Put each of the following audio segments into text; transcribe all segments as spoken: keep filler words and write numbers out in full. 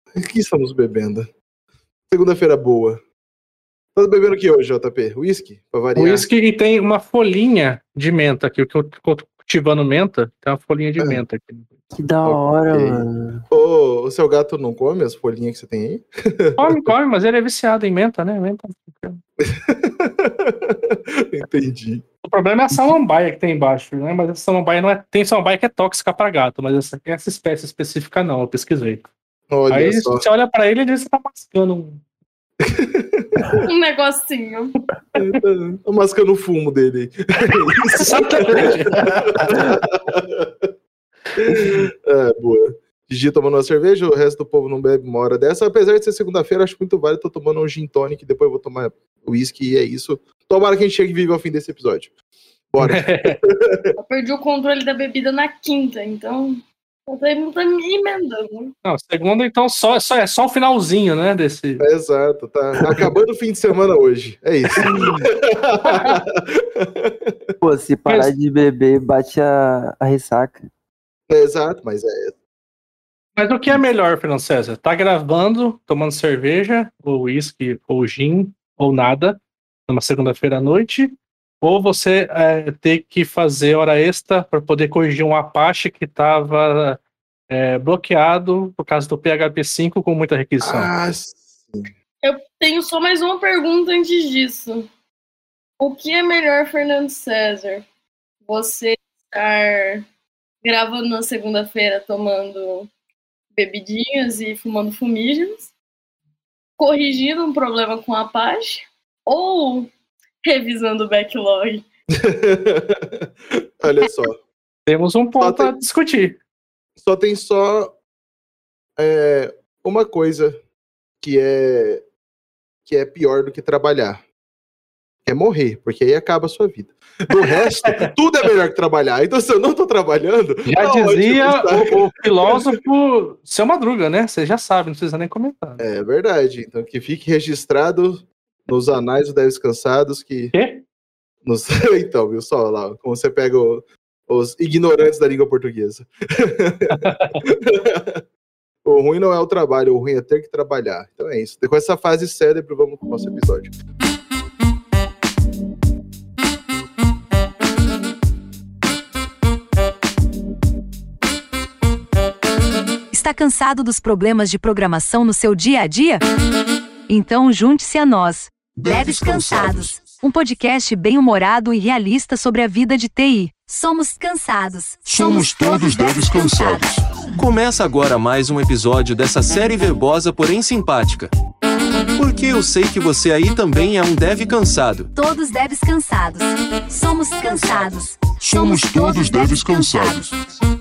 O que estamos bebendo? Segunda-feira boa. Tá bebendo o que hoje, J P? Whisky? Pra variar? Whisky e tem uma folhinha de menta aqui. O que eu tô cultivando menta, tem uma folhinha de Ah. menta aqui. Que da hora, Ok. mano. Ô, o seu gato não come as folhinhas que você tem aí? Come, come, mas ele é viciado em menta, né? Menta. Entendi. O problema é a samambaia que tem embaixo, né? Mas essa samambaia não é. Tem samambaia que é tóxica pra gato, mas essa, essa espécie específica não, eu pesquisei. Olha Aí só. você olha pra ele e você tá mascando um. Um negocinho. Tô mascando o fumo dele. Exatamente. É, boa. Gigi tomando uma cerveja, o resto do povo não bebe uma hora dessa. Apesar de ser segunda-feira, acho muito válido. Tô tomando um gin tonic, depois eu vou tomar whisky e é isso. Tomara que a gente chegue vivo ao fim desse episódio. Bora. Eu perdi o controle da bebida na quinta, então eu tô tá me emendando. Não, segunda, então, só, só, é só o finalzinho, né? Desse. É, exato, tá acabando o fim de semana hoje. É isso. Pô, se parar Mas- de beber, bate a, a ressaca. É, exato, mas é. Mas o que é melhor, Fernando César? Tá gravando, tomando cerveja, ou uísque, ou gin, ou nada, numa segunda-feira à noite, ou você é, ter que fazer hora extra para poder corrigir um Apache que estava é, bloqueado por causa do P H P cinco com muita requisição. Ah, sim. Eu tenho só mais uma pergunta antes disso. O que é melhor, Fernando César? Você estar gravando na segunda-feira tomando bebidinhas e fumando fumígenas, corrigindo um problema com a Apache, ou revisando o backlog? Olha só. Temos um ponto tem- a discutir. Só tem só é, uma coisa que é que é pior do que trabalhar. Que é morrer, porque aí acaba a sua vida. Do resto, tudo é melhor que trabalhar. Então, se eu não tô trabalhando... Já tá dizia ótimo, tá? o, o filósofo Seu Madruga, né? Você já sabe, não precisa nem comentar. É verdade. Então, que fique registrado nos anais do Deves Cansados que... Quê? Nos... Então, viu só lá, como você pega o- os ignorantes da língua portuguesa. O ruim não é o trabalho, o ruim é ter que trabalhar. Então é isso. Com essa fase cérebro, vamos pro nosso episódio. Está cansado dos problemas de programação no seu dia a dia? Então junte-se a nós. Devs Cansados. Um podcast bem-humorado e realista sobre a vida de T I. Somos cansados. Somos todos devs cansados. Começa agora mais um episódio dessa série verbosa, porém simpática. Porque eu sei que você aí também é um dev cansado. Todos devs cansados. Somos cansados. Somos todos devs cansados.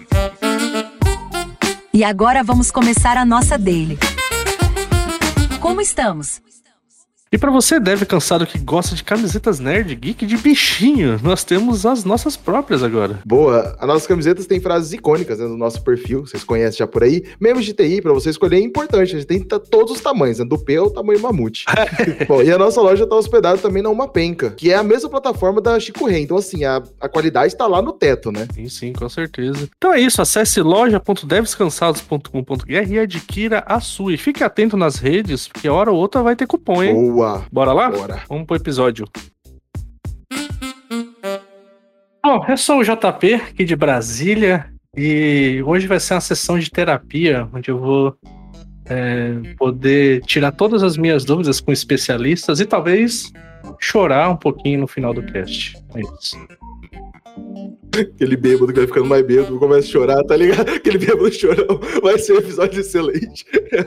E agora vamos começar a nossa daily. Como estamos? E pra você, deve cansado que gosta de camisetas nerd, geek de bichinho, nós temos as nossas próprias agora. Boa. As nossas camisetas têm frases icônicas, né, no nosso perfil, vocês conhecem já por aí. Membros de T I, pra você escolher, é importante. A gente tem t- todos os tamanhos, né? Do P ao tamanho mamute. Bom, e a nossa loja tá hospedada também na Uma Penca, que é a mesma plataforma da Chico Rei. Então, assim, a, a qualidade tá lá no teto, né? Sim, sim, com certeza. Então é isso, acesse loja ponto devs cansados ponto com ponto b r e adquira a sua. E fique atento nas redes, porque a hora ou outra vai ter cupom, hein? Boa. Bora lá? Bora. Vamos pro episódio. Bom, eu sou o J P, aqui de Brasília, e hoje vai ser uma sessão de terapia, onde eu vou é, poder tirar todas as minhas dúvidas com especialistas e talvez chorar um pouquinho no final do cast. É isso. Aquele bêbado que vai ficando mais bêbado, começa a chorar, tá ligado? Aquele bêbado chorão. Vai ser um episódio excelente.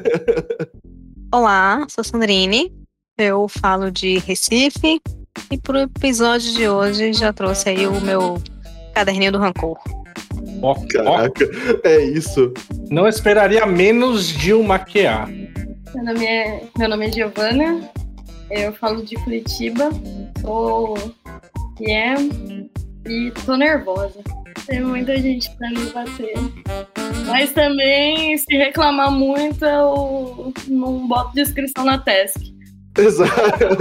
Olá, sou Sandrine, eu falo de Recife e pro episódio de hoje já trouxe aí o meu caderninho do rancor. Ó, ó, Caraca, é isso. não esperaria menos de um maquiar. Meu nome é, meu nome é Giovana, eu falo de Curitiba, sou P M e tô nervosa. Tem muita gente pra me bater. Mas também, se reclamar muito, eu não boto descrição na task. Exato.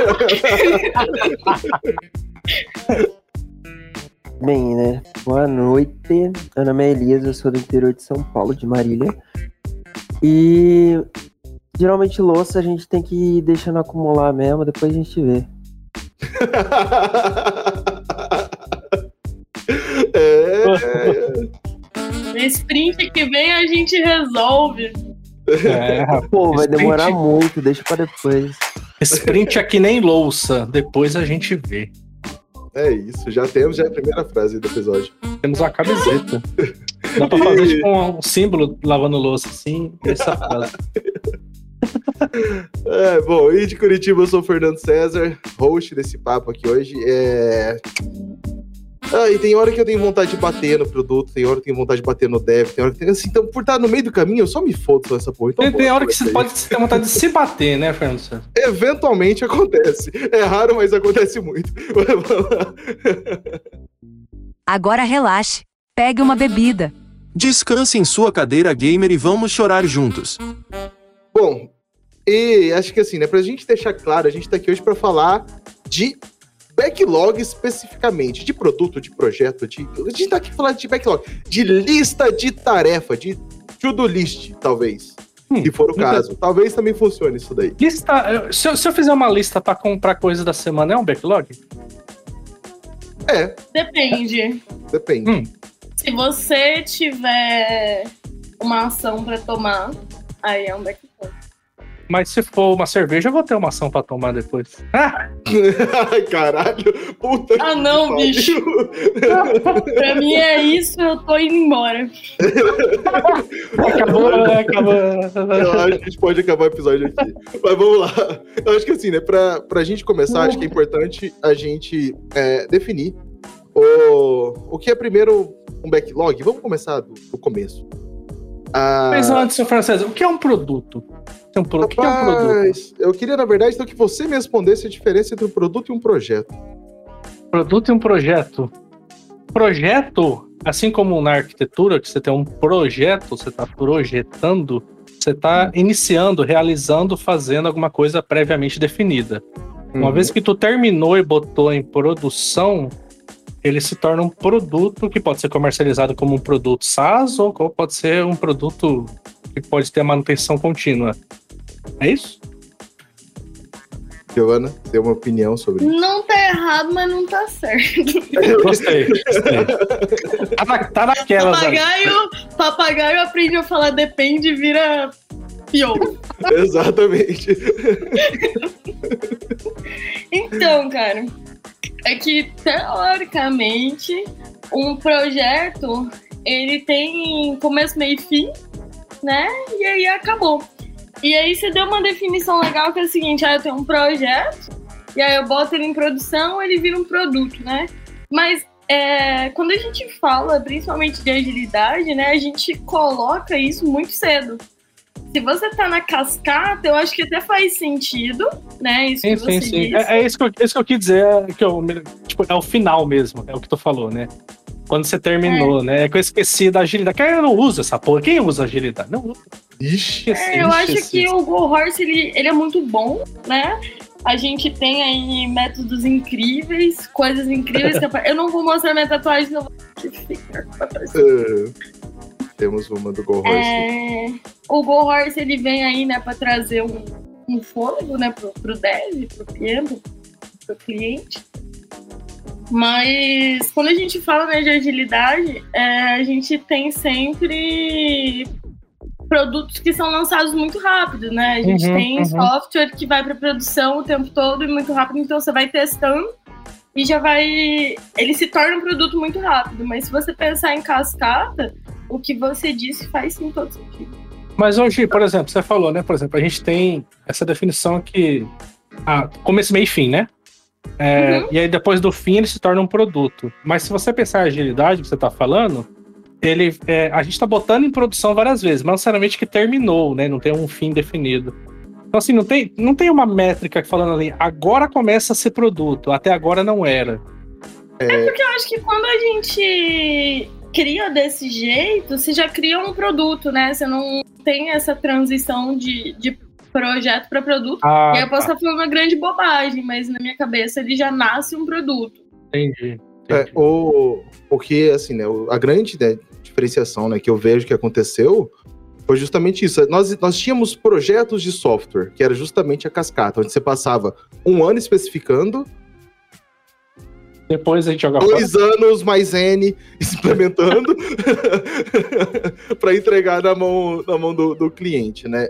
Bem, né? Boa noite. Meu nome é Elias, eu sou do interior de São Paulo, de Marília. E Geralmente louça a gente tem que ir deixando acumular mesmo, depois a gente vê. é... Sprint que vem a gente resolve. É, Pô, vai sprint, demorar muito, deixa pra depois. Sprint é que nem louça, depois a gente vê. é isso, já temos já a primeira frase do episódio. Temos uma camiseta. Dá pra fazer tipo um símbolo lavando louça assim, essa frase. É, bom, e de Curitiba eu sou o Fernando César, host desse papo aqui hoje. É... Ah, e tem hora que eu tenho vontade de bater no produto, tem hora que eu tenho vontade de bater no dev, tem hora que eu tenho... Assim, então, por estar no meio do caminho, eu só me fodo com essa porra. Então, Tem, pô, tem hora que isso você aí. pode ter vontade de se bater, né, Fernando César? Eventualmente acontece. É raro, mas acontece muito. Agora relaxe. Pegue uma bebida. Descanse em sua cadeira gamer e vamos chorar juntos. Bom, e acho que assim, né, pra gente deixar claro, a gente tá aqui hoje pra falar de backlog especificamente, de produto, de projeto, de... A gente tá aqui falando de backlog, de lista de tarefa, de to-do list, talvez, Hum, se for o então- caso. Talvez também funcione isso daí. Lista, se eu, se eu fizer uma lista pra comprar coisa da semana, é um backlog? É, Depende. depende. Hum. Se você tiver uma ação pra tomar, aí é um backlog. Mas se for uma cerveja, eu vou ter uma ação pra tomar depois. Ah, Ai, caralho, puta Ah, que não, pariu. bicho. Pra mim é isso, eu tô indo embora. acabou, acabou. Eu acho que a gente pode acabar o episódio aqui. Mas vamos lá. Eu acho que assim, né, pra, pra gente começar, acho que é importante a gente é, definir o, o que é primeiro um backlog. Vamos começar do, do começo. Ah, Mas antes, seu Francesa, o que é um produto? É um pro... O que é um produto? rapaz, eu queria, na verdade, então, que você me respondesse a diferença entre um produto e um projeto. Produto e um projeto. Projeto, assim como na arquitetura, que você tem um projeto, você está projetando, você está iniciando, realizando, fazendo alguma coisa previamente definida. Uma Uhum. vez que tu terminou e botou em produção, ele se torna um produto que pode ser comercializado como um produto SaaS ou pode ser um produto que pode ter manutenção contínua. É isso? Giovana, tem uma opinião sobre isso? Não tá errado, mas não tá certo. Gostei, gostei. Tá, na, tá naquela. Papagaio, papagaio aprende a falar depende e vira pior. Exatamente. Então, cara, é que teoricamente um projeto ele tem começo, meio e fim, né? E aí acabou. E aí você deu uma definição legal que é o seguinte: ah, eu tenho um projeto, e aí eu boto ele em produção, ele vira um produto, né? Mas é, quando a gente fala, principalmente de agilidade, né, a gente coloca isso muito cedo. Se você tá na cascata, eu acho que até faz sentido, né? Isso Sim, que você sim, sim. disse. É, é isso, que eu, isso que eu quis dizer, é, que eu, tipo, é o final mesmo, é o que tu falou, né? Quando você terminou, né? É que eu esqueci da agilidade. Quem não usa essa porra? Quem usa agilidade? Não usa. Ixi. Esqueci, É, eu acho esqueci. que o Go Horse, ele, ele é muito bom, né? A gente tem aí métodos incríveis, coisas incríveis. que eu não vou mostrar minha tatuagem, não vou ficar pra trás. Uh, temos uma do Go Horse. É, o Go Horse, ele vem aí, né, pra trazer um, um fôlego, né, pro, pro dev, pro P M, pro cliente. Mas quando a gente fala, né, de agilidade, é, a gente tem sempre produtos que são lançados muito rápido, né? A gente Uhum, tem uhum. software que vai para produção o tempo todo e muito rápido, então você vai testando e já vai... Ele se torna um produto muito rápido, mas se você pensar em cascata, o que você disse faz sim todo sentido. Mas hoje, por exemplo, você falou, né? Por exemplo, a gente tem essa definição que... Ah, começo, meio e fim, né? É, Uhum. E aí depois do fim ele se torna um produto. Mas se você pensar em agilidade que você tá falando, ele, é, a gente tá botando em produção várias vezes, mas não necessariamente que terminou, né? Não tem um fim definido. Então assim, não tem, não tem uma métrica falando ali, agora começa a ser produto, até agora não era. Porque eu acho que quando a gente cria desse jeito, você já cria um produto, né? Você não tem essa transição de, de projeto para produto. Ah, E aí eu posso tá, estar falando uma grande bobagem, mas na minha cabeça ele já nasce um produto. entendi. É, entendi. o, o que, assim, né, o- a grande, né, diferenciação, né, que eu vejo que aconteceu foi justamente isso. Nós, nós tínhamos projetos de software, que era justamente a cascata, onde você passava um ano especificando, depois a gente joga dois fora. anos mais N implementando para entregar na mão, na mão do, do cliente, né?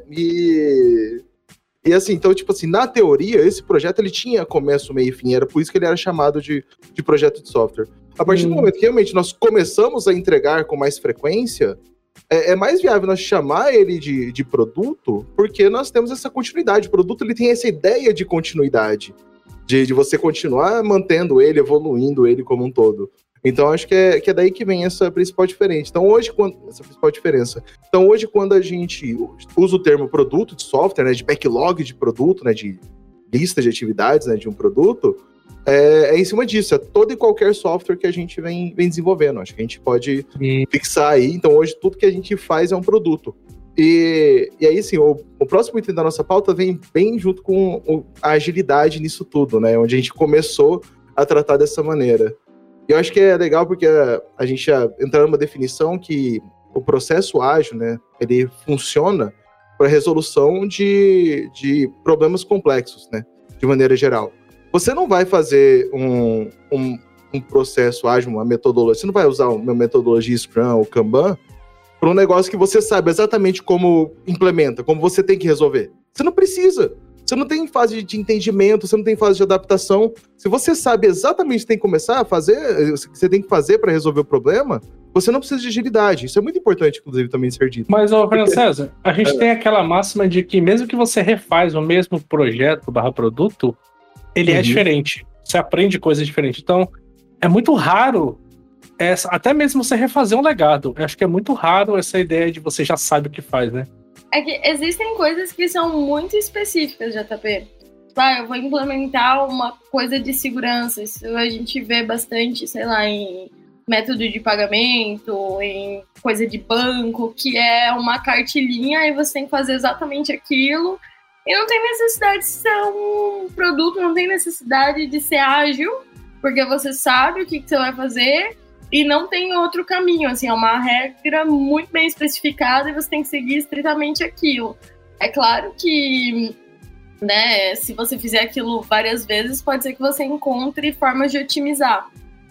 E, e assim, então, tipo assim, na teoria, esse projeto ele tinha começo, meio e fim, era por isso que ele era chamado de, de projeto de software. A partir hum. do momento que realmente nós começamos a entregar com mais frequência, é, é mais viável nós chamar ele de, de produto, porque nós temos essa continuidade. O produto ele tem essa ideia de continuidade. De, de você continuar mantendo ele, evoluindo ele como um todo. Então, acho que é, que é daí que vem essa principal diferença. Então, hoje, quando, essa principal diferença. Então, hoje, quando a gente usa o termo produto de software, né, de backlog de produto, né, de lista de atividades, né, de um produto, é, é em cima disso. É todo e qualquer software que a gente vem, vem desenvolvendo. Acho que a gente pode Sim. fixar aí. Então, hoje, tudo que a gente faz é um produto. E, e aí, sim, o, o próximo item da nossa pauta vem bem junto com o, a agilidade nisso tudo, né? Onde a gente começou a tratar dessa maneira. E eu acho que é legal porque a, a gente já entrou numa definição que o processo ágil, né? Ele funciona para resolução de, de problemas complexos, né? De maneira geral. Você não vai fazer um, um, um processo ágil, uma metodologia... Você não vai usar uma metodologia Scrum ou Kanban para um negócio que você sabe exatamente como implementa, como você tem que resolver. Você não precisa. Você não tem fase de entendimento, você não tem fase de adaptação. Se você sabe exatamente o que tem que começar a fazer, o que você tem que fazer para resolver o problema, você não precisa de agilidade. Isso é muito importante, inclusive, também ser dito. Mas, ô, Fernando César, a gente é. tem aquela máxima de que mesmo que você refaz o mesmo projeto barra produto, ele uhum. é diferente. Você aprende coisas diferentes. Então, é muito raro É, até mesmo você refazer um legado. Eu acho que é muito raro essa ideia de você já sabe o que faz, né? É que existem coisas que são muito específicas, J P. Ah, eu vou implementar uma coisa de segurança. Isso a gente vê bastante, sei lá, em método de pagamento, em coisa de banco, que é uma cartilhinha e você tem que fazer exatamente aquilo. E não tem necessidade de ser um produto, não tem necessidade de ser ágil, porque você sabe o que, que você vai fazer. E não tem outro caminho, assim, é uma regra muito bem especificada e você tem que seguir estritamente aquilo. É claro que, né, se você fizer aquilo várias vezes, pode ser que você encontre formas de otimizar.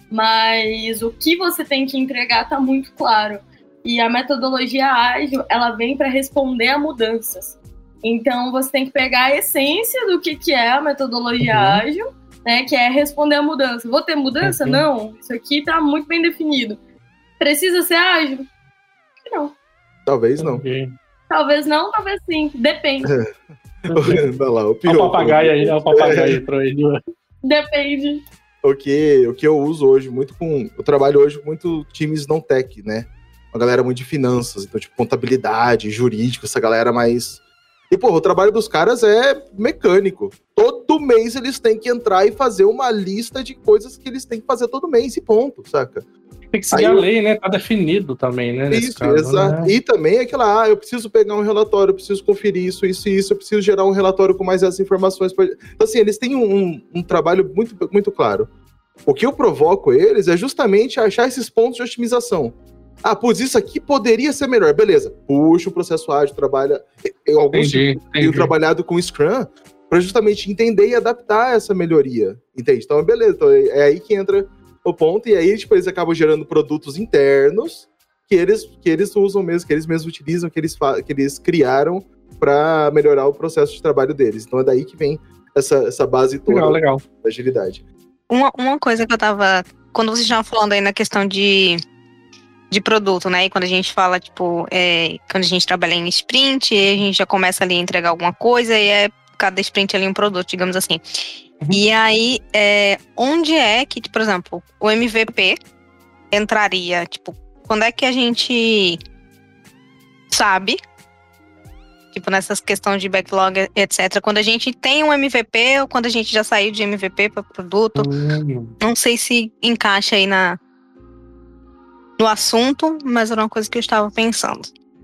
Mas o que você tem que entregar está muito claro. E a metodologia ágil, ela vem para responder a mudanças. Então, você tem que pegar a essência do que, que é a metodologia uhum. ágil, né, que é responder a mudança. Vou ter mudança? Uhum. Não. Isso aqui está muito bem definido. Precisa ser ágil? Não. Talvez não. Okay. Talvez não, talvez sim. Depende. Olha lá, o pior. Olha o papagaio aí, olha o papagaio aí pra ele. Depende. O que, o que eu uso hoje muito com... Eu trabalho hoje com muito times não tech, né? Uma galera muito de finanças, então tipo contabilidade, jurídico, essa galera mais... E, pô, o trabalho dos caras é mecânico. Todo mês eles têm que entrar e fazer uma lista de coisas que eles têm que fazer todo mês e ponto, saca? Tem que seguir Aí, a lei, né? Tá definido também, né? Isso, caso, exato. Né? E também é aquela, ah, eu preciso pegar um relatório, eu preciso conferir isso, isso e isso, eu preciso gerar um relatório com mais essas informações. Pra... Então, assim, eles têm um, um trabalho muito, muito claro. O que eu provoco eles é justamente achar esses pontos de otimização. Ah, putz, isso aqui poderia ser melhor. Beleza, puxa o processo ágil, trabalha... Eu, alguns entendi, eu tenho trabalhado com Scrum para justamente entender e adaptar essa melhoria, entende? Então, beleza, então é aí que entra o ponto, e aí tipo, eles acabam gerando produtos internos que eles, que eles usam mesmo, que eles mesmos utilizam, que eles, que eles criaram para melhorar o processo de trabalho deles. Então é daí que vem essa, essa base toda legal, legal. da agilidade. Uma, uma coisa que eu tava... Quando vocês estavam falando aí na questão de... de produto, né? E quando a gente fala, tipo, é, quando a gente trabalha em sprint, a gente já começa ali a entregar alguma coisa e é cada sprint ali um produto, digamos assim. Uhum. E aí, é, onde é que, por exemplo, o M V P entraria? Tipo, quando é que a gente sabe, tipo, nessas questões de backlog, etcétera, quando a gente tem um M V P ou quando a gente já saiu de M V P para produto? Uhum. Não sei se encaixa aí na... no assunto, mas era uma coisa que eu estava pensando.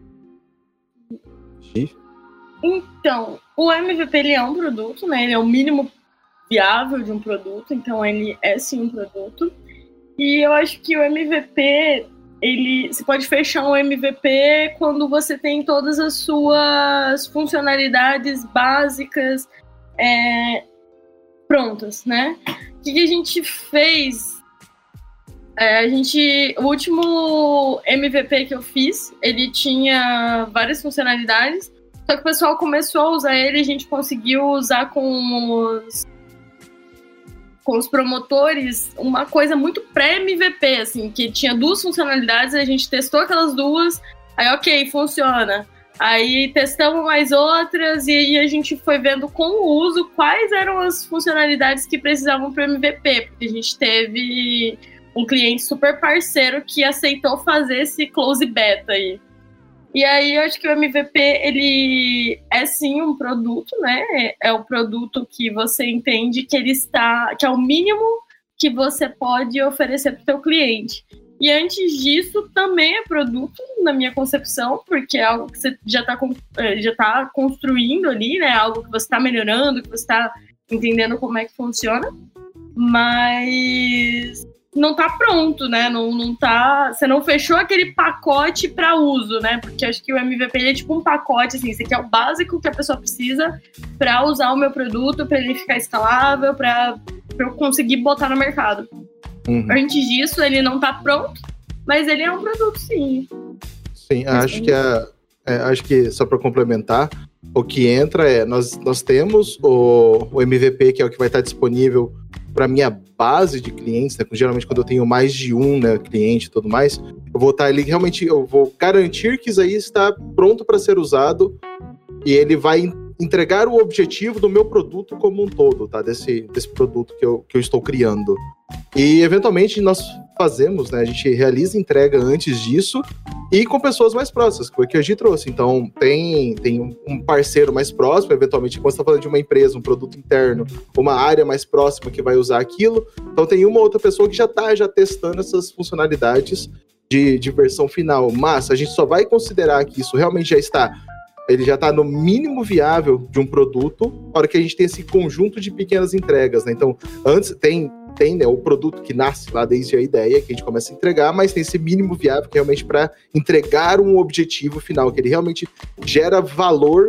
Então, o M V P ele é um produto, né? Ele é o mínimo viável de um produto, então ele é sim um produto. E eu acho que o M V P, ele, você pode fechar um M V P quando você tem todas as suas funcionalidades básicas é, prontas, né? O que, que a gente fez? É, a gente, o último M V P que eu fiz, ele tinha várias funcionalidades, só que o pessoal começou a usar ele, a gente conseguiu usar com os, com os promotores uma coisa muito pré-M V P, assim, que tinha duas funcionalidades, a gente testou aquelas duas, aí ok, funciona. Aí testamos mais outras e aí a gente foi vendo com o uso quais eram as funcionalidades que precisavam para o M V P, porque a gente teve um cliente super parceiro que aceitou fazer esse close beta aí. E aí eu acho que o M V P, ele é sim um produto, né? É o produto que você entende que ele está, que é o mínimo que você pode oferecer para o seu cliente. E antes disso, também é produto, na minha concepção, porque é algo que você já está já tá construindo ali, né? Algo que você está melhorando, que você está entendendo como é que funciona. Mas não está pronto, né? Não, não tá, você não fechou aquele pacote para uso, né? Porque acho que o M V P ele é tipo um pacote, assim, esse aqui é o básico que a pessoa precisa para usar o meu produto, para ele ficar escalável, para eu conseguir botar no mercado. Uhum. Antes disso, ele não tá pronto, mas ele é um produto, sim. Sim, acho que, é, é, acho que só para complementar, o que entra é, nós, nós temos o, o M V P, que é o que vai estar disponível para minha base de clientes, né? Geralmente quando eu tenho mais de um, né, cliente e tudo mais, eu vou estar ali, realmente, eu vou garantir que isso aí está pronto para ser usado e ele vai entregar o objetivo do meu produto como um todo, tá? Desse, desse produto que eu, que eu estou criando. E, eventualmente, nós fazemos, né? A gente realiza entrega antes disso e com pessoas mais próximas, que foi o que a Gi trouxe. Então, tem, tem um parceiro mais próximo, eventualmente, quando você está falando de uma empresa, um produto interno, uma área mais próxima que vai usar aquilo. Então, tem uma outra pessoa que já está já testando essas funcionalidades de, de versão final. Mas a gente só vai considerar que isso realmente já está... ele já está no mínimo viável de um produto, na hora que a gente tem esse conjunto de pequenas entregas, né? Então, antes tem, tem né, o produto que nasce lá desde a ideia, que a gente começa a entregar, mas tem esse mínimo viável que é realmente para entregar um objetivo final, que ele realmente gera valor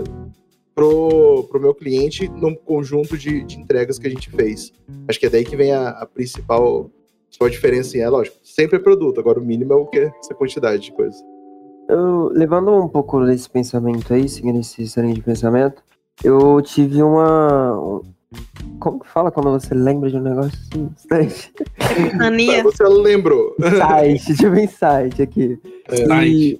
pro, pro meu cliente num conjunto de, de entregas que a gente fez. Acho que é daí que vem a, a principal, principal diferença, é lógico, sempre é produto, agora o mínimo é o que? Essa quantidade de coisa. Eu, levando um pouco desse pensamento aí, seguindo esse linha de pensamento, eu tive uma... Como que fala quando você lembra de um negócio assim? Mania. Você lembrou. Insight, tive um insight aqui. É. E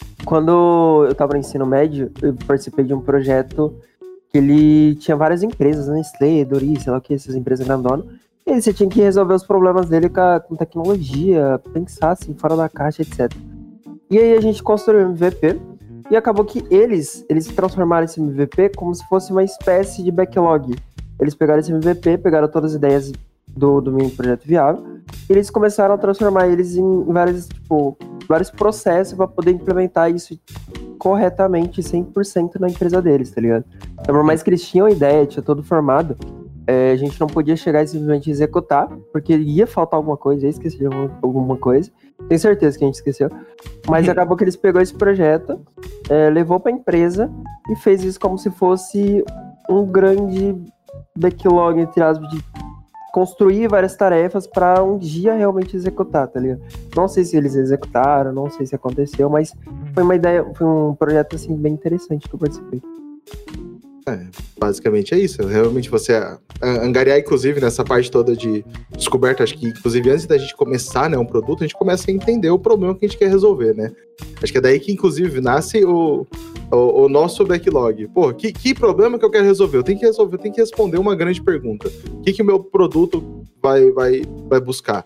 quando eu tava no ensino médio, eu participei de um projeto que ele tinha várias empresas, Nestlé, Dori, sei lá o que, essas empresas grandonas. E aí você tinha que resolver os problemas dele com, a, com tecnologia, pensar assim, fora da caixa, etcétera. E aí a gente construiu um M V P e acabou que eles, eles transformaram esse M V P como se fosse uma espécie de backlog. Eles pegaram esse M V P, pegaram todas as ideias do, do meu projeto viável e eles começaram a transformar eles em vários, tipo, vários processos para poder implementar isso corretamente, cem por cento na empresa deles, tá ligado? Então, por mais que eles tinham ideia, tinha todo formado, é, a gente não podia chegar e simplesmente executar, porque ia faltar alguma coisa, ia esquecer de alguma coisa. Tenho certeza que a gente esqueceu. Mas acabou que eles pegou esse projeto, é, levou para a empresa e fez isso como se fosse um grande backlog, entre aspas, de construir várias tarefas para um dia realmente executar, tá ligado? Não sei se eles executaram, não sei se aconteceu, mas foi uma ideia, foi um projeto assim bem interessante que eu participei. É, basicamente é isso. Realmente você angariar, inclusive, nessa parte toda de descoberta, acho que, inclusive, antes da gente começar, né, um produto, a gente começa a entender o problema que a gente quer resolver, né? Acho que é daí que, inclusive, nasce o, o, o nosso backlog. Pô, que, que problema que eu quero resolver? Eu tenho que resolver, eu tenho que responder uma grande pergunta. O que que o meu produto vai, vai, vai buscar?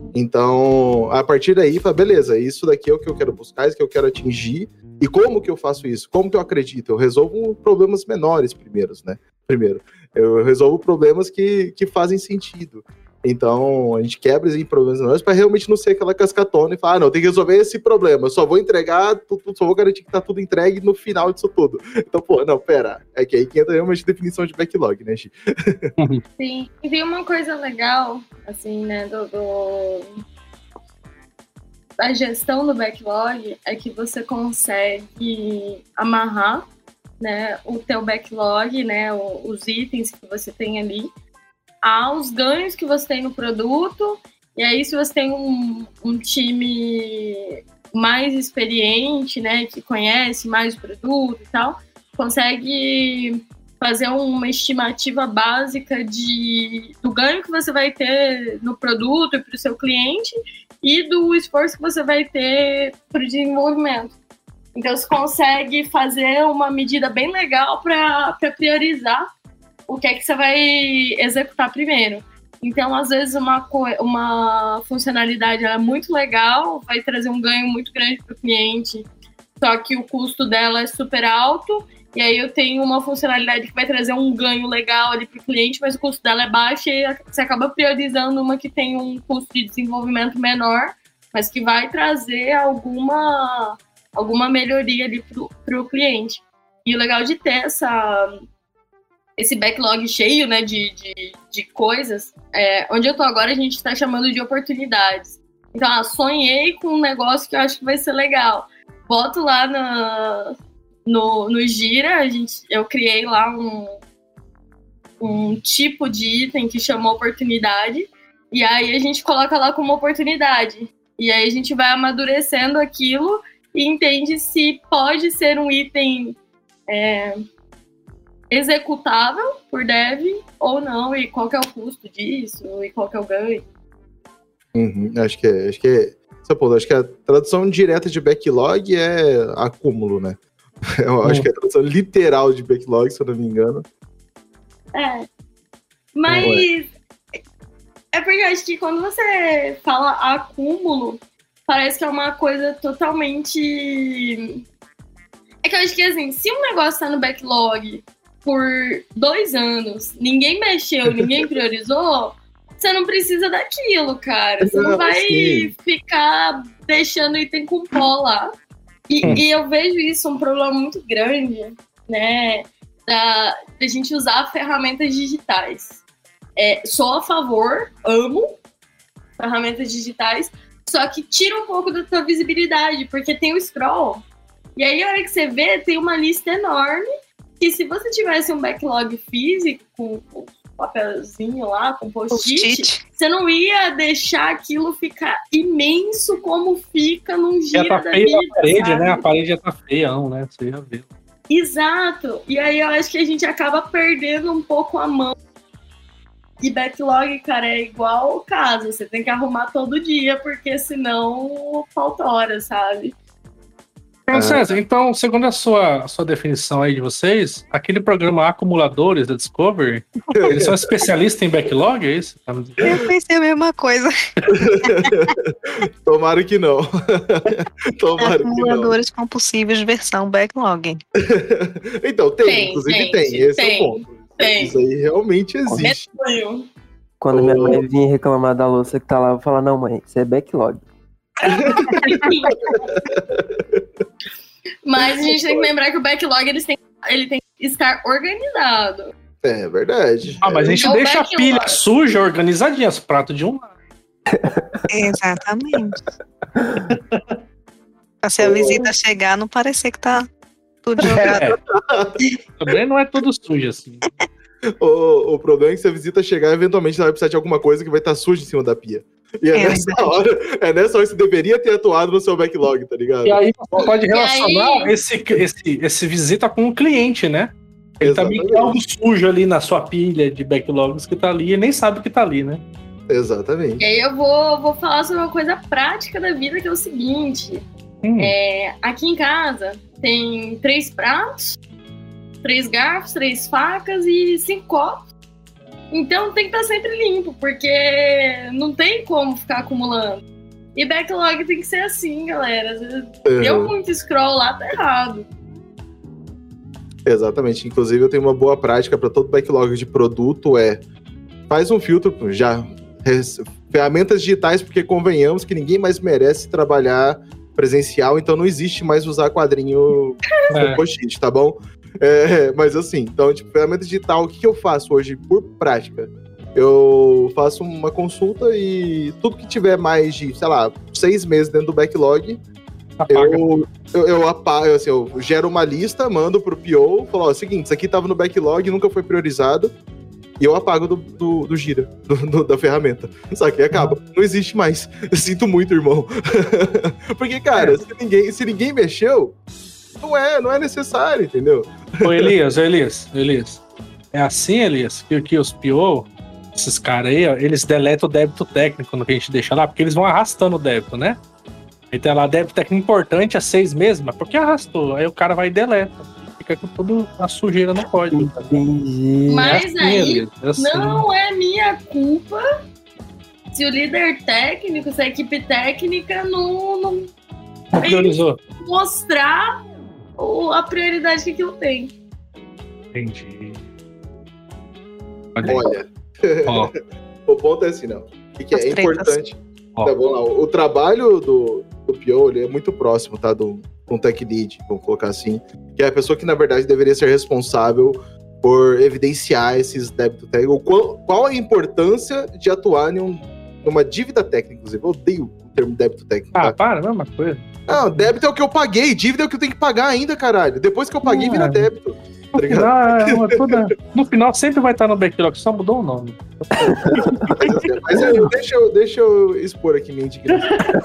Então, a partir daí, fala, beleza, isso daqui é o que eu quero buscar, isso que eu quero atingir. E como que eu faço isso? Como que eu acredito? Eu resolvo problemas menores primeiros, né? Primeiro, eu resolvo problemas que, que fazem sentido. Então, a gente quebra em problemas menores para realmente não ser aquela cascatona e falar, ah, não, tem que resolver esse problema, eu só vou entregar, tudo, só vou garantir que tá tudo entregue no final disso tudo. Então, pô, não, pera, é que aí que entra realmente a definição de backlog, né, Gi? Sim, e tem uma coisa legal, assim, né, do... do... da gestão do backlog é que você consegue amarrar, né, o teu backlog, né, os itens que você tem ali, aos ganhos que você tem no produto. E aí, se você tem um, um time mais experiente, né, que conhece mais o produto e tal, consegue fazer uma estimativa básica de, do ganho que você vai ter no produto e para o seu cliente e do esforço que você vai ter para o desenvolvimento. Então, você consegue fazer uma medida bem legal para priorizar o que é que você vai executar primeiro. Então, às vezes, uma, uma funcionalidade é muito legal, vai trazer um ganho muito grande para o cliente, só que o custo dela é super alto, e aí eu tenho uma funcionalidade que vai trazer um ganho legal ali para o cliente, mas o custo dela é baixo e você acaba priorizando uma que tem um custo de desenvolvimento menor, mas que vai trazer alguma, alguma melhoria ali para o cliente. E o legal de ter essa... esse backlog cheio, né, de, de, de coisas, é, onde eu tô agora a gente está chamando de oportunidades. Então, ah, sonhei com um negócio que eu acho que vai ser legal. Boto lá na, no, no Gira, a gente, eu criei lá um, um tipo de item que chama oportunidade, e aí a gente coloca lá como oportunidade. E aí a gente vai amadurecendo aquilo e entende se pode ser um item... É, executável por dev ou não, e qual que é o custo disso, e qual que é o ganho. Uhum, acho que é, acho que é, Sapoldo, acho que a tradução direta de backlog é acúmulo, né? Eu acho hum. que é a tradução literal de backlog, se eu não me engano. É, mas é, é porque eu acho que quando você fala acúmulo, parece que é uma coisa totalmente... É que eu acho que, assim, se um negócio tá no backlog por dois anos, ninguém mexeu, ninguém priorizou, você não precisa daquilo, cara. Você não, não vai sim. ficar deixando item com pó lá. E, hum. e eu vejo isso um problema muito grande, né, da, da gente usar ferramentas digitais. É, sou a favor, amo ferramentas digitais, só que tira um pouco da tua visibilidade, porque tem o scroll. E aí, a hora que você vê, tem uma lista enorme, que se você tivesse um backlog físico, com, com papelzinho lá, com post-it, você não ia deixar aquilo ficar imenso como fica num Gira já tá da feia vida, a parede, sabe? né? A parede já tá feião, né? Você ia ver. Exato. E aí, eu acho que a gente acaba perdendo um pouco a mão. E backlog, cara, é igual casa. Você tem que arrumar todo dia, porque senão falta hora, sabe? Então, César, então, segundo a sua, a sua definição aí de vocês, aquele programa Acumuladores da Discovery, eles são especialistas em backlog, é isso? Eu pensei a mesma coisa. Tomara que não. Tomara Acumuladores que não. compulsivos versão backlog. Então, tem, tem inclusive gente, tem, esse tem, é o ponto. Tem. Isso aí realmente existe. Quando minha mãe vinha reclamar da louça que tá lá, eu falava, não, mãe, isso é backlog. Mas a gente tem que lembrar que o backlog eles têm, ele tem que estar organizado. É verdade. Ah, mas a gente Então, deixa a backlog. pilha suja, organizadinha, os pratos de um lado. Exatamente. Pra se a visita chegar, não parecer que tá tudo jogado. É. Também não é tudo sujo assim. O, o problema é que se a visita chegar, eventualmente ela vai precisar de alguma coisa que vai estar suja em cima da pia. E é, É nessa verdade. hora, é nessa hora que você deveria ter atuado no seu backlog, tá ligado? E aí você pode relacionar aí- esse, esse, esse visita com o cliente, né? Ele também tem algo sujo ali na sua pilha de backlogs que tá ali e nem sabe que tá ali, né? Exatamente. E aí eu vou, vou falar sobre uma coisa prática da vida, que é o seguinte. Hum. É, aqui em casa tem três pratos, três garfos, três facas e cinco copos. Então tem que estar sempre limpo, porque não tem como ficar acumulando. E backlog tem que ser assim, galera. Deu Uhum. muito scroll lá, tá errado. Exatamente. Inclusive, eu tenho uma boa prática para todo backlog de produto, é faz um filtro, já res- ferramentas digitais, porque convenhamos que ninguém mais merece trabalhar presencial, então não existe mais usar quadrinho É. com post-it, tá bom? É, mas assim, então, tipo, ferramenta digital, o que, que eu faço hoje por prática? Eu faço uma consulta e tudo que tiver mais de, sei lá, seis meses dentro do backlog, Apaga. eu, eu, eu apago, assim, eu gero uma lista, mando pro P O, falo, ó, seguinte, isso aqui tava no backlog, nunca foi priorizado, e eu apago do, do, do gira, do, do, da ferramenta. Só que acaba, não existe mais. Eu sinto muito, irmão. Porque, cara, é. se, ninguém, se ninguém mexeu, não é, não é necessário, entendeu? Ô, Elias, ô, Elias, Elias. É assim, Elias, que, que os P O, esses caras aí, ó, eles deletam o débito técnico no que a gente deixa lá, porque eles vão arrastando o débito, né? Aí tem lá débito técnico importante há seis meses, mas por que arrastou? Aí o cara vai e deleta. Fica com toda a sujeira no código. Tá? Mas é assim, aí Elias, é assim. Não é minha culpa se o líder técnico, se a equipe técnica não, não, não priorizou. Mostrar o, a prioridade que aquilo tem. Entendi. Olha, Olha. Oh. O ponto é assim, não. O que é, é importante. Oh. Tá bom, não. O trabalho do, do P O ele é muito próximo, tá? Do, com o Tech Lead, vamos colocar assim. Que é a pessoa que, na verdade, deveria ser responsável por evidenciar esses débitos técnicos. Qual, qual a importância de atuar em um, numa dívida técnica, inclusive. Eu odeio o termo débito técnico. Ah, tá? para, não é uma coisa. Não, débito é o que eu paguei, dívida é o que eu tenho que pagar ainda, caralho. Depois que eu paguei, ah, vira débito. Tá no, final, é toda... no final sempre vai estar no backlog, só mudou o nome. Mas, mas eu, deixa, eu, deixa eu expor aqui minha indignação.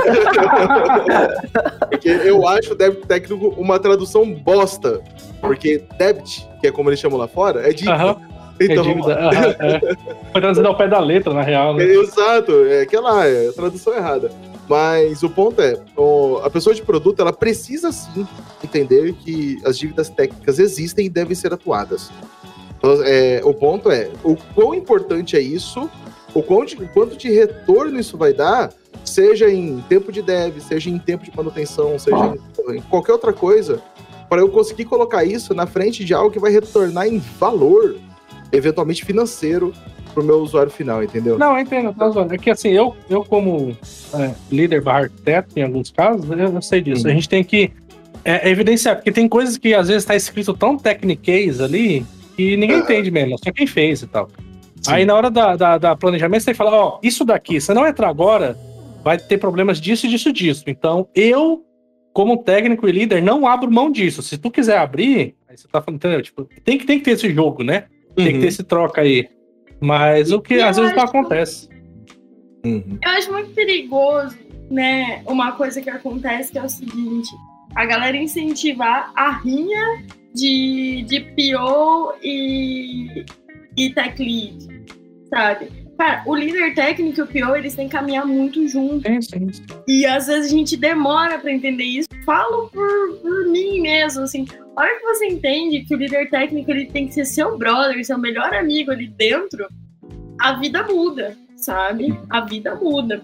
Porque eu acho o débito técnico uma tradução bosta. Porque debit, que é como eles chamam lá fora, é dívida. Uhum. Então, é dívida. Uhum, é. Foi traduzido ao pé da letra, na real. Né? É, exato, é aquela é a tradução errada. Mas o ponto é, o, a pessoa de produto, ela precisa sim entender que as dívidas técnicas existem e devem ser atuadas. Então, é, o ponto é, o quão importante é isso, o, quão de, o quanto de retorno isso vai dar, seja em tempo de dev, seja em tempo de manutenção, seja em, em qualquer outra coisa, para eu conseguir colocar isso na frente de algo que vai retornar em valor, eventualmente financeiro, pro meu usuário final, entendeu? Não, eu entendo, tá zoando. É que assim, eu, eu como é, líder barra arquiteto, em alguns casos, eu, eu sei disso. Uhum. A gente tem que é, evidenciar, porque tem coisas que às vezes tá escrito tão techniquez ali, que ninguém uhum. entende mesmo, só quem fez e tal. Sim. Aí na hora da, da, da planejamento, você tem que falar, ó, isso daqui, se não entrar agora, vai ter problemas disso, disso, disso. Então, eu, como técnico e líder, não abro mão disso. Se tu quiser abrir, aí você tá falando, entendeu? Tipo, tem que, tem que ter esse jogo, né? Tem uhum. que ter esse troca aí. Mas o que às vezes acho, não acontece. Uhum. Eu acho muito perigoso, né? Uma coisa que acontece que é o seguinte: a galera incentivar a rinha de, de P O e, e Tech Lead, sabe? Cara, o líder técnico e o P O, eles têm que caminhar muito juntos. Sim, sim, sim. E às vezes a gente demora pra entender isso. Falo por, por mim mesmo, assim. A hora que você entende que o líder técnico ele tem que ser seu brother, seu melhor amigo ali dentro, a vida muda, sabe? A vida muda.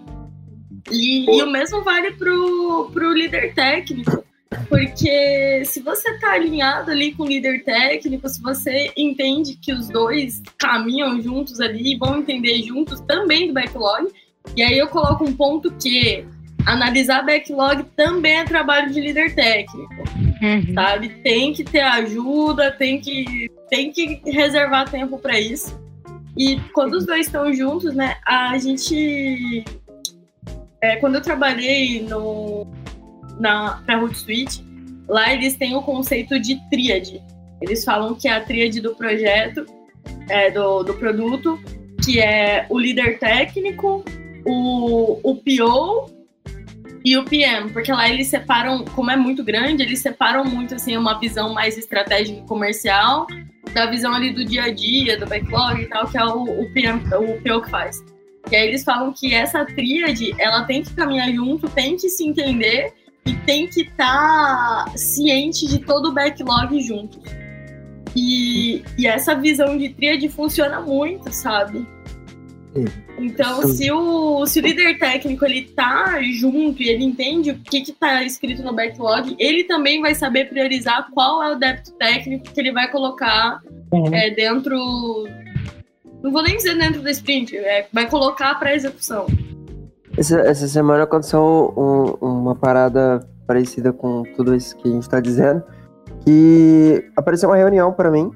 E, e o mesmo vale pro, pro líder técnico. Porque se você tá alinhado ali com o líder técnico, se você entende que os dois caminham juntos ali e vão entender juntos também do backlog, e aí eu coloco um ponto que analisar backlog também é trabalho de líder técnico, uhum. sabe? Tem que ter ajuda, tem que, tem que reservar tempo para isso. E quando os dois estão juntos, né, a gente... É, quando eu trabalhei no... na pra Hootsuite, lá eles têm o conceito de tríade. Eles falam que é a tríade do projeto, é, do, do produto, que é o líder técnico, o, o P O e o P M, porque lá eles separam, como é muito grande, eles separam muito assim, uma visão mais estratégica e comercial da visão ali do dia a dia, do backlog e tal, que é o, o, P M, o P O que faz. E aí eles falam que essa tríade, ela tem que caminhar junto, tem que se entender e tem que estar tá ciente de todo o backlog junto. E, e essa visão de tríade funciona muito, sabe? Então, se o, se o líder técnico ele tá junto e ele entende o que que tá escrito no backlog, ele também vai saber priorizar qual é o débito técnico que ele vai colocar uhum. é, dentro... Não vou nem dizer dentro do sprint, é, vai colocar para execução. Essa, essa semana aconteceu um, uma parada parecida com tudo isso que a gente tá dizendo, que apareceu uma reunião para mim,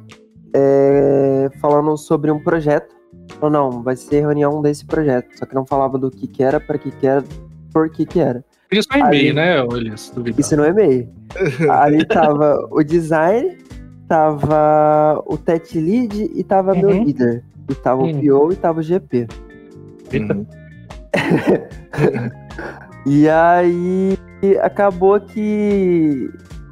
é, falando sobre um projeto. Ou não, vai ser reunião desse projeto, só que não falava do que que era, para que que era, por que que era. Isso não é e-mail, né, Elias? Isso não é e-mail. Ali tava o design, tava o tech lead e tava uhum. meu líder. E tava uhum. o P O e tava o G P. Uhum. E aí acabou que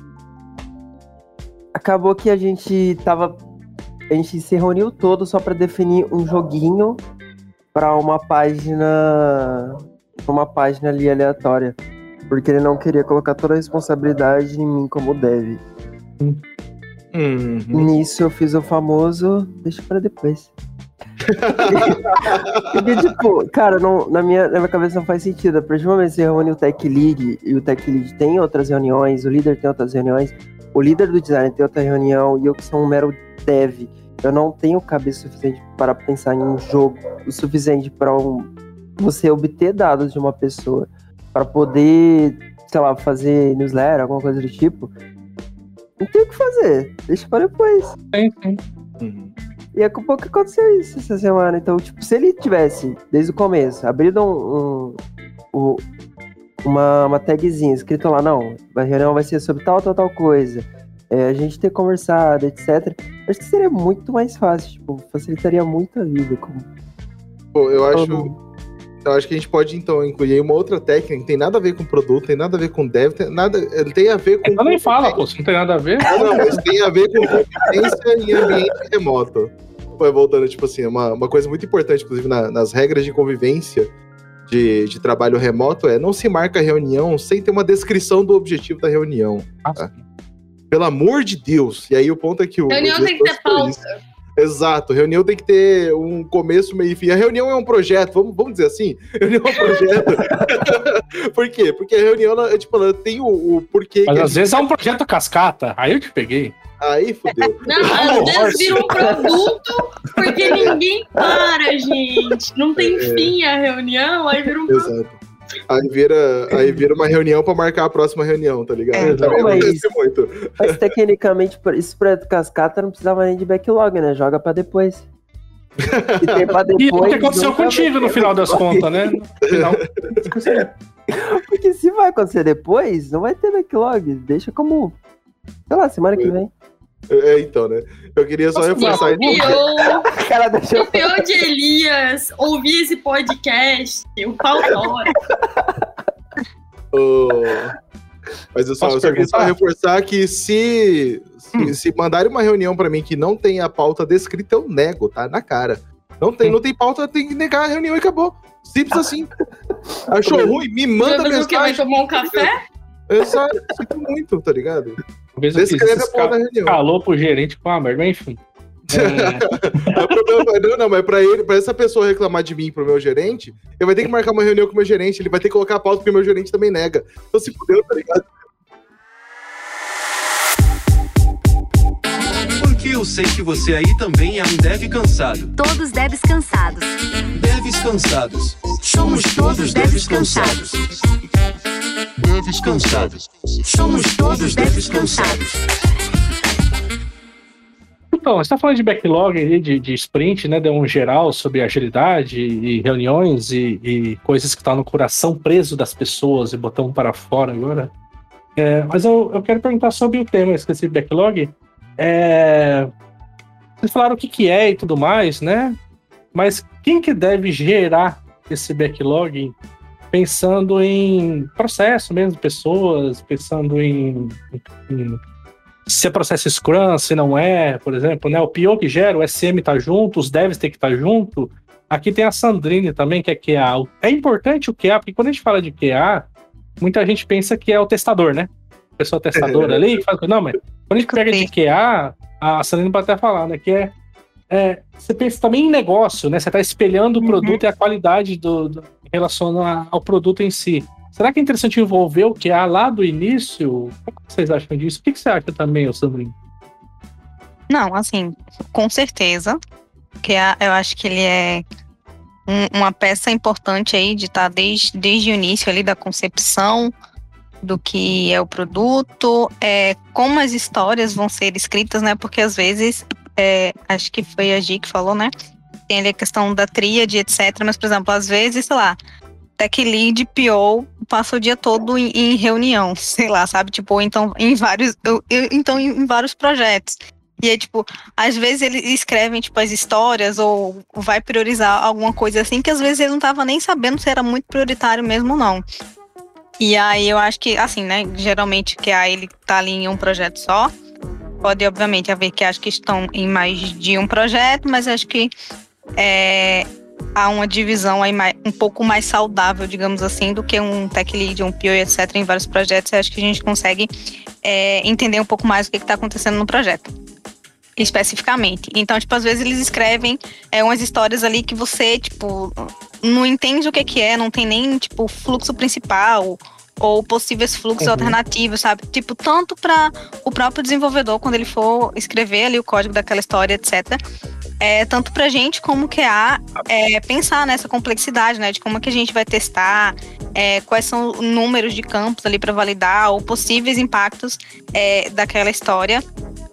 acabou que a gente tava a gente se reuniu todo só para definir um joguinho para uma página uma página ali aleatória, porque ele não queria colocar toda a responsabilidade em mim como dev. Uhum. Nisso eu fiz o famoso deixa para depois. Porque, tipo, cara, não, na, minha, na minha cabeça não faz sentido. A partir do momento que você reúne o Tech Lead e o Tech Lead tem outras reuniões, o líder tem outras reuniões, o líder do design tem outra reunião e eu que sou um mero dev, eu não tenho cabeça suficiente para pensar em um jogo o suficiente para um, você obter dados de uma pessoa para poder, sei lá, fazer newsletter, alguma coisa do tipo. Não tem o que fazer, deixa para depois. Sim, sim. Uhum. E é com pouco que aconteceu isso essa semana. Então, tipo, se ele tivesse, desde o começo, abrido um, um, um, uma, uma tagzinha escrito lá, não, a reunião vai ser sobre tal, tal, tal coisa, é, a gente ter conversado, etcétera, acho que seria muito mais fácil, tipo, facilitaria muito a vida. Como... Pô, eu acho, eu acho que a gente pode, então, incluir uma outra técnica que não tem nada a ver com produto, tem nada a ver com dev, tem, nada, tem a ver com... Então nem fala, pô, se não tem nada a ver... Não, não, mas tem a ver com convivência em ambiente remoto. Pô, voltando, tipo assim, uma, uma coisa muito importante, inclusive, na, nas regras de convivência de, de trabalho remoto é não se marca a reunião sem ter uma descrição do objetivo da reunião. Tá? Pelo amor de Deus! E aí o ponto é que o... Reunião tem que ter pauta. Exato, reunião tem que ter um começo, meio e fim. A reunião é um projeto, vamos, vamos dizer assim? Reunião é um projeto. Por quê? Porque a reunião, ela, tipo, ela tem o, o porquê... Mas que às gente... vezes é um projeto cascata, aí eu te peguei. Aí fodeu. Não, às vezes vira um produto porque ninguém para, gente. Não tem é, fim a reunião, aí vira um exato. Produto. Aí vira, aí vira uma reunião pra marcar a próxima reunião, tá ligado? É, não, mas, muito. Mas tecnicamente, esse projeto cascata não precisava nem de backlog, né? Joga pra depois. E, tem pra depois, e o que aconteceu contigo no final das contas, né? No final. Porque se vai acontecer depois, não vai ter backlog. Deixa como, sei lá, semana que vem. É, então, né? Eu queria só Nossa, reforçar... O pior de Elias ouvir esse podcast, o pau da hora. Oh, mas eu só, eu só queria só reforçar que se, hum. se, se mandarem uma reunião pra mim que não tem a pauta descrita, eu nego, tá? Na cara. Não tem, hum. não tem pauta, tem que negar a reunião e acabou. Simples assim. Achou ruim? Me manda mensagem. Você que vai tomar um café? Exato, sinto muito, tá ligado? Talvez eu fiz esse calou pro gerente com a merda, enfim. É... não, não, mas pra, ele, pra essa pessoa reclamar de mim pro meu gerente, ele vai ter que marcar uma reunião com o meu gerente, ele vai ter que colocar a pauta porque o meu gerente também nega. Então se fudeu, tá ligado? Porque eu sei que você aí também é um dev cansado. Todos devs cansados. Devs cansados. Somos todos devs cansados. Devs cansados. Somos todos devs cansados. Então, você está falando de backlog aí, de, de sprint, né? Deu um geral sobre agilidade e reuniões e, e coisas que estão no coração preso das pessoas e botamos para fora agora. É, mas eu, eu quero perguntar sobre o tema, eu esqueci de backlog. É, vocês falaram o que, que é e tudo mais, né? Mas quem que deve gerar esse backlog pensando em processo mesmo, pessoas, pensando em... em se é processo Scrum, se não é, por exemplo, né? O P O que gera, o S M tá junto, os devs tem que estar tá junto. Aqui tem a Sandrine também, que é Q A. É importante o Q A, porque quando a gente fala de Q A, muita gente pensa que é o testador, né? A pessoa testadora ali, que faz... Não, mas quando a gente pega de Q A, a Sandrine pode até falar, né? Que é, é você pensa também em negócio, né? Você tá espelhando o produto uhum. e a qualidade do, do, em relação a, ao produto em si. Será que é interessante envolver o Q A lá do início? O que vocês acham disso? O que você acha também, Sandrine? Não, assim, com certeza. O Q A, eu acho que ele é um, uma peça importante aí de estar desde, desde o início ali da concepção do que é o produto, é, como as histórias vão ser escritas, né? Porque às vezes, é, acho que foi a Gi que falou, né? Tem ali a questão da tríade, etcétera. Mas, por exemplo, às vezes, sei lá, tech lead, P O, passa o dia todo em, em reunião, sei lá, sabe? Tipo, ou então em vários, eu, eu, então em vários projetos. E aí, tipo, às vezes eles escrevem, tipo, as histórias ou vai priorizar alguma coisa assim, que às vezes ele não tava nem sabendo se era muito prioritário mesmo ou não. E aí eu acho que, assim, né, geralmente que aí ele tá ali em um projeto só, pode obviamente haver que acho que estão em mais de um projeto, mas acho que é, há uma divisão aí mais, um pouco mais saudável, digamos assim, do que um tech lead, um P O, etcétera, em vários projetos. Eu acho que a gente consegue é, entender um pouco mais o que está acontecendo no projeto, especificamente. Então, tipo, às vezes eles escrevem é, umas histórias ali que você, tipo, não entende o que que é, não tem nem, tipo, fluxo principal ou possíveis fluxos uhum. alternativos, sabe? Tipo, tanto para o próprio desenvolvedor, quando ele for escrever ali o código daquela história, etcétera, é, tanto pra gente como que há é, pensar nessa complexidade, né? De como é que a gente vai testar, é, quais são os números de campos ali para validar ou possíveis impactos é, daquela história.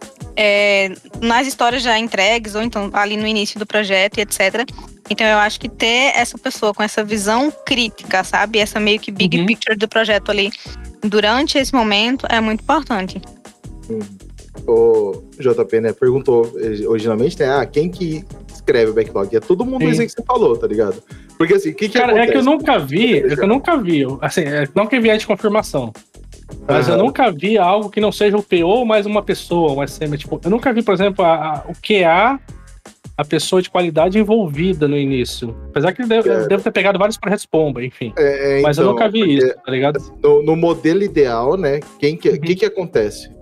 É, nas histórias já entregues, ou então ali no início do projeto e etcétera. Então eu acho que ter essa pessoa com essa visão crítica, sabe? Essa meio que big uhum. picture do projeto ali durante esse momento é muito importante. Hum. O J P, né, perguntou originalmente, né, ah, quem que escreve o backlog? É todo mundo isso aí que você falou, tá ligado? Porque assim, o que que Cara, acontece? é que eu nunca vi, é que eu nunca vi, assim, não que vier de confirmação. Mas uhum. eu nunca vi algo que não seja o P O mais uma pessoa, um S M. Tipo, eu nunca vi, por exemplo, a, a, o Q A, a pessoa de qualidade envolvida no início. Apesar que ele deve, é. deve ter pegado vários projetos pomba, enfim. É, é, Mas então, eu nunca vi isso, tá ligado? No, no modelo ideal, né, quem que, uhum. que que acontece?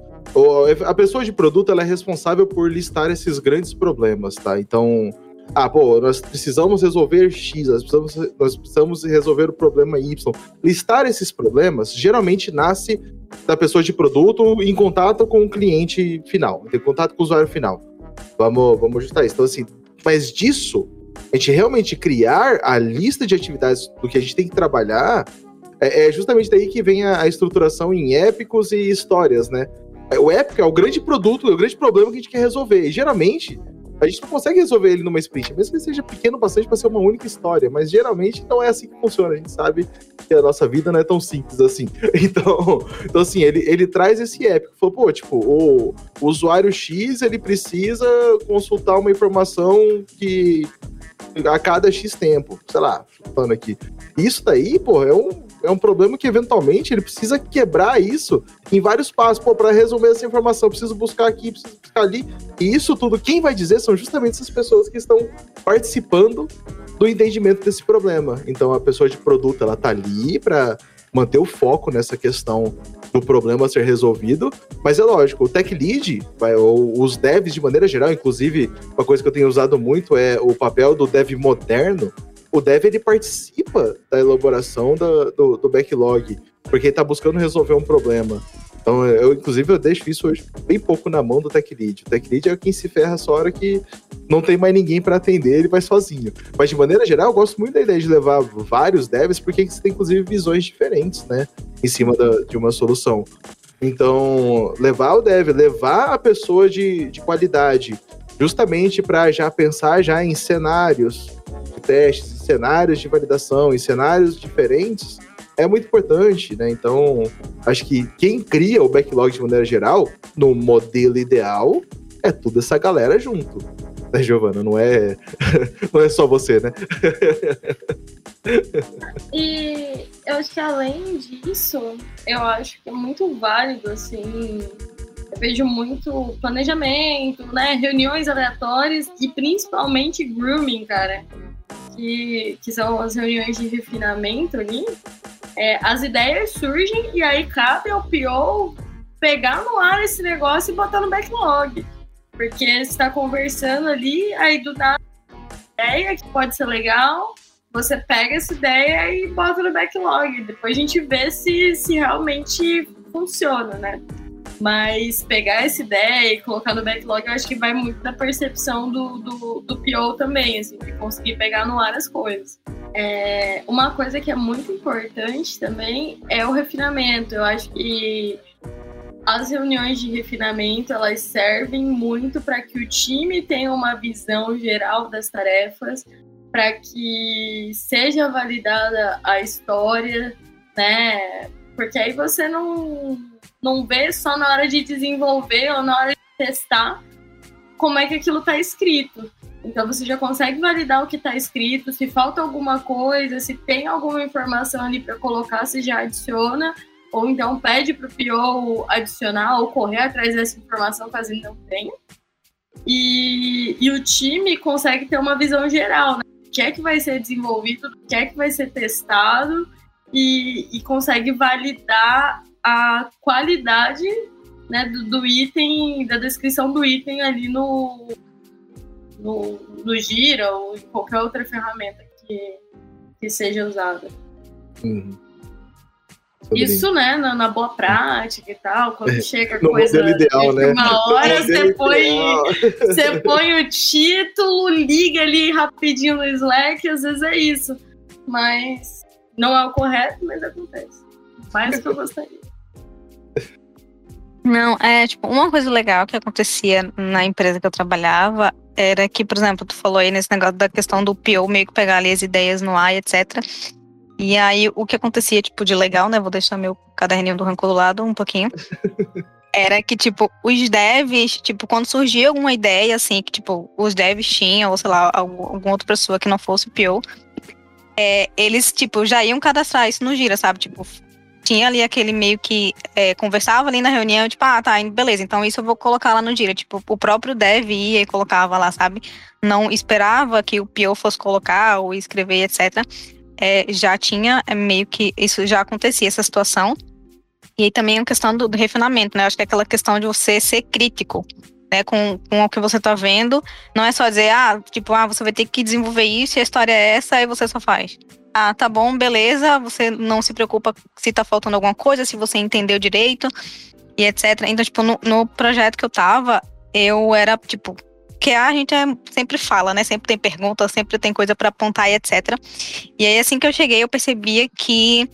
A pessoa de produto, ela é responsável por listar esses grandes problemas, tá? Então... Ah, pô, nós precisamos resolver X, nós precisamos, nós precisamos resolver o problema Y. Listar esses problemas geralmente nasce da pessoa de produto em contato com o cliente final, em contato com o usuário final. Vamos, vamos ajustar isso. Então, assim, mas disso, a gente realmente criar a lista de atividades do que a gente tem que trabalhar, é, é justamente daí que vem a, a estruturação em épicos e histórias, né? O épico é o grande produto, é o grande problema que a gente quer resolver. E geralmente... a gente não consegue resolver ele numa sprint, mesmo que seja pequeno bastante para ser uma única história, mas geralmente não é assim que funciona, a gente sabe que a nossa vida não é tão simples assim. Então, então assim, ele, ele traz esse épico, falou, pô, tipo, o, o usuário X, ele precisa consultar uma informação que a cada X tempo, sei lá, chutando aqui. Isso daí, pô, é um, é um problema que eventualmente ele precisa quebrar isso em vários passos. Pô, para resolver essa informação, eu preciso buscar aqui, preciso buscar ali. E isso tudo, quem vai dizer são justamente essas pessoas que estão participando do entendimento desse problema. Então, a pessoa de produto, ela tá ali para manter o foco nessa questão do problema a ser resolvido, mas é lógico, o tech lead, vai, ou os devs de maneira geral, inclusive, uma coisa que eu tenho usado muito é o papel do dev moderno. O dev, ele participa da elaboração da, do, do backlog, porque ele tá buscando resolver um problema. Então, eu, inclusive, eu deixo isso hoje bem pouco na mão do tech lead. O tech lead é quem se ferra só a hora que não tem mais ninguém para atender, ele vai sozinho. Mas, de maneira geral, eu gosto muito da ideia de levar vários devs, porque você tem, inclusive, visões diferentes, né, em cima da, de uma solução. Então, levar o dev, levar a pessoa de, de qualidade, justamente para já pensar já em cenários de testes, em cenários de validação, em cenários diferentes, é muito importante, né? Então, acho que quem cria o backlog de maneira geral, no modelo ideal, é toda essa galera junto. Né, Giovana? Não é, não é só você, né? E eu acho que além disso, eu acho que é muito válido, assim, eu vejo muito planejamento, né? Reuniões aleatórias e principalmente grooming, cara. Que, que são as reuniões de refinamento ali. É, as ideias surgem e aí cabe ao P O pegar no ar esse negócio e botar no backlog. Porque você está conversando ali, aí do nada, ideia que pode ser legal, você pega essa ideia e bota no backlog. Depois a gente vê se, se realmente funciona, né? Mas pegar essa ideia e colocar no backlog, eu acho que vai muito da percepção do, do, do P O também, assim, de conseguir pegar no ar as coisas. É, uma coisa que é muito importante também é o refinamento. Eu acho que as reuniões de refinamento, elas servem muito para que o time tenha uma visão geral das tarefas, para que seja validada a história, né? Porque aí você não, não vê só na hora de desenvolver ou na hora de testar como é que aquilo está escrito. Então você já consegue validar o que está escrito, se falta alguma coisa, se tem alguma informação ali para colocar, você já adiciona, ou então pede para o P O adicionar ou correr atrás dessa informação caso ele não tenha. E, e o time consegue ter uma visão geral, né? O que é que vai ser desenvolvido, o que é que vai ser testado, e, e consegue validar a qualidade, né, do, do item, da descrição do item ali no, no, no Gira ou em qualquer outra ferramenta que, que seja usada. Uhum. Isso, né, na, na boa prática e tal, quando É, chega a no coisa modelo ideal, de né? uma hora, No você modelo põe, ideal. você põe o título, liga ali rapidinho no Slack, às vezes é isso. Mas não é o correto, mas acontece. Mais do que eu gostaria. Não, é, tipo, uma coisa legal que acontecia na empresa que eu trabalhava era que, por exemplo, tu falou aí nesse negócio da questão do P O meio que pegar ali as ideias no ar, etcétera. E aí, o que acontecia, tipo, de legal, né, vou deixar meu caderninho do Ranco do lado um pouquinho, era que, tipo, os devs, tipo, quando surgia alguma ideia, assim, que, tipo, os devs tinham, ou sei lá, algum, alguma outra pessoa que não fosse o P O, é, eles, tipo, já iam cadastrar isso no Gira, sabe, tipo, tinha ali aquele meio que é, conversava ali na reunião, tipo, ah, tá, beleza, então isso eu vou colocar lá no Gira. Tipo, o próprio dev ia e colocava lá, sabe? Não esperava que o P O fosse colocar ou escrever, etcétera. É, já tinha é, meio que, isso já acontecia, essa situação. E aí também a questão do, do refinamento, né? Acho que é aquela questão de você ser crítico, né? Com, com o que você tá vendo. Não é só dizer, ah, tipo, ah, você vai ter que desenvolver isso e a história é essa, aí você só faz. Ah, tá bom, beleza, você não se preocupa se tá faltando alguma coisa, se você entendeu direito e etcétera. Então, tipo, no, no projeto que eu tava, eu era, tipo, que a gente é, sempre fala, né? Sempre tem pergunta, sempre tem coisa pra apontar e etcétera. E aí, assim que eu cheguei, eu percebia que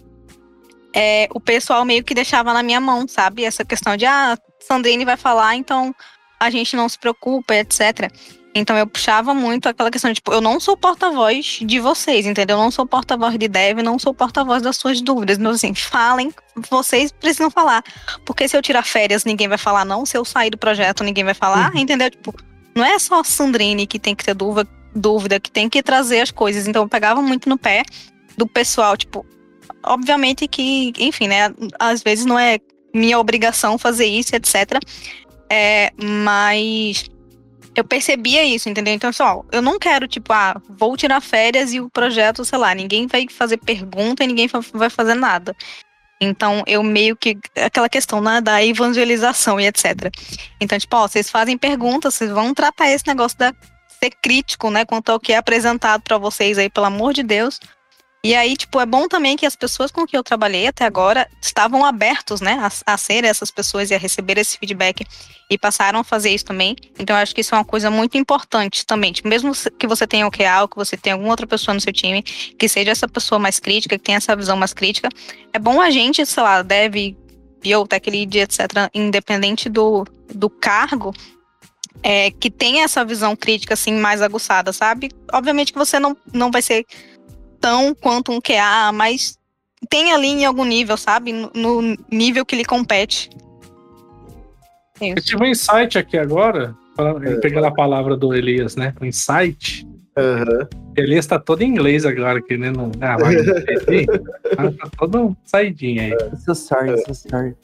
é, o pessoal meio que deixava na minha mão, sabe? Essa questão de, ah, Sandrine vai falar, então a gente não se preocupa, etcétera. Então eu puxava muito aquela questão de, tipo, eu não sou porta-voz de vocês, entendeu? Eu não sou porta-voz de dev, não sou porta-voz das suas dúvidas. Então, assim, falem, vocês precisam falar. Porque se eu tirar férias, ninguém vai falar não. Se eu sair do projeto, ninguém vai falar, uhum. Entendeu? Tipo, não é só a Sandrine que tem que ter dúvida, dúvida, que tem que trazer as coisas. Então eu pegava muito no pé do pessoal, tipo, obviamente que, enfim, né, às vezes não é minha obrigação fazer isso, etcétera. É, mas eu percebia isso, entendeu? Então, pessoal, eu não quero, tipo, ah, vou tirar férias e o projeto, sei lá, ninguém vai fazer pergunta e ninguém vai fazer nada. Então, eu meio que, aquela questão, né, da evangelização e etcétera. Então, tipo, ó, vocês fazem perguntas, vocês vão tratar esse negócio de ser crítico, né, quanto ao que é apresentado pra vocês aí, pelo amor de Deus. E aí, tipo, é bom também que as pessoas com que eu trabalhei até agora estavam abertos, né, a, a ser essas pessoas e a receber esse feedback e passaram a fazer isso também. Então, eu acho que isso é uma coisa muito importante também. Tipo, mesmo que você tenha o Q A ou que você tenha alguma outra pessoa no seu time que seja essa pessoa mais crítica, que tenha essa visão mais crítica, é bom a gente, sei lá, deve, P O, Tech Lead, etcétera, independente do, do cargo, é, que tenha essa visão crítica, assim, mais aguçada, sabe? Obviamente que você não, não vai ser tão quanto um Q A, mas tem ali em algum nível, sabe? No, no nível que lhe compete. Eu tive um insight aqui agora, é, pegando a palavra do Elias, né? O insight. Uhum. Elias tá todo em inglês agora aqui, né? Não, ah, mas tá todo saidinho aí. So sorry, so sorry.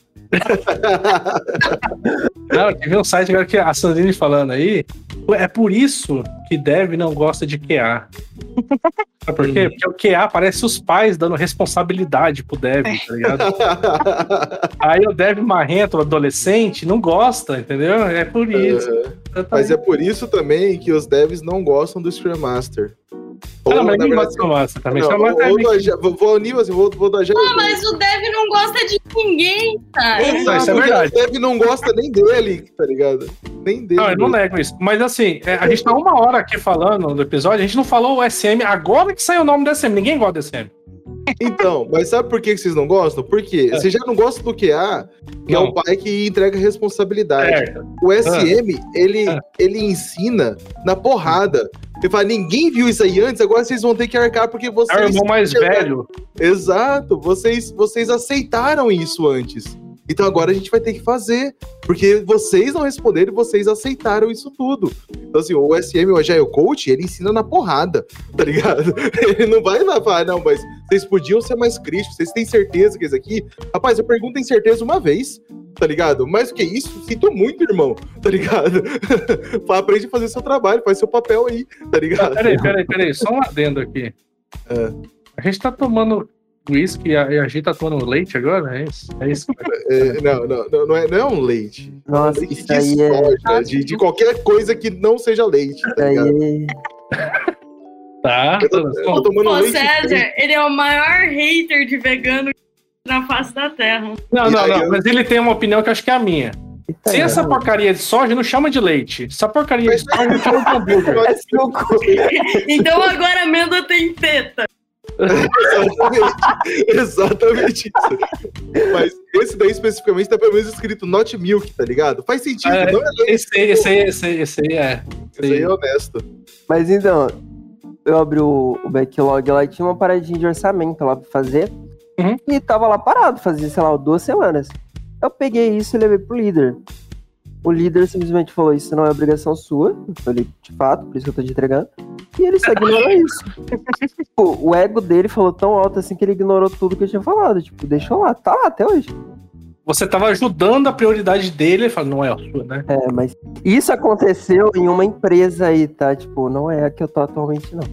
Não, tive um site agora que a Sandrine falando aí. É por isso que dev não gosta de Q A. Sabe por quê? Porque o Q A parece os pais dando responsabilidade pro dev, tá ligado? Aí o dev marrento, o adolescente, não gosta, entendeu? É por isso. Uhum. Mas é por isso também que os devs não gostam do Scrum Master. Ou, não, mas ninguém gosta do Scrum Master também. Não, ou, ou do, já, vou ao nível assim, vou, vou dar já. Ah, mas o dev não gosta de ninguém, cara. É, não, isso é verdade. O dev não gosta nem dele, tá ligado? Nem dele. Não, eu não nego isso. Mas assim, é, a gente tá uma hora aqui falando do episódio, a gente não falou o S M, agora que saiu o nome do S M, ninguém gosta do S M. Então, mas sabe por que vocês não gostam? Porque é. Você já não gosta do Q A, que não. É o pai que entrega responsabilidade. É. O S M, é. ele, é. ele ensina na porrada. Ele fala, ninguém viu isso aí antes, agora vocês vão ter que arcar porque vocês... É o irmão mais velho. Exato, vocês, vocês aceitaram isso antes. Então agora a gente vai ter que fazer, porque vocês não responderam e vocês aceitaram isso tudo. Então assim, o S M, o Agile Coach, ele ensina na porrada, tá ligado? Ele não vai lá falar, não, mas vocês podiam ser mais críticos, vocês têm certeza que isso aqui... Rapaz, eu pergunto em certeza uma vez, tá ligado? Mais do que isso, sinto muito, irmão, tá ligado? Aprende a fazer seu trabalho, faz seu papel aí, tá ligado? Peraí, peraí, peraí, só um adendo aqui. É. A gente tá tomando whisky e a, a gente tá tomando leite agora? É isso? É isso? É, não, não, não, não, é, não é um leite. Nossa, é um leite isso de aí é... soja, de, de qualquer coisa que não seja leite, tá ligado? Aí... Tá. Eu tô, eu tô tomando Pô, leite. César, ele é o maior hater de vegano na face da Terra. Não, não, E aí não, eu- mas ele tem uma opinião que eu acho que é a minha. Eita, Se essa porcaria de soja não chama de leite, essa porcaria de soja não chama de hambúrguer. é seu cu. Então agora a amêndoa tem teta. Exatamente, exatamente isso. Mas esse daí especificamente tá pelo menos escrito not milk, tá ligado? Faz sentido, É, não é leite. Esse aí, esse aí, esse aí, esse aí é. Isso aí é honesto. Mas então, eu abri o, o backlog lá e tinha uma paradinha de orçamento lá pra fazer. Uhum. E tava lá parado, fazia, sei lá, duas semanas. Eu peguei isso e levei pro líder. O líder simplesmente falou, isso não é obrigação sua. Eu falei, de fato, por isso que eu tô te entregando. E ele só ignorou isso. Tipo, o ego dele falou tão alto assim que ele ignorou tudo que eu tinha falado. Tipo, deixou lá, tá lá até hoje. Você tava ajudando a prioridade dele, ele fala, não é a sua, né? É, mas isso aconteceu em uma empresa aí, tá? Tipo, não é a que eu tô atualmente, não.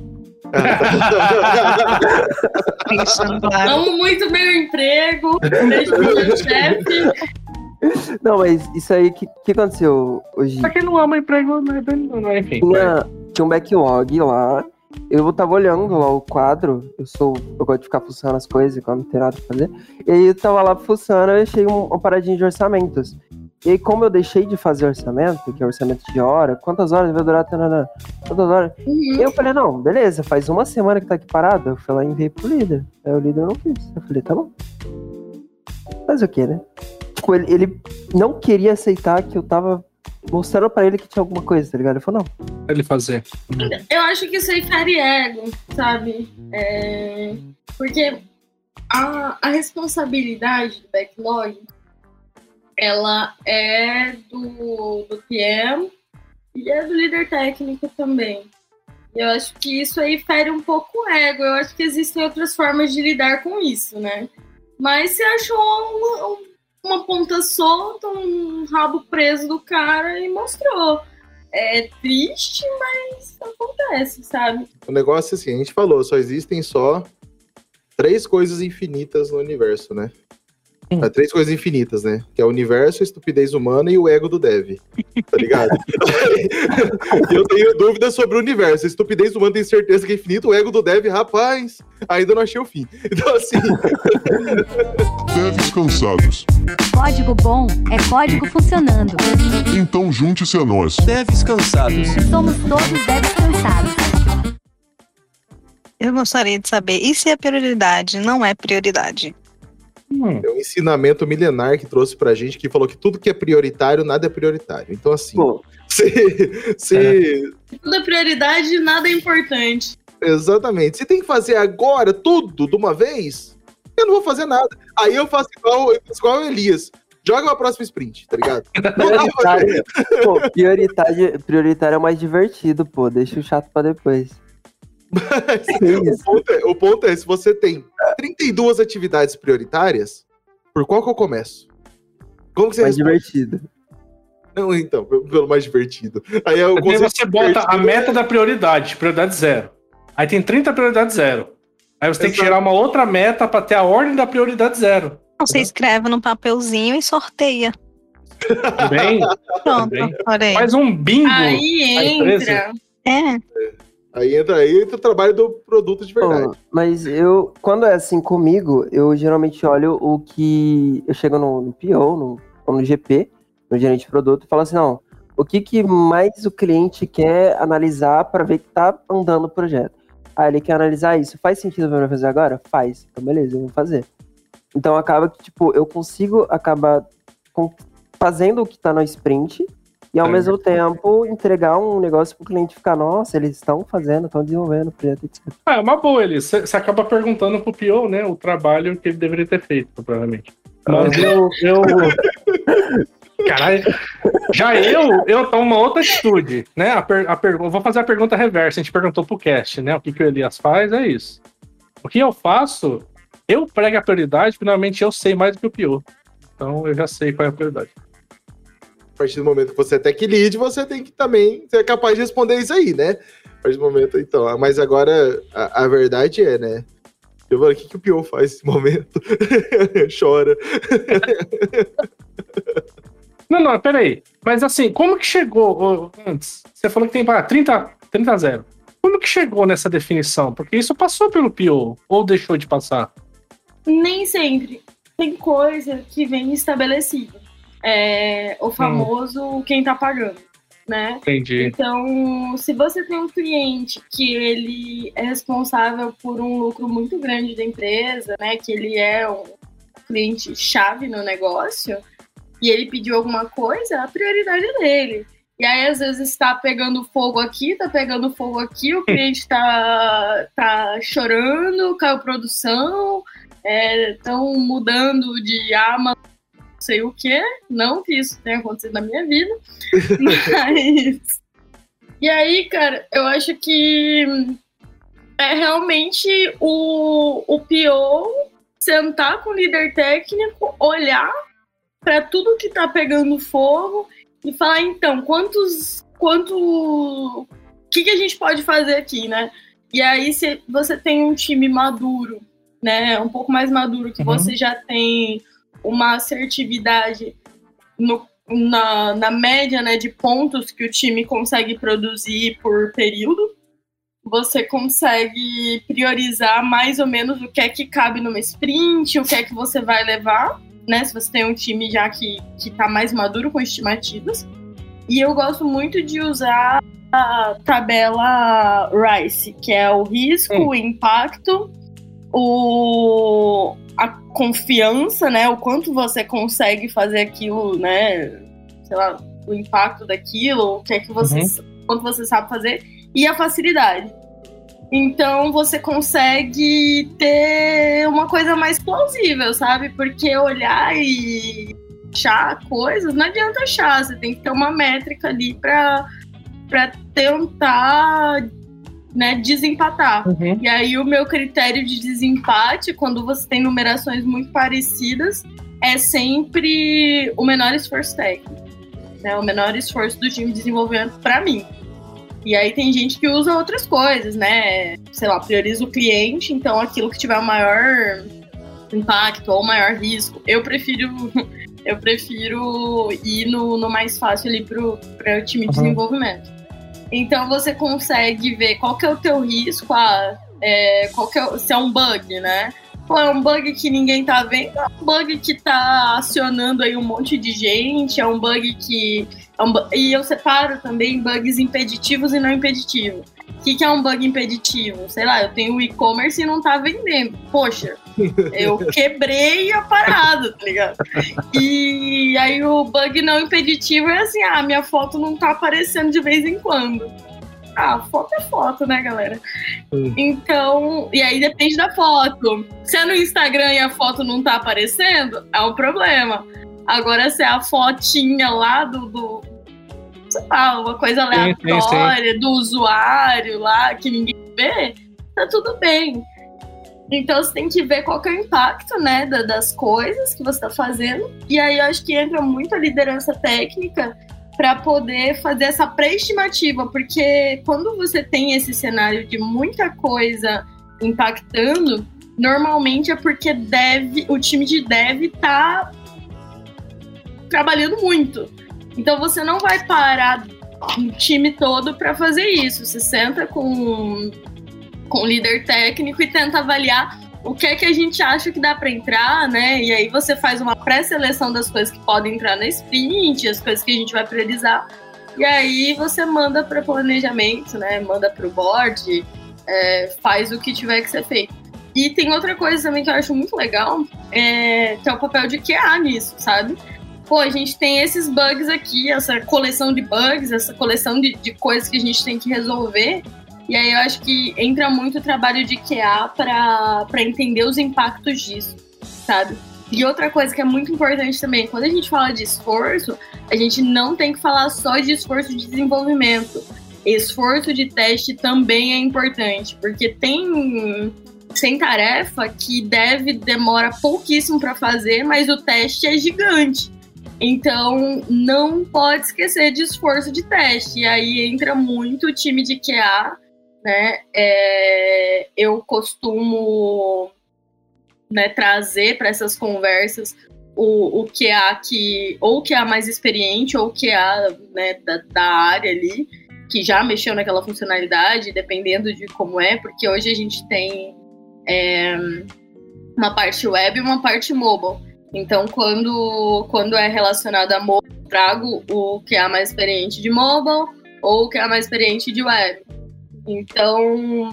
Deixando claro. Amo muito meu emprego. Beijo pro meu chefe. Não, mas isso aí, o que, que aconteceu hoje? Pra quem não ama emprego, não é bem, não é, enfim. Tinha, tinha um backlog lá. Eu tava olhando lá o quadro. Eu sou. Eu gosto de ficar fuçando as coisas quando não tem nada pra fazer. E aí eu tava lá fuçando e achei um, uma paradinha de orçamentos. E aí, como eu deixei de fazer orçamento, que é orçamento de hora, quantas horas vai durar? Tanana, quantas horas? Uhum. E eu falei, não, beleza, faz uma semana que tá aqui parado. Eu fui lá e enviei pro líder. Aí o líder não quis. Eu falei, tá bom. Mas o que, né? Tipo, ele, ele não queria aceitar que eu tava mostrando pra ele que tinha alguma coisa, tá ligado? Ele falou, não. Pra ele fazer. Eu acho que isso aí fere ego, sabe? É, porque a, a responsabilidade do backlog, ela é do, do P M e é do líder técnico também. E eu acho que isso aí fere um pouco o ego. Eu acho que existem outras formas de lidar com isso, né? Mas você achou uma, uma ponta solta, um rabo preso do cara e mostrou. É triste, mas acontece, sabe? O negócio é assim, a gente falou, só existem só três coisas infinitas no universo, né? Hum. É, três coisas infinitas, né? Que é o universo, a estupidez humana e o ego do dev. Tá ligado? E eu tenho dúvidas sobre o universo. A estupidez humana tem certeza que é infinito, o ego do dev, rapaz, ainda não achei o fim. Então, assim, Devs cansados. Código bom é código funcionando. Então junte-se a nós. Devs cansados. Somos todos devs cansados. Eu gostaria de saber, e se a prioridade não é prioridade? Hum. é um ensinamento milenar que trouxe pra gente, que falou que tudo que é prioritário, nada é prioritário. Então, assim, Pô, se... se Tudo é prioridade, nada é importante. Exatamente. Se tem que fazer agora tudo de uma vez, eu não vou fazer nada. Aí eu faço igual, eu faço igual o Elias. Joga pra próxima sprint, tá ligado? Não dá pra fazer. prioritário, pô, prioritário, prioritário é o mais divertido, pô. Deixa o chato pra depois. Que O isso? ponto, é, o ponto é, se você tem trinta e duas atividades prioritárias, por qual que eu começo? Como que você Mais responde? divertido. Não, então, pelo pelo mais divertido. Aí eu Aí você bota a meta da prioridade, prioridade zero. Aí tem trinta prioridades zero. Aí você tem que Exato. tirar uma outra meta pra ter a ordem da prioridade zero. Você escreve num papelzinho e sorteia. Bem, Pronto, Também. olha aí. faz um bingo. Aí a empresa. entra. É, Aí entra aí entra o trabalho do produto de verdade. Pô, mas eu, quando é assim comigo, eu geralmente olho o que. Eu chego no, no P O, no, ou no G P, no gerente de produto, e falo assim: não, o que, que mais o cliente quer analisar para ver que tá andando o projeto? Ah, ele quer analisar isso. Faz sentido pra eu fazer agora? Faz. Então, beleza, eu vou fazer. Então acaba que, tipo, eu consigo acabar com- fazendo o que tá no sprint E ao É. mesmo tempo entregar um negócio pro cliente ficar, nossa, eles estão fazendo, estão desenvolvendo o projeto, etcétera. Ah, é uma boa, ele. Você acaba perguntando pro P O, né, o trabalho que ele deveria ter feito, provavelmente. Mas eu. eu... Caralho. Já eu, eu tomo uma outra atitude, né? A per, a per, vou fazer a pergunta reversa. A gente perguntou pro cast, né? O que, que o Elias faz, é isso. O que eu faço, eu prego a prioridade, finalmente eu sei mais do que o P O. Então eu já sei qual é a prioridade. A partir do momento que você é tech lead, você tem que também ser capaz de responder isso aí, né? A partir do momento, então. Mas agora, a, a verdade é, né? Eu falo, o que, que o P O faz nesse momento? Chora. Não, não, peraí. Mas assim, como que chegou ô, antes? Você falou que tem ah, trinta, trinta a zero. Como que chegou nessa definição? Porque isso passou pelo P O, ou deixou de passar? Nem sempre. Tem coisa que vem estabelecida. É o famoso hum. quem tá pagando, né? Entendi. Então, se você tem um cliente que ele é responsável por um lucro muito grande da empresa, né? Que ele é um cliente-chave no negócio, e ele pediu alguma coisa, a prioridade é dele. E aí, às vezes, tá pegando fogo aqui, tá pegando fogo aqui, o cliente tá, tá chorando, caiu produção, estão é, mudando de Amazon, não sei o que, não que isso tenha acontecido na minha vida, mas... E aí, cara, eu acho que é realmente o, o P O sentar com o líder técnico, olhar para tudo que tá pegando fogo e falar, então, quantos... quanto o que, que a gente pode fazer aqui, né? E aí, se você tem um time maduro, né, um pouco mais maduro, que uhum. você já tem uma assertividade no, na, na média, né, de pontos que o time consegue produzir por período, você consegue priorizar mais ou menos o que é que cabe numa sprint, o que é que você vai levar, né, se você tem um time já que está mais maduro com estimativas. E eu gosto muito de usar a tabela RICE, que é o risco, hum. o impacto, o, a confiança, né, o quanto você consegue fazer aquilo, né, sei lá, o impacto daquilo, o que é que você, uhum. quanto você sabe fazer, e a facilidade. Então você consegue ter uma coisa mais plausível, sabe? Porque olhar e achar coisas, não adianta achar, você tem que ter uma métrica ali para para tentar, né, desempatar. Uhum. E aí o meu critério de desempate, quando você tem numerações muito parecidas, é sempre o menor esforço técnico, né, o menor esforço do time de desenvolvimento para mim. E aí tem gente que usa outras coisas, né, sei lá, prioriza o cliente, então aquilo que tiver o maior impacto ou maior risco, eu prefiro eu prefiro ir no, no mais fácil ali pro, pro time de uhum. desenvolvimento. Então você consegue ver qual que é o teu risco, ah, é, qual que é, se é um bug, né? Pô, é um bug que ninguém tá vendo, é um bug que tá acionando aí um monte de gente, é um bug que... É um, e eu separo também bugs impeditivos e não impeditivos. O que, que é um bug impeditivo? Sei lá, eu tenho o e-commerce e não tá vendendo. Poxa, eu quebrei a parada, tá ligado? E aí o bug não impeditivo é assim, ah, minha foto não tá aparecendo de vez em quando. Ah, foto é foto, né, galera? Hum. Então, e aí depende da foto. Se é no Instagram e a foto não tá aparecendo, é um problema. Agora, se é a fotinha lá do, do sei lá, uma coisa aleatória sim, sim, sim. do usuário lá, que ninguém vê, tá tudo bem. Então, você tem que ver qual que é o impacto, né, das coisas que você tá fazendo. E aí, eu acho que entra muito a liderança técnica para poder fazer essa pré-estimativa, porque quando você tem esse cenário de muita coisa impactando, normalmente é porque deve, o time de dev tá trabalhando muito. Então você não vai parar o time todo para fazer isso. Você senta com, com o líder técnico e tenta avaliar o que é que a gente acha que dá para entrar, né? E aí você faz uma pré-seleção das coisas que podem entrar na sprint, as coisas que a gente vai priorizar. E aí você manda para planejamento, né? Manda para o board, é, faz o que tiver que ser feito. E tem outra coisa também que eu acho muito legal, é, que é o papel de Q A nisso, sabe? pô, a gente tem esses bugs aqui, essa coleção de bugs, essa coleção de, de coisas que a gente tem que resolver. E aí eu acho que entra muito o trabalho de Q A para para entender os impactos disso, sabe? E outra coisa que é muito importante também, quando a gente fala de esforço, a gente não tem que falar só de esforço de desenvolvimento. Esforço de teste também é importante, porque tem, tem tarefa que deve, demora pouquíssimo para fazer, mas o teste é gigante. Então, não pode esquecer de esforço de teste. E aí entra muito o time de Q A, né? É, eu costumo, né, trazer para essas conversas o, o Q A que, ou o Q A mais experiente, ou o Q A, né, da, da área ali, que já mexeu naquela funcionalidade, dependendo de como é, porque hoje a gente tem é, uma parte web e uma parte mobile. Então, quando, quando é relacionado a mobile, eu trago o Q A mais experiente de mobile ou o Q A mais experiente de web. Então,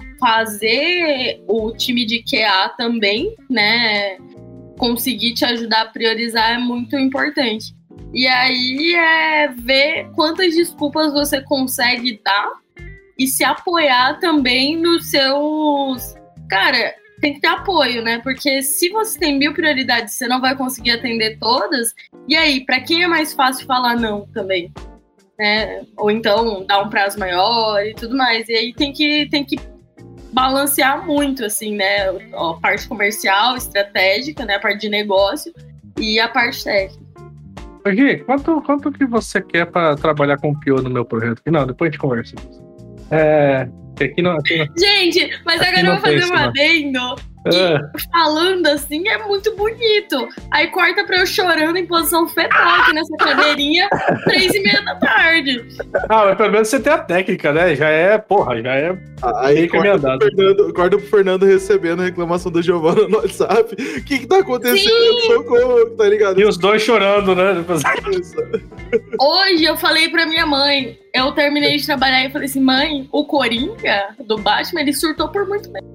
fazer o time de Q A também, né, conseguir te ajudar a priorizar é muito importante. E aí é ver quantas desculpas você consegue dar e se apoiar também nos seus... Cara, tem que ter apoio, né? Porque se você tem mil prioridades, você não vai conseguir atender todas. E aí, para quem é mais fácil falar não também? Né? Ou então dar um prazo maior e tudo mais. E aí tem que, tem que balancear muito, assim, né? A parte comercial, estratégica, né? A parte de negócio e a parte técnica. Gui, quanto, quanto que você quer para trabalhar com o P O no meu projeto? Não, depois a gente conversa. É, aqui não, aqui não, gente, mas aqui agora eu vou fazer penso, um adendo. É. Falando assim é muito bonito. Aí corta pra eu chorando em posição fetal aqui nessa cadeirinha, três e meia da tarde. Ah, mas pelo menos você tem a técnica, né? Já é, porra, já é. Aí corta pro, Fernando, corta pro Fernando recebendo a reclamação da Giovana no WhatsApp. O que que tá acontecendo? Sim. Socorro, tá ligado? E os dois chorando, né? Hoje eu falei pra minha mãe, eu terminei de trabalhar e falei assim, mãe, o Coringa do Batman, ele surtou por muito tempo.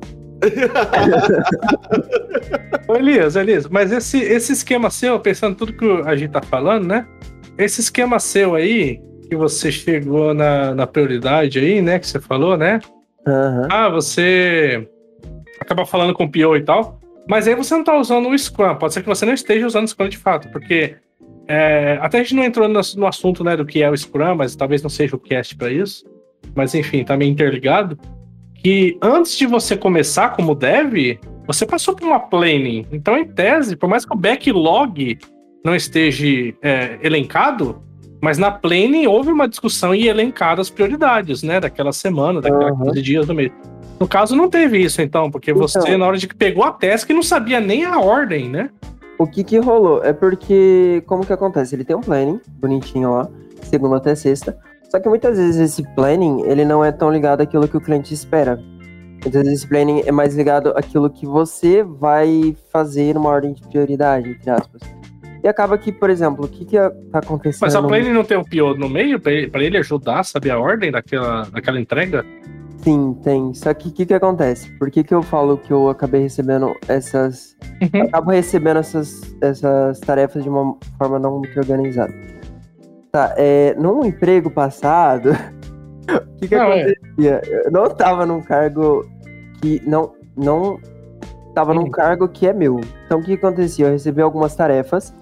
Ô, Elias, Elias, mas esse, esse esquema seu, pensando tudo que a gente tá falando, né? Esse esquema seu aí, que você chegou na, na prioridade aí, né? Que você falou, né? Uhum. Ah, você acaba falando com o P O e tal, mas aí você não tá usando o Scrum. Pode ser que você não esteja usando o Scrum de fato, porque é, até a gente não entrou no, no assunto, né, do que é o Scrum, mas talvez não seja o cast pra isso. Mas enfim, tá meio interligado. Que antes de você começar como dev, você passou por uma planning. Então, em tese, por mais que o backlog não esteja é, elencado, mas na planning houve uma discussão e elencaram as prioridades, né? Daquela semana, daqueles Uhum. quinze dias do mês. No caso, não teve isso, então, porque você, Então. na hora de que pegou a task, não sabia nem a ordem, né? O que que rolou? É porque, como que acontece? Ele tem um planning bonitinho lá, segunda até sexta. Só que muitas vezes esse planning, ele não é tão ligado àquilo que o cliente espera. Muitas vezes esse planning é mais ligado àquilo que você vai fazer numa ordem de prioridade, entre aspas. E acaba que, por exemplo, o que que tá acontecendo... Mas a planning não tem o P O no meio, pra ele, pra ele ajudar a saber a ordem daquela, daquela entrega? Sim, tem. Só que o que que acontece? Por que que eu falo que eu acabei recebendo essas... Uhum. Eu acabo recebendo essas, essas tarefas de uma forma não muito organizada. Tá, é, num emprego passado, o que que Não, acontecia? Eu não tava num cargo que não, não tava num Hum. cargo que é meu. Então o que que acontecia? Eu recebia algumas tarefas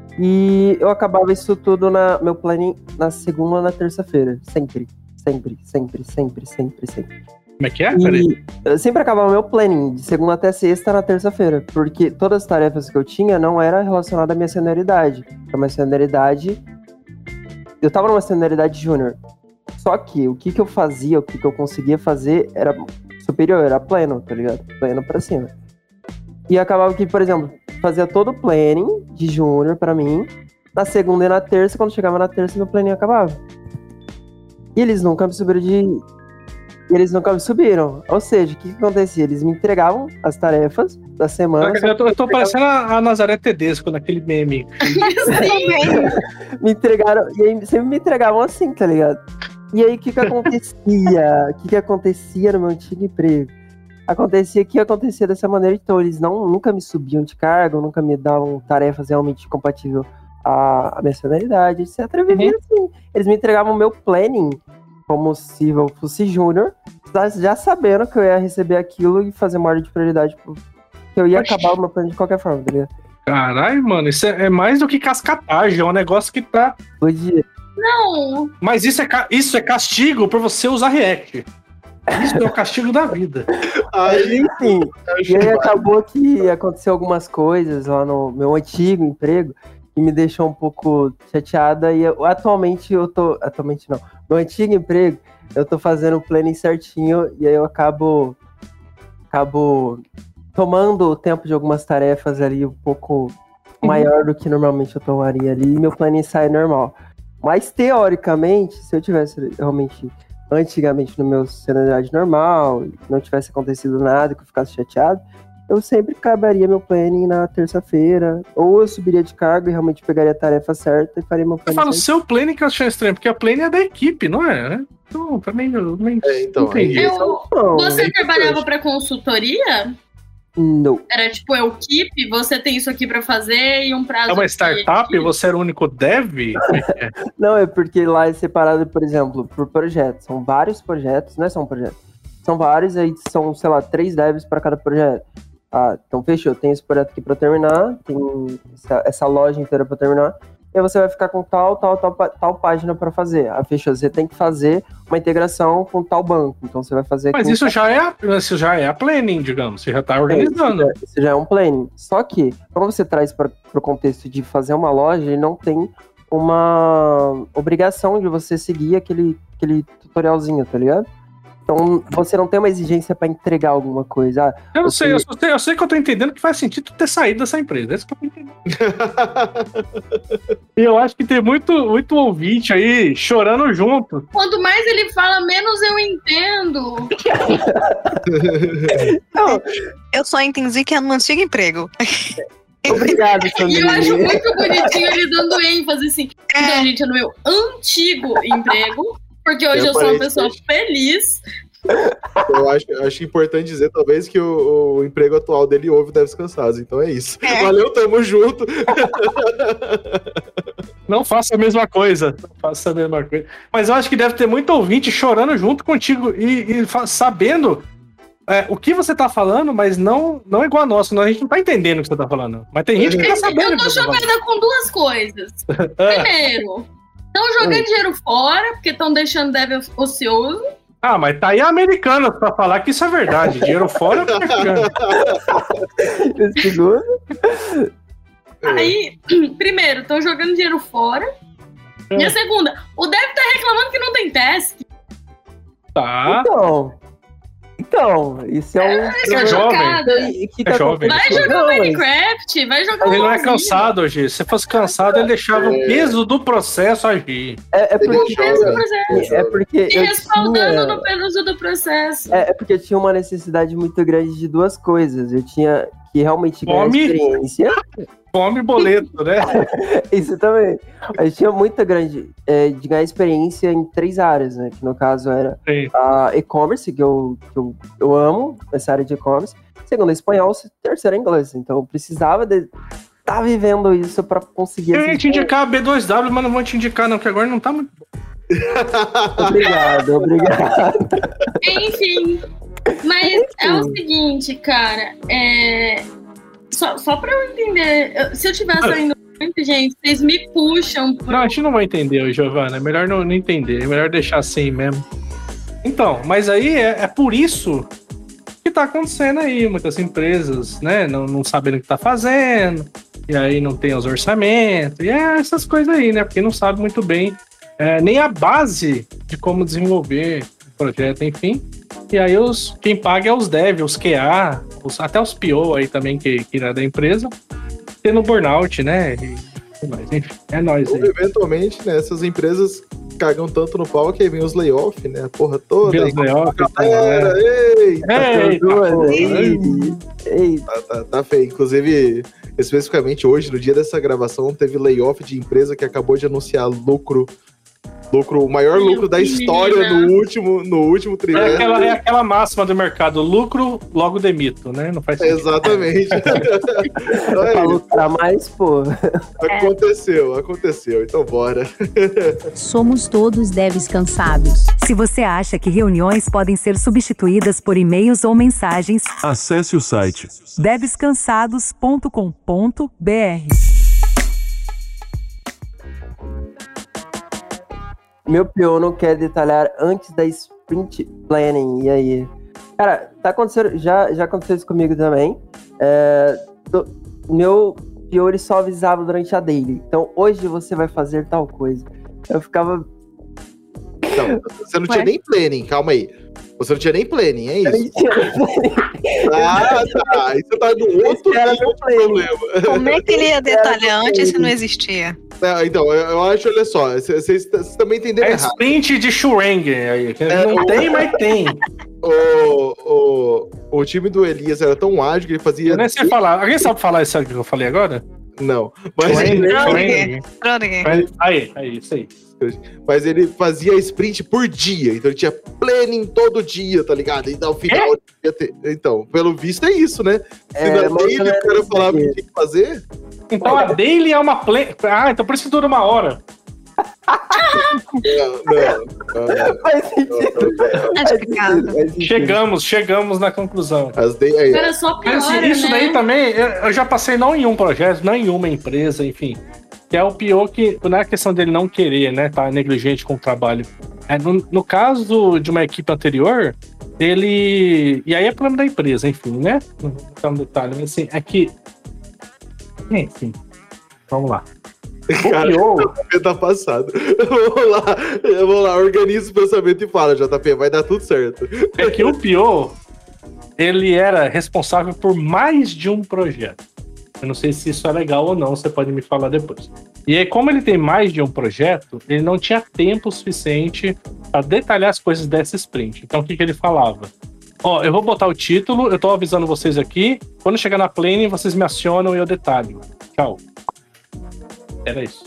e eu acabava isso tudo na meu planning na segunda ou na terça-feira. Sempre, sempre, sempre, sempre, sempre, sempre. Como é que é? Peraí. E eu sempre acabava meu planning de segunda até sexta na terça-feira, porque todas as tarefas que eu tinha não era relacionada à minha senioridade. A minha senioridade... Eu tava numa senioridade júnior. Só que o que que eu fazia, o que que eu conseguia fazer era superior, era pleno, tá ligado? Pleno pra cima. E acabava que, por exemplo, fazia todo o planning de júnior pra mim, na segunda e na terça, quando chegava na terça, meu planning acabava. E eles nunca me subiram de... E eles nunca me subiram. Ou seja, o que que acontecia? Eles me entregavam as tarefas da semana... só Eu tô, eu tô parecendo a, a Nazaré Tedesco naquele meme. me entregaram, e aí sempre me entregavam assim, tá ligado? E aí o que que acontecia? O que que acontecia no meu antigo emprego? Acontecia que acontecia dessa maneira, então eles não, nunca me subiam de cargo, nunca me davam tarefas realmente compatíveis a, a minha senioridade, etcétera. Eu vivia assim. Eles me entregavam o meu planning como se eu fosse júnior, já sabendo que eu ia receber aquilo e fazer uma ordem de prioridade, que eu ia Oxi. acabar o meu plano de qualquer forma, tá ligado? Caralho, mano, isso é, é mais do que cascatagem, é um negócio que tá... Podia. Não, Mas isso é, ca- isso é castigo por você usar React. Isso é o castigo da vida. Aí, Enfim, acho e aí que vai. acabou que aconteceu algumas coisas lá no meu antigo emprego que me deixou um pouco chateada e eu, atualmente eu tô... Atualmente não. No antigo emprego, eu tô fazendo o planning certinho e aí eu acabo... Acabo tomando o tempo de algumas tarefas ali um pouco maior do que normalmente eu tomaria ali e meu planning sai normal. Mas, teoricamente, se eu tivesse realmente, antigamente, no meu senioridade normal, não tivesse acontecido nada, que eu ficasse chateado, eu sempre acabaria meu planning na terça-feira, ou eu subiria de cargo e realmente pegaria a tarefa certa e faria meu Eu planning falo certo. seu planning que eu achei estranho, porque a planning é da equipe, não é? Então, pra mim, eu nem É, então, entendi. aí- eu, Não, você trabalhava pra consultoria? não. Era tipo, é o equipe, você tem isso aqui pra fazer e um prazo. É uma aqui. startup e você era o único dev? Como é que é? Não, é porque lá é separado, por exemplo, por projetos. São vários projetos, não é só um projeto. São vários, aí são, sei lá, três devs para cada projeto. Ah, então fechou, tem esse projeto aqui para terminar, tem essa, essa loja inteira para terminar, e aí você vai ficar com tal, tal, tal, pa- tal página para fazer. Ah, fechou, você tem que fazer uma integração com tal banco, então você vai fazer... Mas com isso já é, a- isso já é a planning, digamos. Você já tá organizando. Isso já, isso já é um planning. Só que, quando você traz para o contexto de fazer uma loja, ele não tem uma obrigação de você seguir aquele, aquele tutorialzinho, tá ligado? Então, você não tem uma exigência para entregar alguma coisa. Ah, Eu não você- sei, eu, só sei, eu sei que eu tô entendendo que faz sentido ter saído dessa empresa. É isso que eu tô entendendo. E eu acho que tem muito, muito ouvinte aí chorando junto. Quanto mais ele fala, menos eu entendo. não, Eu só entendi que é no antigo emprego. obrigado, E eu acho Sandrinha. muito bonitinho ele dando ênfase assim. Então, gente, é no meu antigo emprego, porque hoje eu sou uma pessoa feliz. Eu acho, acho importante dizer, talvez, que o, o emprego atual dele ouve Deves Cansados. Então é isso. É. Valeu, tamo junto. Não faça a mesma coisa. Não faça a mesma coisa. Mas eu acho que deve ter muito ouvinte chorando junto contigo e, e fa- sabendo é, o que você tá falando, mas não, não igual a nossa. A gente não tá entendendo o que você tá falando. Mas tem gente que tá sabendo. Eu o que tô você tá falando. chocada com duas coisas. Ah, Primeiro, estão jogando dinheiro fora, porque estão deixando dev ocioso. Ah, mas tá aí a americana pra falar que isso é verdade. Dinheiro fora é americano. Segundo, Aí, primeiro, estão jogando dinheiro fora. E a segunda, o dev tá reclamando que não tem teste. Tá. então... Então, isso é um... Você é jovem. Que, que É tá jovem. Vai acontecendo? jogar Não, mas- Minecraft, vai jogar Ele não é LOLzinho. cansado hoje. Se fosse cansado, ele deixava o peso do processo agir. É, é porque... Peso do processo. É porque E eu respaldando tinha... no peso do processo. É, é porque eu tinha uma necessidade muito grande de duas coisas. Eu tinha que realmente ganhar Fome. experiência. Fome e boleto, né? Isso também. Eu tinha muita grande é, de ganhar experiência em três áreas, né? Que no caso era Sim. a e-commerce, que, eu, que eu, eu amo, essa área de e-commerce. Segundo, espanhol. Terceiro, inglês. Então eu precisava de estar vivendo isso pra conseguir... Eu ia esse- te indicar a B dois W, mas não vou te indicar, não, que agora não tá muito. Obrigado, obrigado. Enfim. Mas é o seguinte, cara. É... Só, só pra eu entender. eu- se eu estiver saindo muito, gente, vocês me puxam pro. Não, a gente não vai entender, Giovana. É melhor não, não entender. É melhor deixar assim mesmo. Então, mas aí é, é por isso que tá acontecendo aí. Muitas empresas, né, não, não sabendo o que tá fazendo. E aí não tem os orçamentos. E é essas coisas aí, né? Porque não sabe muito bem é, nem a base de como desenvolver o projeto, enfim. E aí os, quem paga é os dev, os Q A, os, até os P O aí também, que, que é da empresa, tendo burnout, né? E, tudo mais. Enfim, é nóis Ou, aí. eventualmente, né, essas empresas cagam tanto no pau que aí vem os layoff, né? A porra toda. Vê aí os layoff, galera, eita, Eita, Duas, porra. ei, ei, tá, tá, tá feio. Inclusive, especificamente hoje, no dia dessa gravação, teve layoff de empresa que acabou de anunciar lucro Lucro, o maior lucro da história no último, no último É trimestre. aquela, é aquela máxima do mercado, lucro, logo demito, né? Não faz sentido. Exatamente. Então é Pra isso. lucrar mais, pô. Aconteceu, aconteceu. Então bora. Somos todos devs cansados. Se você acha que reuniões podem ser substituídas por e-mails ou mensagens, Acesse o site devs cansados ponto com ponto b r. Meu P O não quer detalhar antes da sprint planning. E aí? Cara, tá acontecendo, já, já aconteceu isso comigo também. É, tô- meu P O ele só avisava durante a daily. Então, hoje você vai fazer tal coisa. Eu ficava... Não, você não tinha Ué? nem planning, calma aí. Você não tinha nem planning, é isso? Ah, tá. Aí você tá no outro Esse era nível meu de planning. problema. Como é que ele ia detalhar antes se não existia? É, então, eu, eu acho, olha só, vocês vocês também entenderam É errado. sprint de Schweng aí. que É, não o- tem, mas tem. O, o, o time do Elias era tão ágil que ele fazia. Eu nem sei falar. Alguém sabe falar isso que eu falei agora? Não, mas, Schweng, Não, Schweng. Pronto, aqui. Aí, aí, isso aí. mas ele fazia sprint por dia. Então ele tinha planning todo dia, tá ligado? E ao final ele ia ter. Então, pelo visto é isso, né? Se É, na mais daily ou o menos cara isso falava aí. que tinha que fazer. Então a daily é uma play. Ah, então por isso que dura uma hora. Não, não, não, Faz sentido. Tá explicado. Faz sentido. Chegamos, chegamos na conclusão. As day, aí, Cara, só piora, Mas assim, isso né? daí também, eu, eu já passei não em um projeto, não em uma empresa, enfim. Que é o pior que, não é questão dele não querer, né? Tá negligente com o trabalho. É, no, no caso de uma equipe anterior, ele. E aí é problema da empresa, enfim, né? Não vou entrar no detalhe, mas assim, é que. Enfim. Vamos lá. O cara, pior. tá passado. Vamos lá, vamos lá, organiza o pensamento e fala, J P, vai dar tudo certo. É que o pior, ele era responsável por mais de um projeto. Eu não sei se isso é legal ou não, você pode me falar depois. E aí, como ele tem mais de um projeto, ele não tinha tempo suficiente para detalhar as coisas dessa sprint. Então, o que, que ele falava? Ó, eu vou botar o título, eu tô avisando vocês aqui, quando chegar na planning, vocês me acionam e eu detalho. Tchau. Era isso.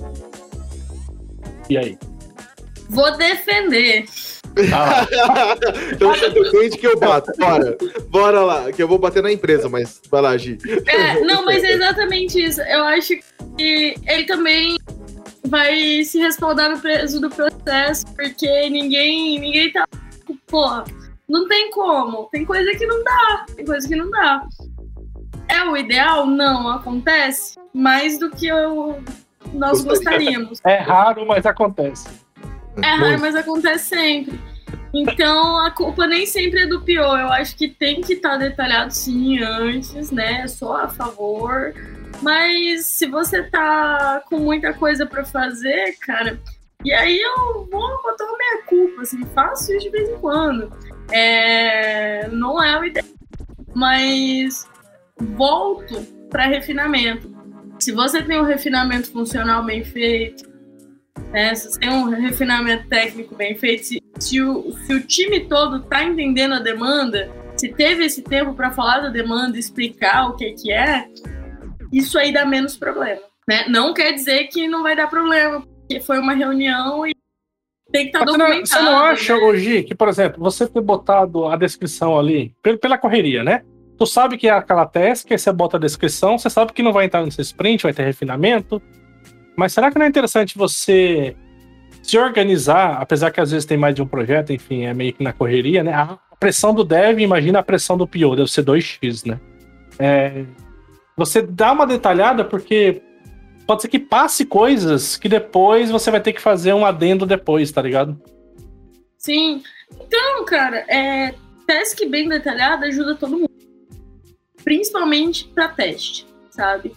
E aí? Vou defender. Ah, Então você defende que eu bato. Bora, bora lá, que eu vou bater na empresa, mas vai lá, Gi. É, não, mas é exatamente isso. Eu acho que ele também vai se respaldar no preço do processo, porque ninguém, ninguém tá. Porra, não tem como. Tem coisa que não dá. Tem coisa que não dá. É o ideal? Não, acontece mais do que eu, nós gostaríamos. é raro, mas acontece. É raro, mas acontece sempre. Então, a culpa nem sempre é do P O. Eu acho que tem que estar detalhado sim antes, né? Só a favor. Mas se você tá com muita coisa pra fazer, cara, e aí eu vou botar a minha culpa, assim, faço isso de vez em quando. É, não é o ideal. Mas volto para refinamento. Se você tem um refinamento funcional bem feito, né, se você tem um refinamento técnico bem feito, se, se, o, se o time todo tá entendendo a demanda, se teve esse tempo para falar da demanda, explicar o que que é, isso aí dá menos problema, né? Não quer dizer que não vai dar problema, porque foi uma reunião e tem que estar Mas você não- documentado. Você não acha, né? ô Gi, que, por exemplo, você ter botado a descrição ali, pel- pela correria, né? Tu sabe que é aquela task, aí você bota a descrição, você sabe que não vai entrar nesse sprint, vai ter refinamento, mas será que não é interessante você se organizar, apesar que às vezes tem mais de um projeto, enfim, é meio que na correria, né? A pressão do dev, imagina a pressão do P O, deve ser dois x, né? É, você dá uma detalhada, porque pode ser que passe coisas que depois você vai ter que fazer um adendo depois, tá ligado? Sim. Então, cara, é, task bem detalhado ajuda todo mundo. Principalmente para teste, sabe?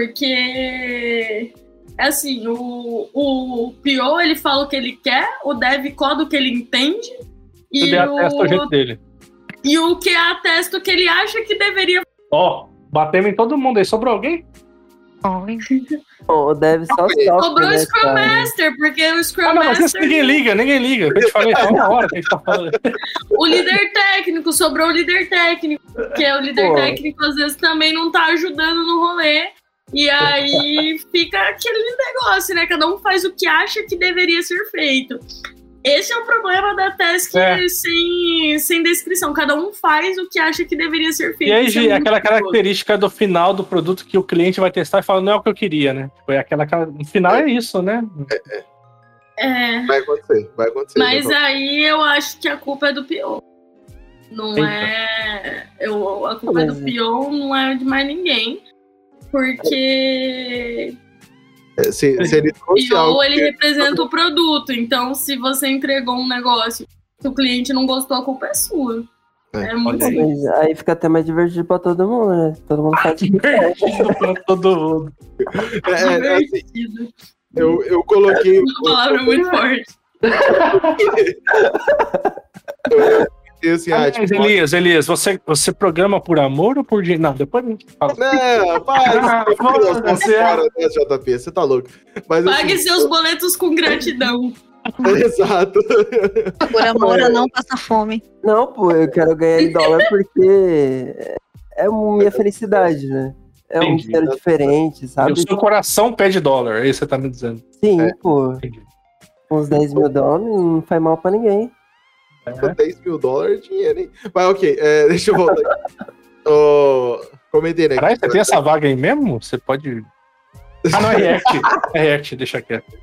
Porque, assim, o, o P O, ele fala o que ele quer, o dev coda o que ele entende, E e atesta o jeito o, dele. e o Q A atesta o que ele acha que deveria. Ó, batemos em todo mundo aí. Sobrou alguém? Oi. Bom, o dev só sofre, Sobrou o né, Scrum cara? Master, porque o Scrum Ah, não, mas isso Master, ninguém liga, ninguém liga. Eu te falei só uma hora que a gente tá falando. o líder técnico, sobrou o líder técnico, porque o líder Pô. técnico às vezes também não tá ajudando no rolê, E aí fica aquele negócio, né? Cada um faz o que acha que deveria ser feito. Esse é o problema da task É. sem, sem descrição. Cada um faz o que acha que deveria ser feito. E aí, Isso é Gi, muito aquela perigoso. característica do final do produto que o cliente vai testar e fala, não é o que eu queria, né? Tipo, é aquela, aquela- no final é isso, né? É, Vai acontecer, vai acontecer. mas então. aí eu acho que a culpa é do Pion. Não Eita. é. Eu, a culpa é do Mas é. Pion, não é de mais ninguém. Porque É, se, se ele o trouxe algo Pion, ele que- representa o produto. Então, se você entregou um negócio que o cliente não gostou, a culpa é sua. É, É muito olha aí. simples. Mas aí fica até mais divertido pra todo mundo, né? Todo mundo faz o que quer. Divertido pra todo mundo. É, é, assim, Divertido. eu, eu coloquei. Uma palavra muito forte. Eu, eu, assim, ah, Mas, tipo, Elias, Elias, você, você programa por amor ou por dinheiro? Não, depois a gente fala. Não, para, Ah, você tá foda-se, é. fora, né, J P, você tá louco. Mas, Pague assim, seus boletos com gratidão. Exato. Por amor ou não passa fome. Não, pô, eu quero ganhar em dólar porque é minha felicidade, né? É um Entendi. dinheiro diferente, sabe? O seu coração pede dólar, é isso que você tá me dizendo. Sim, É. pô. Entendi. Uns dez mil dólares não faz mal pra ninguém. dez mil dólares é dinheiro, hein? Mas ok, é, deixa eu voltar aqui. Oh, comentei, né? Caralho, você tem essa vaga aí mesmo? Você pode. Ah, não, é React. É React, deixa quieto.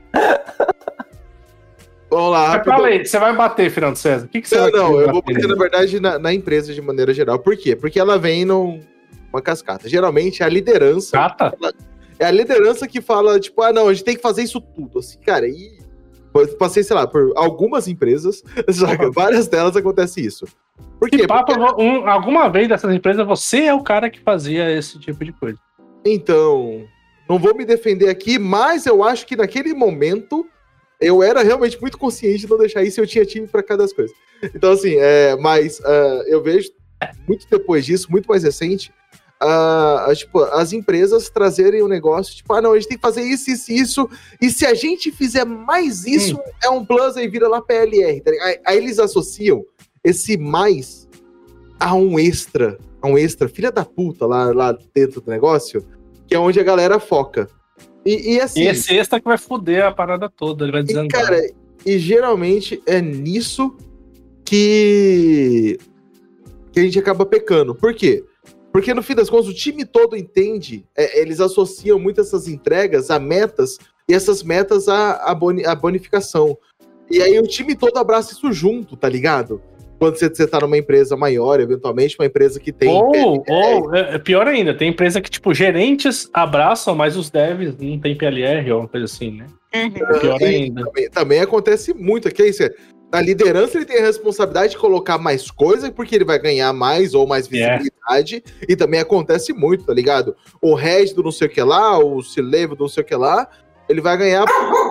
Vamos lá, Mas rápido. fala aí, você vai bater, Fernando César? O que, que você Não, vai não, eu vou bater bater, na nele? verdade, na, na empresa de maneira geral. Por quê? Porque ela vem numa cascata. Geralmente, a liderança Cata? é a liderança que fala, tipo, ah, não, a gente tem que fazer isso tudo. Assim, cara, e eu passei, sei lá, por algumas empresas, saca? Várias delas acontece isso. Por quê? Que papo, Porque, um, alguma vez dessas empresas, você é o cara que fazia esse tipo de coisa. então, não vou me defender aqui, mas eu acho que naquele momento eu era realmente muito consciente de não deixar isso e eu tinha time pra cada das coisas. Então, assim, é, mas ah, eu vejo muito depois disso, muito mais recente, ah, ah, tipo, as empresas trazerem um negócio, tipo, ah, não, a gente tem que fazer isso, isso, isso, e se a gente fizer mais isso, é um plus, aí vira lá P L R. Tá ligado? Aí, aí eles associam esse mais a um extra, a um extra, filha da puta, lá, lá dentro do negócio, que é onde a galera foca. E, e assim, E esse extra que vai foder a parada toda, ele vai e, dizendo. cara, e geralmente é nisso que, que a gente acaba pecando. Por quê? Porque no fim das contas o time todo entende, é, eles associam muito essas entregas a metas e essas metas a, a, boni, a bonificação. E aí o time todo abraça isso junto, tá ligado? Quando você, você tá numa empresa maior, eventualmente, uma empresa que tem... Ou, ou é, é pior ainda, tem empresa que, tipo, gerentes abraçam, mas os devs não tem P L R ou uma coisa assim, né? Uhum. Pior E ainda. Também, também acontece muito aqui, é isso, é, a liderança ele tem a responsabilidade de colocar mais coisa, porque ele vai ganhar mais ou mais visibilidade, e também acontece muito, tá ligado? O head do não sei o que lá, o Cilevo do não sei o que lá, ele vai ganhar...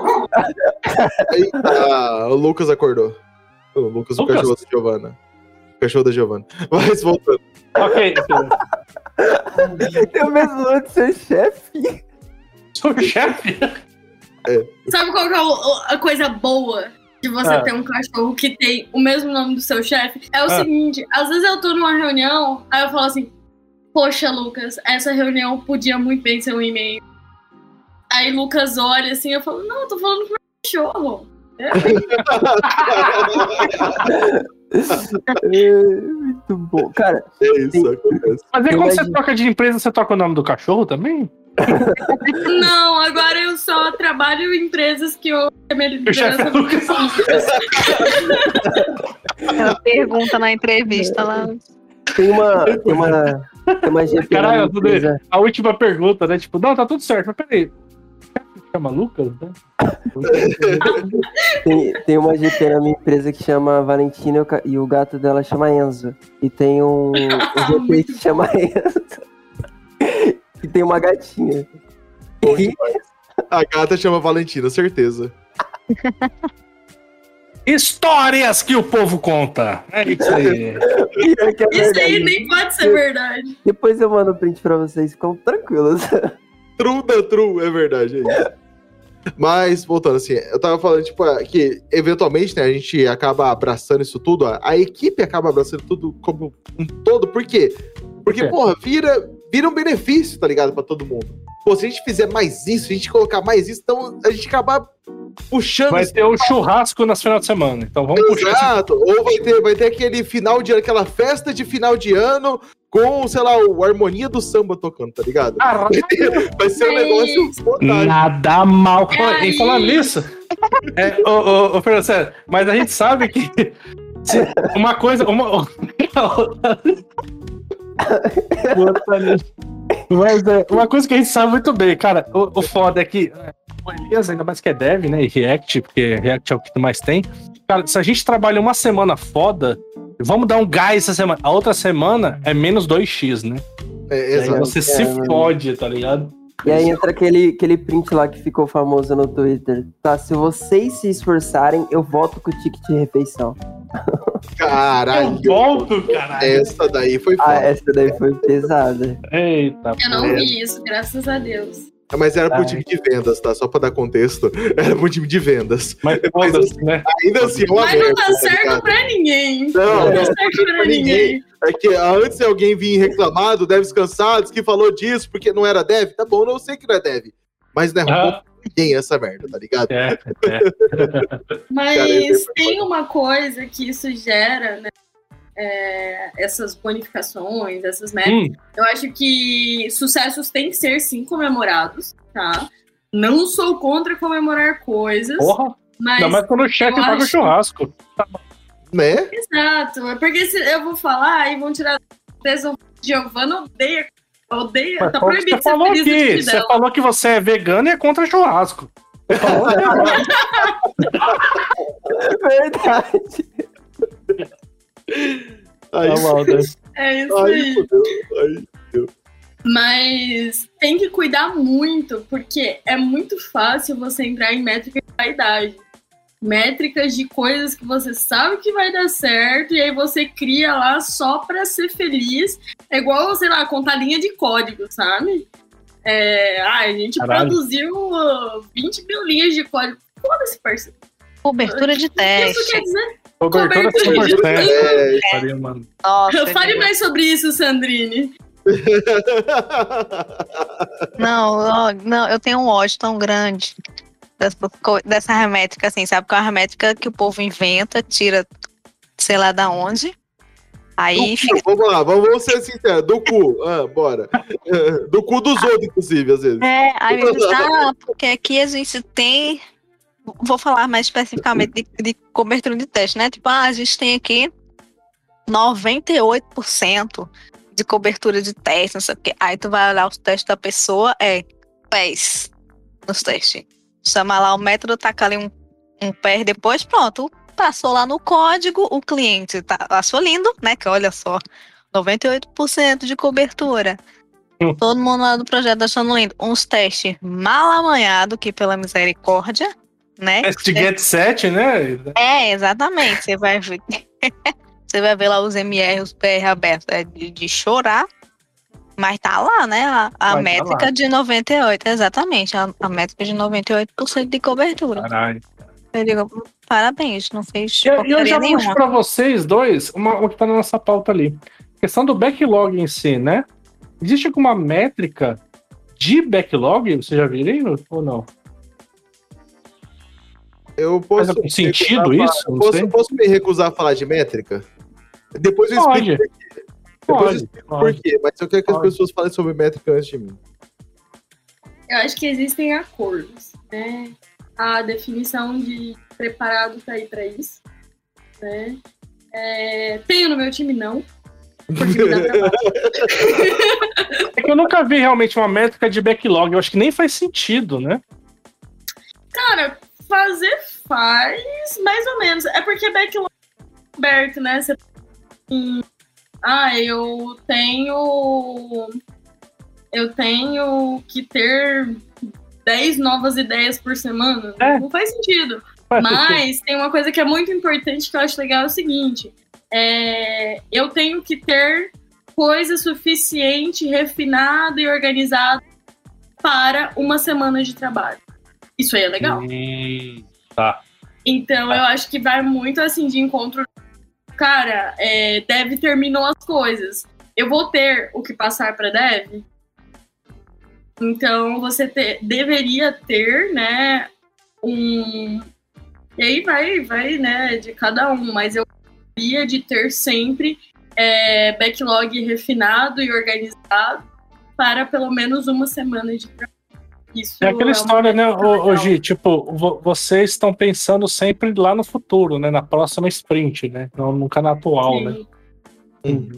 Eita, o Lucas acordou. O Lucas, o Lucas? cachorro da Giovana. O cachorro da Giovana. Mas voltando. Ok, Eu mesmo antes de ser chefe. sou o chefe. Sabe qual que é o- a coisa boa de você Ah. ter um cachorro que tem o mesmo nome do seu chefe? É o Ah. seguinte, às vezes eu tô numa reunião, aí eu falo assim, poxa, Lucas, essa reunião podia muito bem ser um e-mail. Aí Lucas olha assim, eu falo, não, eu tô falando com o meu cachorro. É, muito bom. Cara, É isso, acontece. Mas aí Eu quando você imagino. troca de empresa, você troca o nome do cachorro também? Não, agora eu só trabalho em empresas que eu... a minha O chefe é liderança- Lucas. Ela pergunta na entrevista lá. tem uma. Tem uma. Tem uma G P na minha Caralho, tudo empresa. a última pergunta, né? Tipo, não, tá tudo certo, mas peraí. O chefe chama Lucas, né? Tem, tem uma G P na minha empresa que chama Valentina e o ca- e o gato dela chama Enzo. E tem um, um G P que chama Enzo. E tem uma gatinha. Bom demais. A gata chama Valentina, certeza. Histórias que o povo conta. É isso aí. Pior que é Isso aí verdade. nem pode ser verdade. Depois eu mando o print pra vocês, ficam tranquilos. True da true, é verdade, é isso. Mas, voltando assim, eu tava falando, tipo, que eventualmente, né, a gente acaba abraçando isso tudo, a, a equipe acaba abraçando tudo como um todo, por quê? Porque, Por quê? porra, vira, vira um benefício, tá ligado, pra todo mundo. pô, se a gente fizer mais isso, se a gente colocar mais isso, então a gente acabar puxando... Vai ter o churrasco nas final de semana, então vamos puxar. Exato, ou vai ter, vai ter aquele final de ano, aquela festa de final de ano com, sei lá, o Harmonia do Samba tocando, tá ligado? Vai, ter, vai ser um negócio fantástico. Nada mal. É E falando nisso, é, ô, ô, ô, Fernando César, mas a gente sabe que se uma coisa... Uma... Mas é, uma coisa que a gente sabe muito bem, cara, o, o foda é que o Elias, ainda mais que é dev, né, e React, porque React é o que mais tem. Cara, se a gente trabalha uma semana foda, vamos dar um gás essa semana. A outra semana é menos dois x, né? É, E aí exato. você se fode, tá ligado? E aí entra aquele, aquele print lá que ficou famoso no Twitter. Tá, se vocês se esforçarem, eu volto com o ticket de refeição. Caralho. Eu volto, caralho. Essa daí foi Ah, foda. essa daí foi pesada. Eita, Eu não porra. vi isso, graças a Deus. Mas era pro Ai. time de vendas, tá? Só pra dar contexto. Era pro time de vendas. Mas foda-se, né? Ainda assim, é uma Mas não merda, tá tá certo ligado? pra ninguém. Não, Não não tá certo pra ninguém. É que antes de alguém vir reclamar do Devs Cansados, que falou disso porque não era dev, tá bom, eu sei que não é dev. Mas não é Ah. bom pra ninguém essa merda, tá ligado? É, é. Mas Cara, esse é tem uma coisa que isso gera, né? É, essas bonificações, essas metas. Hum, Eu acho que sucessos têm que ser, sim, comemorados, tá? Não sou contra comemorar coisas, porra. mas... Ainda mais quando o chefe eu paga o acho- churrasco. Né? Exato, é porque se eu vou falar e vão tirar... Giovanna odeia, odeia, Mas tá como proibido você de ser falou feliz no aqui? time Você dela. falou que você é vegano e é contra churrasco. Você falou que é Verdade. Aí, Tá mal, né? É isso aí, aí. fudeu. Aí. Mas tem que cuidar muito, porque é muito fácil você entrar em métricas de vaidade. Métricas de coisas que você sabe que vai dar certo, e aí você cria lá só pra ser feliz. É igual, sei lá, contar linha de código, sabe? É, ah, a gente Caralho. produziu uh, vinte mil linhas de código. Foda-se, parceiro. Cobertura de O que isso teste. quer dizer? Cobertura cem por cento. É, Faria, mano. Nossa, Fale mais sobre isso, Sandrine. Não, ó, não, eu tenho um ódio tão grande dessa, co- dessa métrica, assim, sabe? Que é uma métrica que o povo inventa, tira, sei lá da onde. Aí do fica. cu, vamos lá, vamos, vamos ser sinceros. Do cu, ah, bora. Do cu dos outros, inclusive, às vezes. É, aí me diz, ah, porque aqui a gente tem. Vou falar mais especificamente de, de cobertura de teste, né? Tipo, ah, a gente tem aqui noventa e oito por cento de cobertura de teste, não sei o quê. Aí tu vai olhar os testes da pessoa, é pés nos testes. Chama lá o método, taca ali um, um pé depois, pronto. Passou lá no código, o cliente tá, achou lindo, né? Que olha só, noventa e oito por cento de cobertura. Hum. Todo mundo lá do projeto achando lindo. Uns testes mal amanhados, que pela misericórdia, né? Teste get set, né? É, exatamente. Você vai ver. Você vai ver lá os M R, os P R abertos, é de, de chorar. Mas tá lá, né? A, a Mas tá métrica lá. de noventa e oito, exatamente. A, a métrica de noventa e oito por cento de cobertura. Caralho. Eu digo, parabéns, não fez E eu, eu porcaria já puxo nenhuma. pra vocês dois uma, uma que tá na nossa pauta ali. A questão do backlog em si, né? Existe alguma métrica de backlog? Vocês já viram ou não? Eu Faz posso. algum me sentido recusar a isso? falar- Não sei. Posso, posso me recusar a falar de métrica? Depois eu Pode. explico por quê. Depois eu Pode, explico por pode. quê, mas eu quero que as Pode. pessoas falem sobre métrica antes de mim. Eu acho que existem acordos, né? A definição de preparado tá aí pra isso, né? É, tenho no meu time, não. Porque me dá trabalho. É que eu nunca vi realmente uma métrica de backlog. Eu acho que nem faz sentido, né? Cara, fazer faz mais ou menos. É porque backlog é aberto, né? Você tem, ah, eu tenho. Eu tenho que ter dez novas ideias por semana. É. Não faz sentido. Faz sentido. Mas tem uma coisa que é muito importante que eu acho legal, é o seguinte. É, eu tenho que ter coisa suficiente, refinada e organizada para uma semana de trabalho. Isso aí é legal. Hum, tá. Então, eu acho que vai muito assim de encontro. Cara, é, dev terminou as coisas. Eu vou ter o que passar para dev? Então, você te, deveria ter, né, um... E aí vai, vai, né, de cada um, mas eu gostaria de ter sempre é, backlog refinado e organizado para pelo menos uma semana de trabalho. Isso é aquela é história, né, ô, ô, Gi, tipo, vo- vocês estão pensando sempre lá no futuro, né, na próxima sprint, né, não, nunca na atual, Sim. né. Uhum.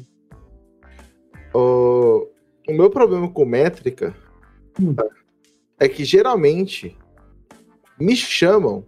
O, o meu problema com métrica Hum. é que geralmente me chamam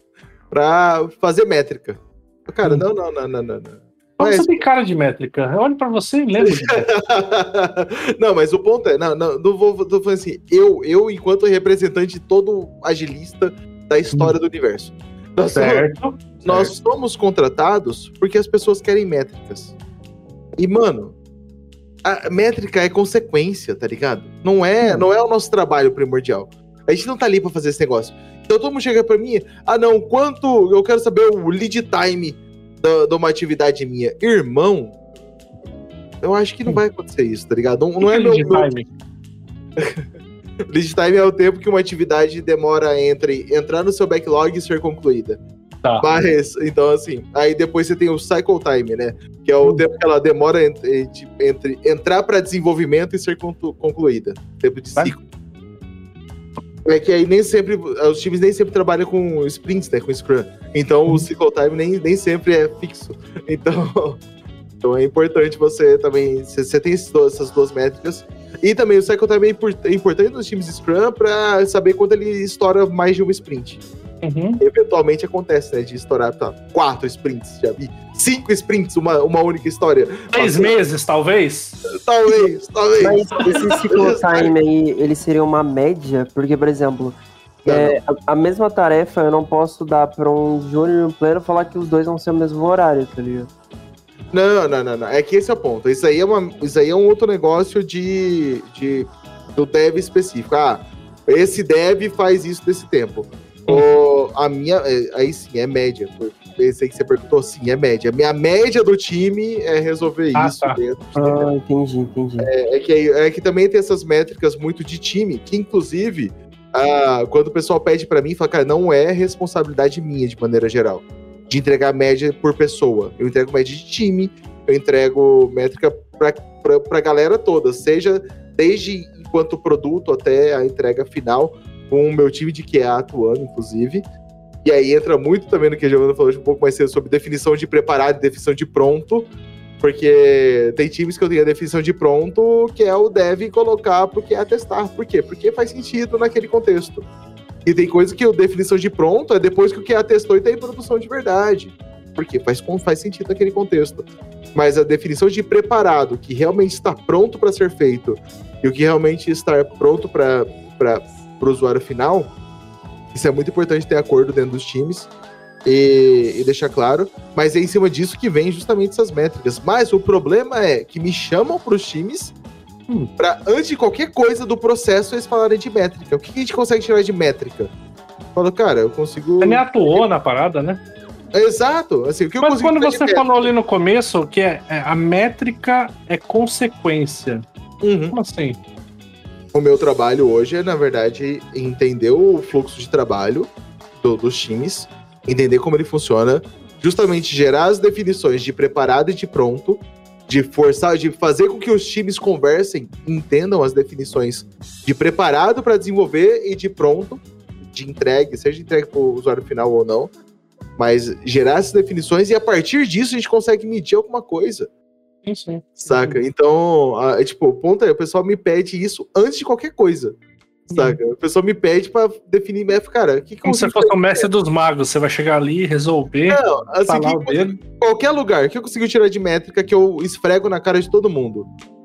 pra fazer métrica. Cara, Hum. não, não, não, não, não. não. Mas Mas- você tem cara de métrica. Eu olho pra você e lembro de não, mas o ponto é, não, não, não vou, tô falando assim, eu, eu, enquanto representante de todo agilista da história do universo, nós, somos, certo. nós somos contratados porque as pessoas querem métricas. E, mano, a métrica é consequência, tá ligado? Não é, não é o nosso trabalho primordial. A gente não tá ali pra fazer esse negócio. Então todo mundo chega pra mim, ah não, quanto, eu quero saber o lead time da- de uma atividade minha. Irmão, eu acho que não vai acontecer isso, tá ligado? Não, não é meu, lead meu... time? Lead time é o tempo que uma atividade demora entre entrar no seu backlog e ser concluída. Tá. Mas, então assim, aí depois você tem o cycle time, né? Que é o Hum. tempo que ela demora entre, entre- entre entrar para desenvolvimento e ser conclu- concluída. Tempo de Vai. ciclo. É que aí nem sempre, os times nem sempre trabalham com sprints, né? Com Scrum. Então Hum. o cycle time nem, nem sempre é fixo. Então, então é importante você também, você você tem esses dois- essas duas métricas. E também o cycle time é import- é importante nos times Scrum para saber quando ele estoura mais de uma sprint. Uhum. Eventualmente acontece, né? De estourar tá, quatro sprints, já vi. Cinco sprints, uma, uma única história. Seis Passou- meses, talvez? Talvez, talvez. Mas esse ciclo time aí, ele seria uma média? Porque, por exemplo, Não, é, a, a mesma tarefa eu não posso dar pra um júnior e um pleno e falar que os dois vão ser o mesmo horário, tá ligado? Não, não, não, não. É que esse é o ponto. Isso aí é, uma, isso aí é um outro negócio de, de, do dev específico. Ah, esse dev faz isso desse tempo. O, a minha, é, aí sim, é média. Eu pensei que você perguntou, sim, é média. A minha média do time é resolver Ah, isso tá. dentro de Ah, entendi, entendi. É, é que, é que também tem essas métricas muito de time, que inclusive, ah, quando o pessoal pede pra mim, fala, cara, não é responsabilidade minha de maneira geral, de entregar média por pessoa. Eu entrego média de time, eu entrego métrica pra, pra, pra galera toda, seja desde enquanto produto até a entrega final, com o meu time de Q A atuando, inclusive. E aí entra muito também no que a Giovana falou um pouco mais cedo sobre definição de preparado e definição de pronto, porque tem times que eu tenho a definição de pronto, que é o dev colocar pro Q A testar. Por quê? Porque faz sentido naquele contexto. E tem coisa que a definição de pronto é depois que o Q A testou e tá em produção de verdade. Porque faz, faz sentido naquele contexto. Mas a definição de preparado, que realmente está pronto para ser feito, e o que realmente está pronto para o usuário final, isso é muito importante ter acordo dentro dos times e, e deixar claro. Mas é em cima disso que vem justamente essas métricas. Mas o problema é que me chamam para os times Hum. para, antes de qualquer coisa do processo, eles falarem de métrica. O que a gente consegue tirar de métrica? Eu falo, cara, eu consigo... Você nem atuou na parada, né? Exato. Assim, o que eu Mas consigo quando tirar de você métrica? falou ali no começo que é, é, a métrica é consequência. Uhum. Como assim? O meu trabalho hoje é, na verdade, entender o fluxo de trabalho do- dos times, entender como ele funciona, justamente gerar as definições de preparado e de pronto, de forçar, de fazer com que os times conversem, entendam as definições de preparado para desenvolver e de pronto, de entregue, seja entregue para o usuário final ou não, mas gerar essas definições e a partir disso a gente consegue medir alguma coisa. Sim, sim. Saca? Então, a- é, tipo, o ponto é, o pessoal me pede isso antes de qualquer coisa. Saca? O pessoal me pede pra definir métrica. Cara, o que, que Como eu se consigo fosse o fazer? mestre dos magos, você vai chegar ali, resolver, Não, assim, falar que o dele. qualquer lugar, o que eu consigo tirar de métrica que eu esfrego na cara de todo mundo?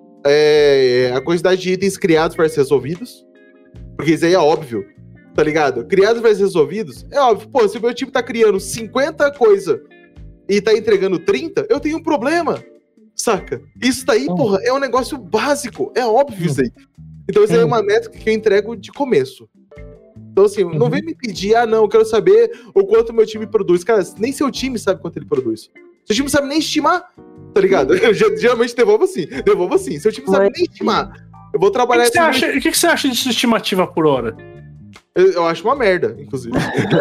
É a quantidade de itens criados versus resolvidos. Porque isso aí é óbvio, tá ligado? Criados versus resolvidos, é óbvio. Pô, se o meu time tá criando cinquenta coisas e tá entregando trinta, eu tenho um problema. Saca? Isso daí, Hum. porra, é um negócio básico. É óbvio Hum. isso aí. Então isso aí é Hum. uma métrica que eu entrego de começo. Então assim, não Uhum. vem me pedir, ah não, eu quero saber o quanto meu time produz. Cara, nem seu time sabe quanto ele produz. Seu time não sabe nem estimar, tá ligado? Eu, geralmente devolvo assim, devolvo assim. Seu time não sabe Mas- nem estimar Eu vou O trabalhar... que, que, você esse- acha, o que, que você acha disso de estimativa por hora? Eu, eu acho uma merda, inclusive.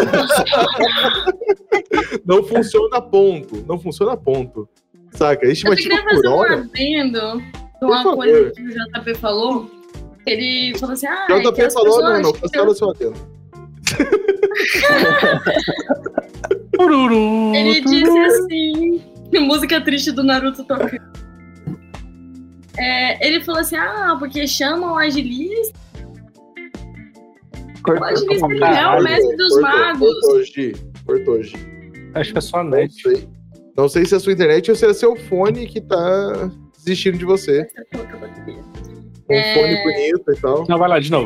Não funciona a ponto. Não funciona a ponto. Saca? Eu Estimativa queria por fazer um hora... adendo de Por uma favor. coisa que o J P falou. Ele falou assim, ah, é J que P as falou, pessoas não, não, ficam- cancela o seu adendo. Ururu, Ele tururu. disse assim, música triste do Naruto tocando. É, ele falou assim, ah, porque chamam o agilista. O Cortou. agilista ele é Caralho, o mestre dos Cortou, magos. Cortou, Gi. Cortou, Gi. Acho que é só a Não net. sei. Não sei se é a sua internet ou se é seu fone que tá desistindo de você. Um É. fone bonito e tal. Não, vai lá de novo.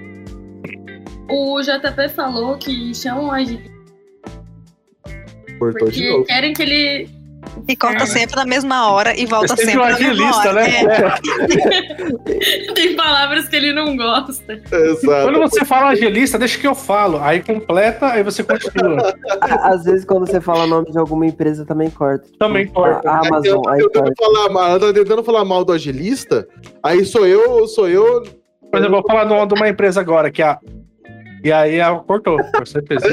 O J P falou que chamam o agilista Cortou de porque novo. querem que ele... E corta sempre na mesma hora e volta É sempre sempre um na mesma agilista, hora. né? É. Tem palavras que ele não gosta. Exato. Quando você fala agilista, deixa que eu falo. Aí completa, aí você continua. Às vezes, quando você fala o nome de alguma empresa, também corta. Também corta. A Aí ela Amazon, tá aí tentando corta. falar mal, ela tá tentando falar mal do agilista, aí sou eu, sou eu. Por exemplo, eu vou falar de uma, de uma empresa agora, que é a... E aí ela cortou, com certeza.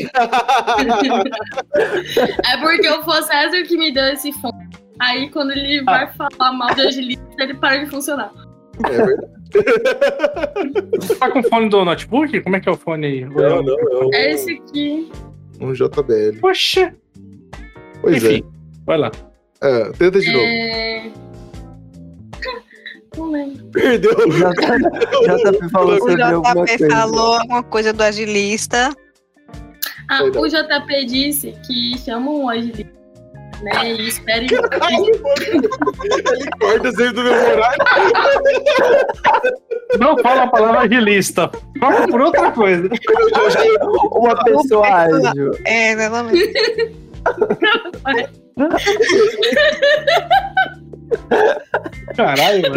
É porque eu foi o César que me deu esse fone. Aí quando ele vai falar mal do agilista, ele para de funcionar. É verdade. Você tá com o fone do notebook? Como é que é o fone aí? Não, não, é um, É esse aqui. um J B L. Poxa. Pois Enfim, vai lá. é. é. Tenta de novo. É... Não lembro. Perdeu. O J P falou O sobre alguma J P coisa. falou alguma coisa do agilista. Ah, Verdade. o J P disse que chamam o agilista, né? E esperem. Ele corta sempre do meu horário. Não fala a palavra agilista. Troca por outra coisa. Uma pessoa ágil. É, exatamente. Caralho, mano.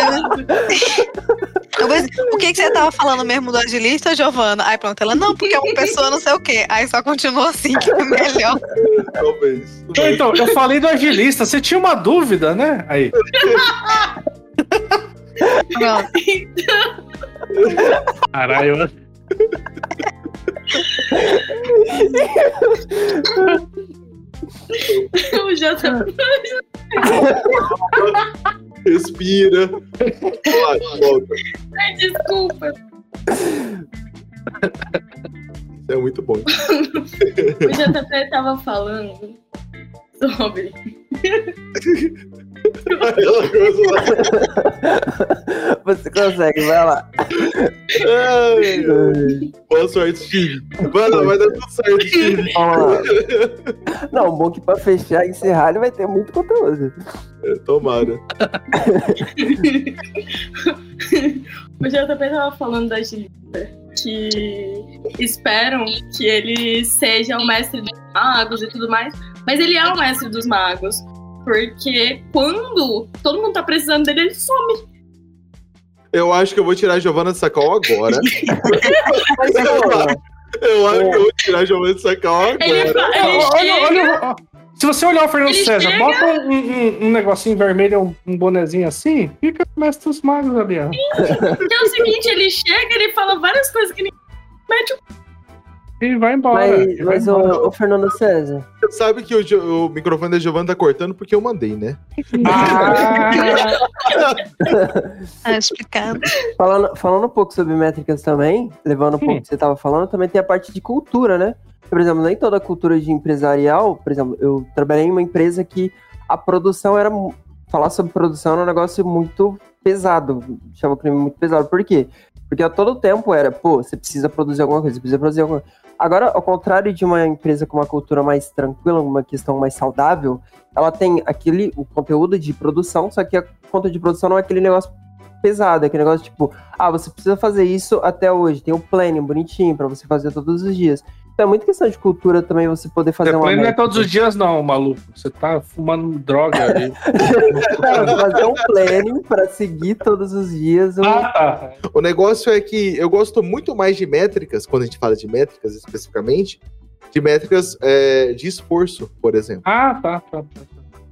Eu vou dizer, o que, que você tava falando mesmo do agilista, Giovana? Aí pronto, ela, não, porque é uma pessoa não sei o quê. Aí só continuou assim, que é melhor. Talvez. Então, eu falei do agilista. Você tinha uma dúvida, né? Aí. Pronto. Caralho, mano. O J P. Respira. Vai, volta. Ai, desculpa. Isso é muito bom. O J P tava falando sobre. Ela começa Você consegue, vai lá. Ai, boa sorte, Steve. Vai lá, vai dar tudo certo, Steve. Vamos lá. Não, bom que pra fechar e encerrar ele vai ter muito conteúdo. É, tomara. O J P tava falando da agilista que esperam que ele seja o mestre dos magos e tudo mais, mas ele é o mestre dos magos, porque quando todo mundo tá precisando dele, ele some. Eu acho que eu vou tirar a Giovana de Sacal agora. Mas, pô, Eu acho que eu vou tirar a Giovana de Sacal Ele, agora. fa- ele Olha, chega, olha, olha, se você olhar o Fernando Ele César, chega- bota um, um, um negocinho vermelho, um, um bonezinho assim, fica o mestre dos magos ali, ó. que é o seguinte, ele chega, ele fala várias coisas que ninguém mete o E vai embora. mas, e vai mas embora. o, o Fernando César. Você sabe que o, Jo- o microfone da Giovana tá cortando porque eu mandei, né? Ah, Tá explicado. Falando, falando um pouco sobre métricas também, levando um pouco Hum. que você estava falando, também tem a parte de cultura, né? Por exemplo, nem toda cultura de empresarial, por exemplo, eu trabalhei em uma empresa que a produção era. mu- Falar sobre produção era um negócio muito pesado, chama o crime muito pesado. Por quê? Porque a todo tempo era, pô, você precisa produzir alguma coisa, você precisa produzir alguma coisa. Agora, ao contrário de uma empresa com uma cultura mais tranquila, uma questão mais saudável, ela tem aquele o conteúdo de produção, só que a conta de produção não é aquele negócio pesado, é aquele negócio tipo, ah, você precisa fazer isso até hoje, tem um planning bonitinho pra você fazer todos os dias. Então é muito questão de cultura também você poder fazer uma Depois não é métrica. todos os dias, não, maluco. Você tá fumando droga ali. Cara, fazer um planning pra seguir todos os dias. um- Ah, tá. O negócio é que eu gosto muito mais de métricas, quando a gente fala de métricas especificamente, de métricas é, de esforço, por exemplo. Ah, tá, tá, tá.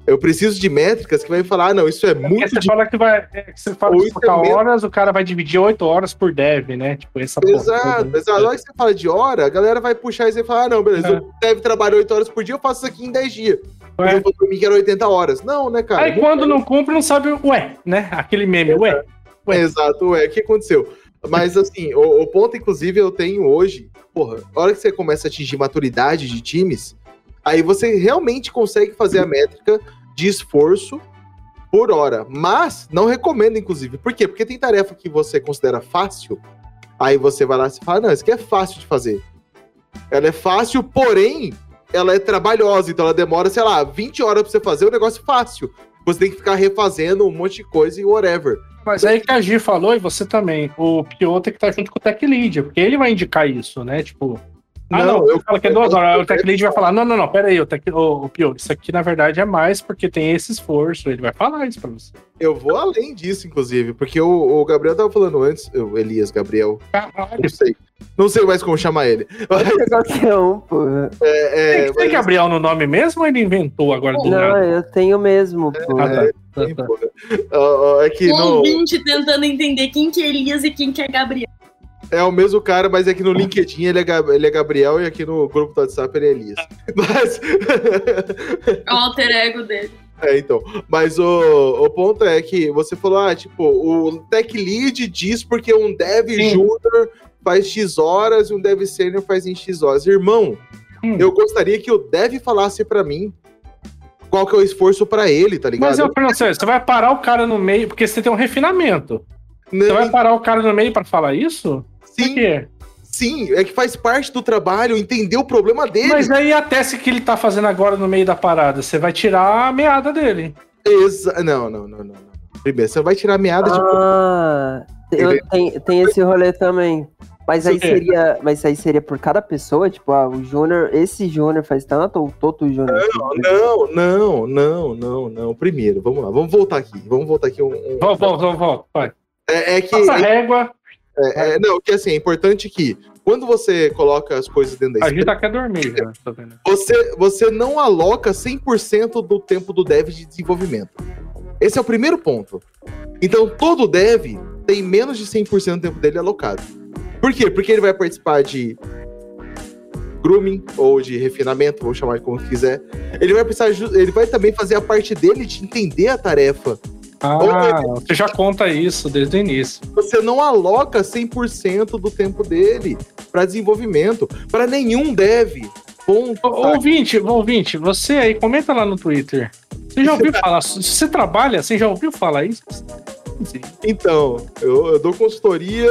Eu preciso de métricas que vai falar, ah, não, isso é, é muito... Você de... fala que vai... É, que você fala que colocar é horas, o cara vai dividir oito horas por dev, né? Tipo, essa Exato, porra, exato. Na hora que você fala de hora, a galera vai puxar e você fala, ah, não, beleza, é. o dev trabalha oito horas por dia, eu faço isso aqui em dez dias. É. Eu vou dormir que era oitenta horas. Não, né, cara? Aí não quando é. não cumpre, não sabe, ué, né? Aquele meme, Exato. ué. ué. Exato, ué, o que aconteceu? Mas assim, o, o ponto, inclusive, eu tenho hoje, porra, a hora que você começa a atingir maturidade de times, aí você realmente consegue fazer a métrica de esforço por hora. Mas não recomendo, inclusive. Por quê? Porque tem tarefa que você considera fácil, aí você vai lá e fala, não, isso aqui é fácil de fazer. Ela é fácil, porém, ela é trabalhosa, então ela demora, sei lá, vinte horas pra você fazer um negócio fácil. Você tem que ficar refazendo um monte de coisa e whatever. Mas aí que a Gi falou, e você também, o Pio tem que estar junto com o Tech Lead, porque ele vai indicar isso, né? Tipo, ah, não, não eu falo que é duas horas, o Tech Lead vai falar, não, não, não, pera aí, o, tech, o, o Pio, isso aqui na verdade é mais porque tem esse esforço, ele vai falar isso pra você. Eu vou além disso, inclusive, porque o, o Gabriel tava falando antes, o Elias Gabriel, Caralho. não sei, não sei mais como chamar ele. Qualquer um, porra. É, é, tem, tem Gabriel no nome mesmo ou ele inventou agora do Não, nada? eu tenho mesmo, porra. É, Ah, é, tá, tá. é, é que Um no... ouvinte tentando entender quem que é Elias e quem que é Gabriel. É o mesmo cara, mas aqui no LinkedIn ele é, ele é Gabriel e aqui no grupo do WhatsApp ele é Elias. Mas... É o alter ego dele. É, então. Mas o, o ponto é que você falou, ah, tipo, o Tech Lead diz porque um Dev Sim. Júnior faz X horas e um Dev Sênior faz em X horas. Irmão, hum. eu gostaria que o Dev falasse pra mim qual que é o esforço pra ele, tá ligado? Mas eu não sei, você vai parar o cara no meio, porque você tem um refinamento. Não, você vai parar o cara no meio pra falar isso? Sim. Por quê? Sim, é que faz parte do trabalho entender o problema dele. Mas aí a tese que ele tá fazendo agora no meio da parada, você vai tirar a meada dele. Exa não, não, não, não, não. Primeiro, você vai tirar a meada ah, de... Ah, tem, tem esse rolê também. Mas aí, seria, mas aí seria por cada pessoa? Tipo, ah, o Júnior, esse Júnior faz tanto, ou todo Júnior? Não, não, não, não, não, não. Primeiro, vamos lá, vamos voltar aqui. Vamos voltar aqui um. um... Volta, volta, volta, vai. É, é que. Passa a régua. É, é, não, que assim, é importante que quando você coloca as coisas dentro da A gente tá quer dormir já, tá vendo? Você, você não aloca cem por cento do tempo do dev de desenvolvimento. Esse é o primeiro ponto. Então, todo dev tem menos de cem por cento do tempo dele alocado. Por quê? Porque ele vai participar de grooming ou de refinamento, vou chamar de como quiser. Ele vai precisar, ele vai também fazer a parte dele de entender a tarefa. Ah, você já conta isso desde o início. Você não aloca cem por cento do tempo dele para desenvolvimento, para nenhum dev. Ponto. Ouvinte, ouvinte, você aí, comenta lá no Twitter. Você já ouviu falar? Se você trabalha, você já ouviu falar isso? Sim. Então, eu, eu dou consultoria,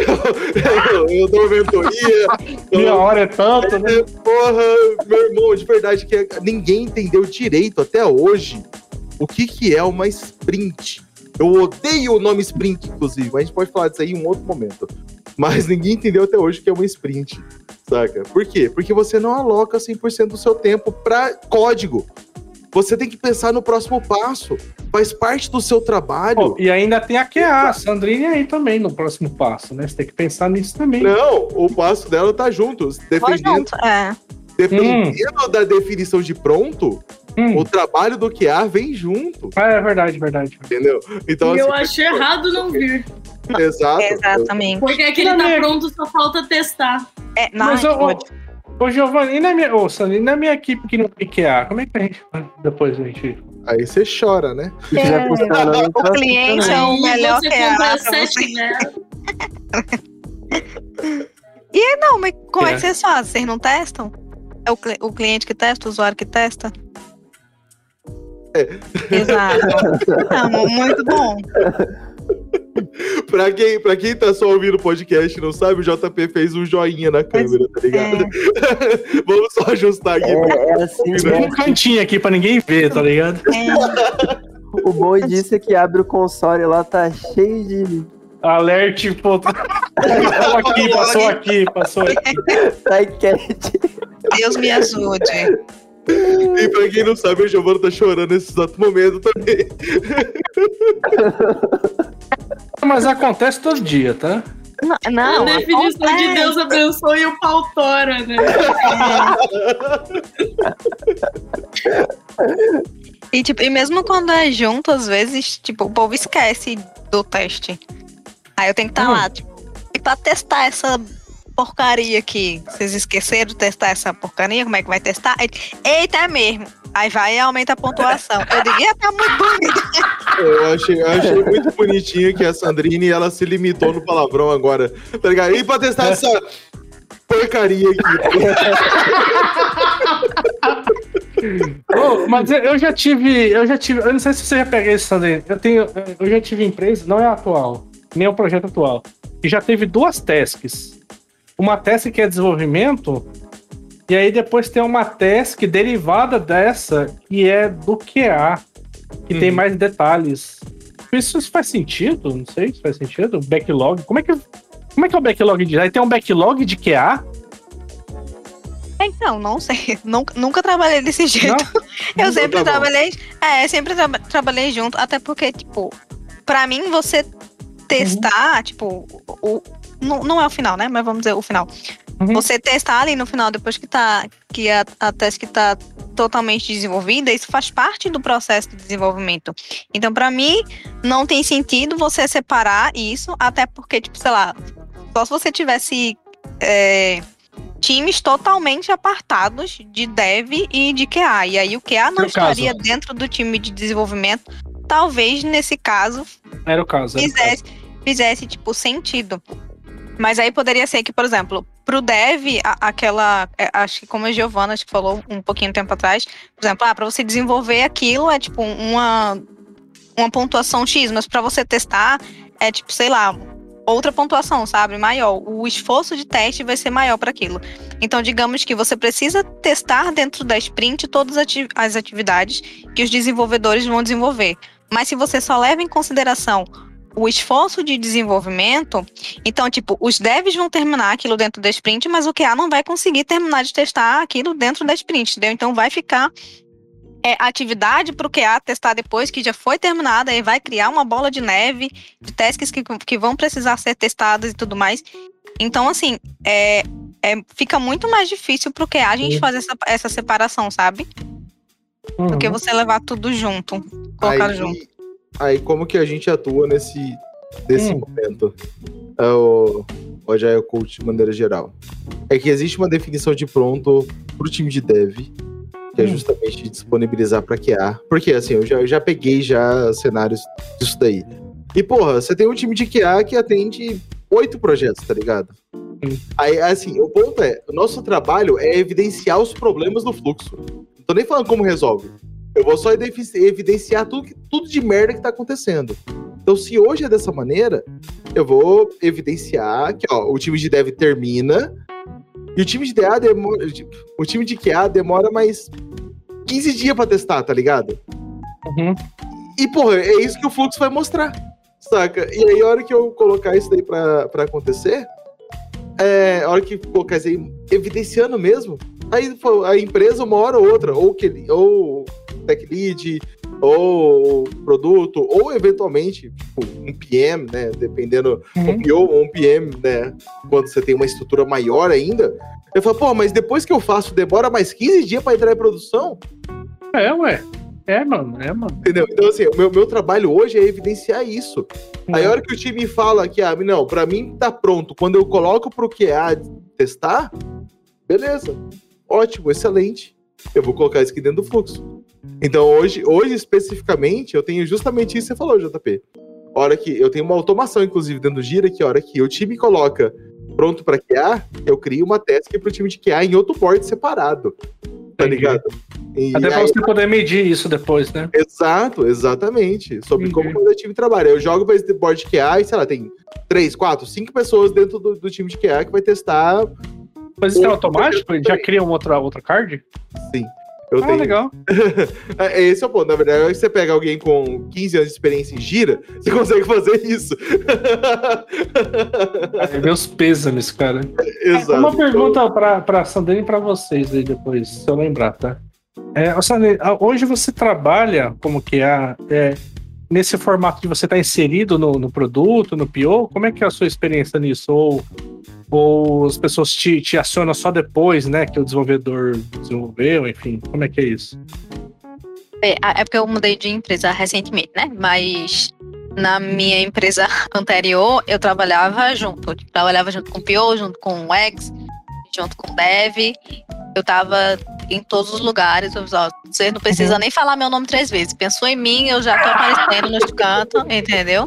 eu, eu, eu dou mentoria. Minha hora é tanto, né? Porra, meu irmão, de verdade, que ninguém entendeu direito até hoje o que, que é uma sprint. Eu odeio o nome sprint, inclusive, mas a gente pode falar disso aí em um outro momento. Mas ninguém entendeu até hoje o que é uma sprint, saca? Por quê? Porque você não aloca cem por cento do seu tempo para código. Você tem que pensar no próximo passo. Faz parte do seu trabalho. Oh, e ainda tem a Q A, a Sandrine aí também no próximo passo, né? Você tem que pensar nisso também. Não, o passo dela tá junto. Defendendo, junto, é. Dependendo hum. da definição de pronto, hum. o trabalho do Q A vem junto. Ah, é verdade, verdade. Entendeu? Então, e assim, eu acho errado não vir. Exato. Exatamente. Porque aquele tá pronto, só falta testar. É, não, Mas, ô, ô, Giovanni, e na minha, ô, Sandra, e na minha equipe que não tem Q A, como é que a gente depois a gente... Aí você chora, né? É, o cliente é o melhor Q A. Sete, né? E não, mas como é. é que vocês fazem? Vocês não testam? É o, cl- o cliente que testa, o usuário que testa? É. Exato. Não, muito bom. pra, quem, pra quem tá só ouvindo o podcast e não sabe, o J P fez um joinha na câmera, tá ligado? É. Vamos só ajustar aqui. É, é assim, tem um cantinho aqui pra ninguém ver, tá ligado? É. O bom disso é que abre o console lá, tá cheio de... Alerte, pô. Passou aqui, passou aqui, passou aqui. Tá enquete. Deus me ajude. E pra quem não sabe, o Giovanni tá chorando nesse exato momento também. Mas acontece todo dia, tá? Não, não a definição acontece. De Deus abençoe o pau tora, né? E, tipo, e mesmo quando é junto, às vezes, tipo, o povo esquece do teste. Aí eu tenho que estar Hum. lá, tipo, e pra testar essa porcaria aqui. Vocês esqueceram de testar essa porcaria? Como é que vai testar? Aí, eita, é mesmo. Aí vai e aumenta a pontuação. Eu digo, "Ih, tá muito bonito." Eu achei, eu achei muito bonitinho que a Sandrine, ela se limitou no palavrão agora, tá ligado? E pra testar essa porcaria aqui. Oh, mas eu- eu já tive, eu já tive, eu não sei se você já pegou isso, Sandrine. Eu tenho, eu já tive empresa, não é a atual, nem o projeto atual, e já teve duas tasks. Uma task que é desenvolvimento, e aí depois tem uma task derivada dessa, que é do Q A, que tem mais detalhes. Isso, isso faz sentido? Não sei se faz sentido. Backlog. Como é que, como é, que é o backlog de. Aí tem um backlog de Q A? Então, não sei. Nunca, nunca trabalhei desse jeito. Não? Eu sempre tá bom. trabalhei. É, sempre tra- trabalhei junto. Até porque, tipo, pra mim, você testar, tipo, o, o- não, não é o final, né? Mas vamos dizer o final. Uhum. Você testar ali no final, depois que tá. Que a, a task tá totalmente desenvolvida, isso faz parte do processo de desenvolvimento. Então, pra mim, não tem sentido você separar isso, até porque, tipo, sei lá, só se você tivesse. é, times totalmente apartados de dev e de Q A. E aí o Q A não No estaria caso. dentro do time de desenvolvimento. Talvez, nesse caso, Era o caso. Era o caso. fizesse, fizesse tipo, sentido. Mas aí poderia ser que, por exemplo, pro dev, a- aquela... é, acho que como a Giovana acho que falou um pouquinho tempo atrás, por exemplo, ah, para você desenvolver aquilo é tipo uma, uma pontuação X, mas para você testar é tipo, sei lá, outra pontuação, sabe? Maior. O esforço de teste vai ser maior para aquilo. Então, digamos que você precisa testar dentro da sprint todas ati- as atividades que os desenvolvedores vão desenvolver. Mas se você só leva em consideração o esforço de desenvolvimento, então, tipo, os devs vão terminar aquilo dentro da sprint, mas o Q A não vai conseguir terminar de testar aquilo dentro da sprint, entendeu? Então, vai ficar é, atividade para o Q A testar depois que já foi terminada, e vai criar uma bola de neve de tasks que, que vão precisar ser testadas e tudo mais. Então, assim, é, é, fica muito mais difícil para o Q A a gente fazer essa, essa separação, sabe? Uhum. Do que você levar tudo junto, colocar Aí, junto. aí como que a gente atua nesse, nesse Hum. momento? É o, o Agile Coach de maneira geral. É que existe uma definição de pronto pro time de dev, que é Hum. justamente disponibilizar para Q A. Porque assim, eu já, eu já peguei já cenários disso daí. E porra, você tem um time de Q A que atende oito projetos, tá ligado? Hum. Aí, assim, o ponto é, o nosso trabalho é evidenciar os problemas do fluxo. Não tô nem falando como resolve. Eu vou só evidenci- evidenciar tudo, que- tudo de merda que tá acontecendo. Então, se hoje é dessa maneira, eu vou evidenciar que, ó, o time de dev termina e o time de D A demora, o time de Q A demora mais quinze dias pra testar, tá ligado? Uhum. E, porra, é isso que o fluxo vai mostrar, saca? E aí, a hora que eu colocar isso daí pra, pra acontecer, é, a hora que colocar isso aí evidenciando mesmo, aí pô, a empresa, uma hora ou outra, ou, que, ou tech lead, ou produto, ou eventualmente, tipo, um P M, né? Dependendo, Uhum. um P O ou um P M, né? Quando você tem uma estrutura maior ainda, eu falo, pô, mas depois que eu faço, demora mais quinze dias pra entrar em produção? É, ué. É, mano. É, mano. Entendeu? Então, assim, o meu, meu trabalho hoje é evidenciar isso. Aí, a hora que o time fala que, ah, não, pra mim tá pronto, quando eu coloco pro Q A testar, beleza, ótimo, excelente. Eu vou colocar isso aqui dentro do fluxo. Então, hoje, hoje especificamente, eu tenho justamente isso que você falou, J P. A hora que eu tenho uma automação, inclusive, dentro do Gira, que a hora que o time coloca pronto pra Q A, eu crio uma task pro time de Q A em outro board separado. Tá Entendi. ligado? E Até pra aí- você poder medir isso depois, né? Exato, exatamente. Sobre Entendi. como cada time trabalha. Eu jogo para esse board de Q A e, sei lá, tem três, quatro, cinco pessoas dentro do, do time de Q A que vai testar. Mas isso é Ou- automático? Ele já cria uma outra, outra card? Sim. Eu Ah, tenho. legal. É, Esse é o ponto. Na verdade, aí você pega alguém com quinze anos de experiência em gira, você consegue fazer isso. É, meus pêsames, cara. Exato. Uma pergunta pra, pra Sandrine e pra vocês aí depois, se eu lembrar, tá? É, ô, Sandrine, a- hoje você trabalha como Q A é, nesse formato de você estar inserido no, no produto, no P O? Como é que é a sua experiência nisso? Ou, ou as pessoas te, te acionam só depois, né, que o desenvolvedor desenvolveu, enfim, como é que é isso? É, é porque eu mudei de empresa recentemente, né? Mas na minha empresa anterior, eu trabalhava junto. Eu trabalhava junto com o P O, junto com o X, junto com o Dev. Eu tava em todos os lugares. Eu, ó, você não precisa nem falar meu nome três vezes. Pensou em mim, eu já tô aparecendo nos cantos, entendeu?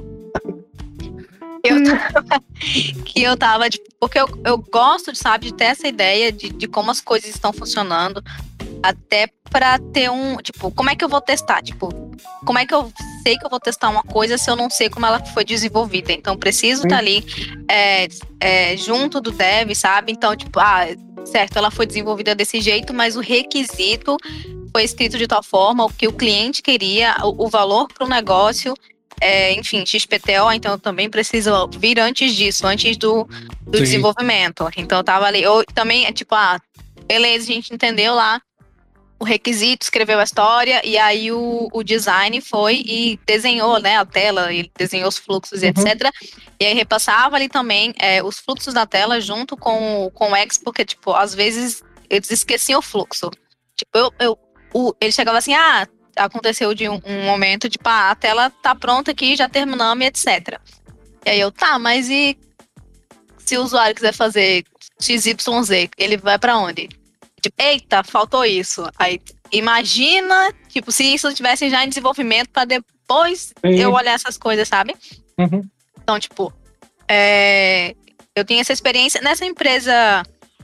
Eu tava, que eu tava, tipo, porque eu, eu gosto, de, sabe, de ter essa ideia de, de como as coisas estão funcionando, até pra ter um, tipo, como é que eu vou testar? Tipo, como é que eu sei que eu vou testar uma coisa se eu não sei como ela foi desenvolvida? Então, preciso estar tá ali é, é, junto do dev, sabe? Então, tipo, ah, certo, ela foi desenvolvida desse jeito, mas o requisito foi escrito de tal forma, o que o cliente queria, o, o valor para o negócio. É, enfim, X P T O, então eu também preciso vir antes disso, antes do, do desenvolvimento. Então eu tava ali, eu também, é tipo, ah, beleza, a gente entendeu lá o requisito, escreveu a história, e aí o, o design foi e desenhou, né, a tela, ele desenhou os fluxos e uhum. etcétera. E aí repassava ali também é, os fluxos da tela junto com, com o X, porque, tipo, às vezes eles esqueciam o fluxo. Tipo, eu, eu, o, ele chegava assim, ah, aconteceu de um, um momento, tipo, ah, a tela tá pronta aqui, já terminamos, etcétera. E aí eu, tá, mas e se o usuário quiser fazer X Y Z, ele vai pra onde? Tipo, eita, faltou isso. Aí, imagina, tipo, se isso estivesse já em desenvolvimento pra depois Sim. eu olhar essas coisas, sabe? Uhum. Então, tipo, é, eu tenho essa experiência nessa empresa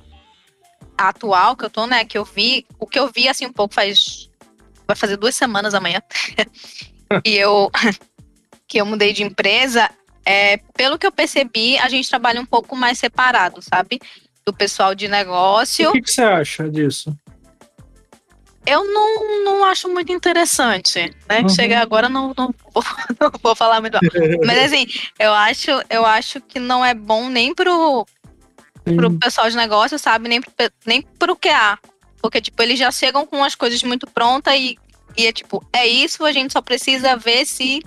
atual que eu tô, né, que eu vi, o que eu vi, assim, um pouco faz... vai fazer duas semanas amanhã, e eu, que eu mudei de empresa, é, pelo que eu percebi, a gente trabalha um pouco mais separado, sabe? Do pessoal de negócio. O que, que você acha disso? Eu não, não acho muito interessante, né? Uhum. Chega agora, não, não, vou, não vou falar muito. Mas assim, eu acho, eu acho que não é bom nem pro, pro pessoal de negócio, sabe? Nem pro, nem pro Q A. Porque, tipo, eles já chegam com as coisas muito prontas e, e é tipo, é isso, a gente só precisa ver se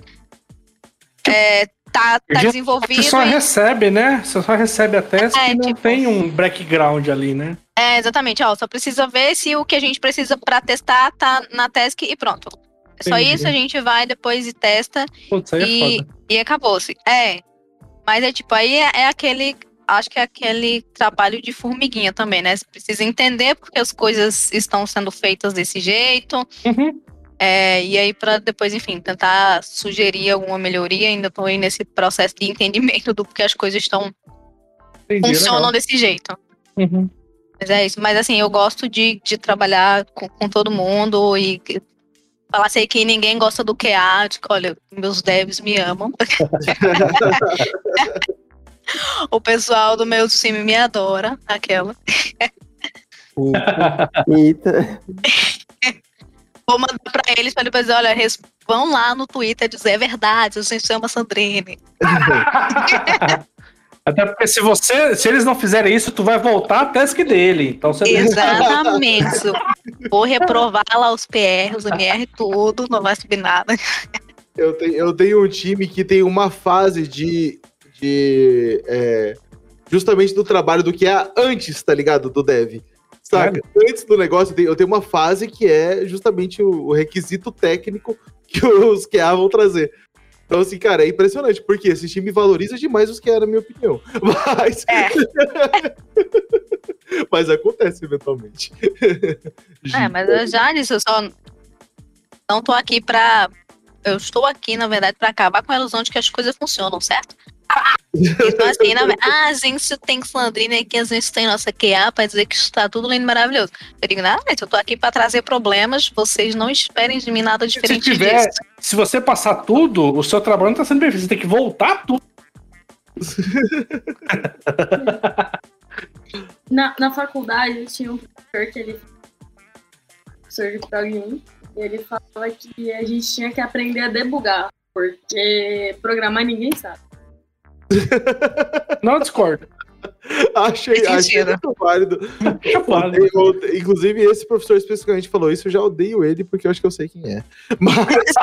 é, tá, tá desenvolvido. Você só e... recebe, né? Você só recebe a task é, e não tipo... tem um background ali, né? É, exatamente, ó, só precisa ver se o que a gente precisa pra testar tá na task e pronto. É só Entendi. Isso, a gente vai depois e testa. Putz, aí e, é foda. E acabou-se. É, mas é tipo, aí é, é aquele... Acho que é aquele trabalho de formiguinha também, né? Você precisa entender porque as coisas estão sendo feitas desse jeito. Uhum. É, e aí, para depois, enfim, tentar sugerir alguma melhoria. Ainda estou aí nesse processo de entendimento do porquê as coisas estão Entendi, funcionam legal. Desse jeito. Uhum. Mas é isso. Mas assim, eu gosto de, de trabalhar com, com todo mundo e falar assim que ninguém gosta do Q A. Tipo, olha, meus devs me amam. O pessoal do meu time me adora, aquela. Eita. Vou mandar pra eles, pra depois dizer, olha, vão lá no Twitter dizer, é verdade, a gente chama Sandrine. Até porque se você, se eles não fizerem isso, tu vai voltar a task dele. Então você Exatamente. Vou reprovar lá os P R, os M R, tudo, não vai subir nada. Eu tenho, eu tenho um time que tem uma fase de... de é, justamente do trabalho do que é antes, tá ligado? Do dev. Saca? É. Antes do negócio, eu tenho, eu tenho uma fase que é justamente o, o requisito técnico que os Q A vão trazer. Então, assim, cara, é impressionante, porque esse time valoriza demais os Q A, na minha opinião. Mas... É. Mas acontece eventualmente. É, mas eu já disse, eu só não tô aqui pra... Eu estou aqui, na verdade, pra acabar com a ilusão de que as coisas funcionam, certo? Então, assim, na verdade, ah, a gente tem Sandrine aqui, a gente tem nossa Q A pra dizer que está tudo lindo e maravilhoso. Eu digo, não, eu tô aqui pra trazer problemas, vocês não esperem de mim nada diferente se tiver, disso. Se você passar tudo, o seu trabalho não tá sendo perfeito, você tem que voltar tudo. na, na faculdade, tinha um professor que ele professor de Prog um, e ele falava que a gente tinha que aprender a debugar, porque programar ninguém sabe. Não discordo. Achei, achei muito válido. válido. Eu, inclusive, esse professor especificamente falou isso, eu já odeio ele, porque eu acho que eu sei quem é. Mas...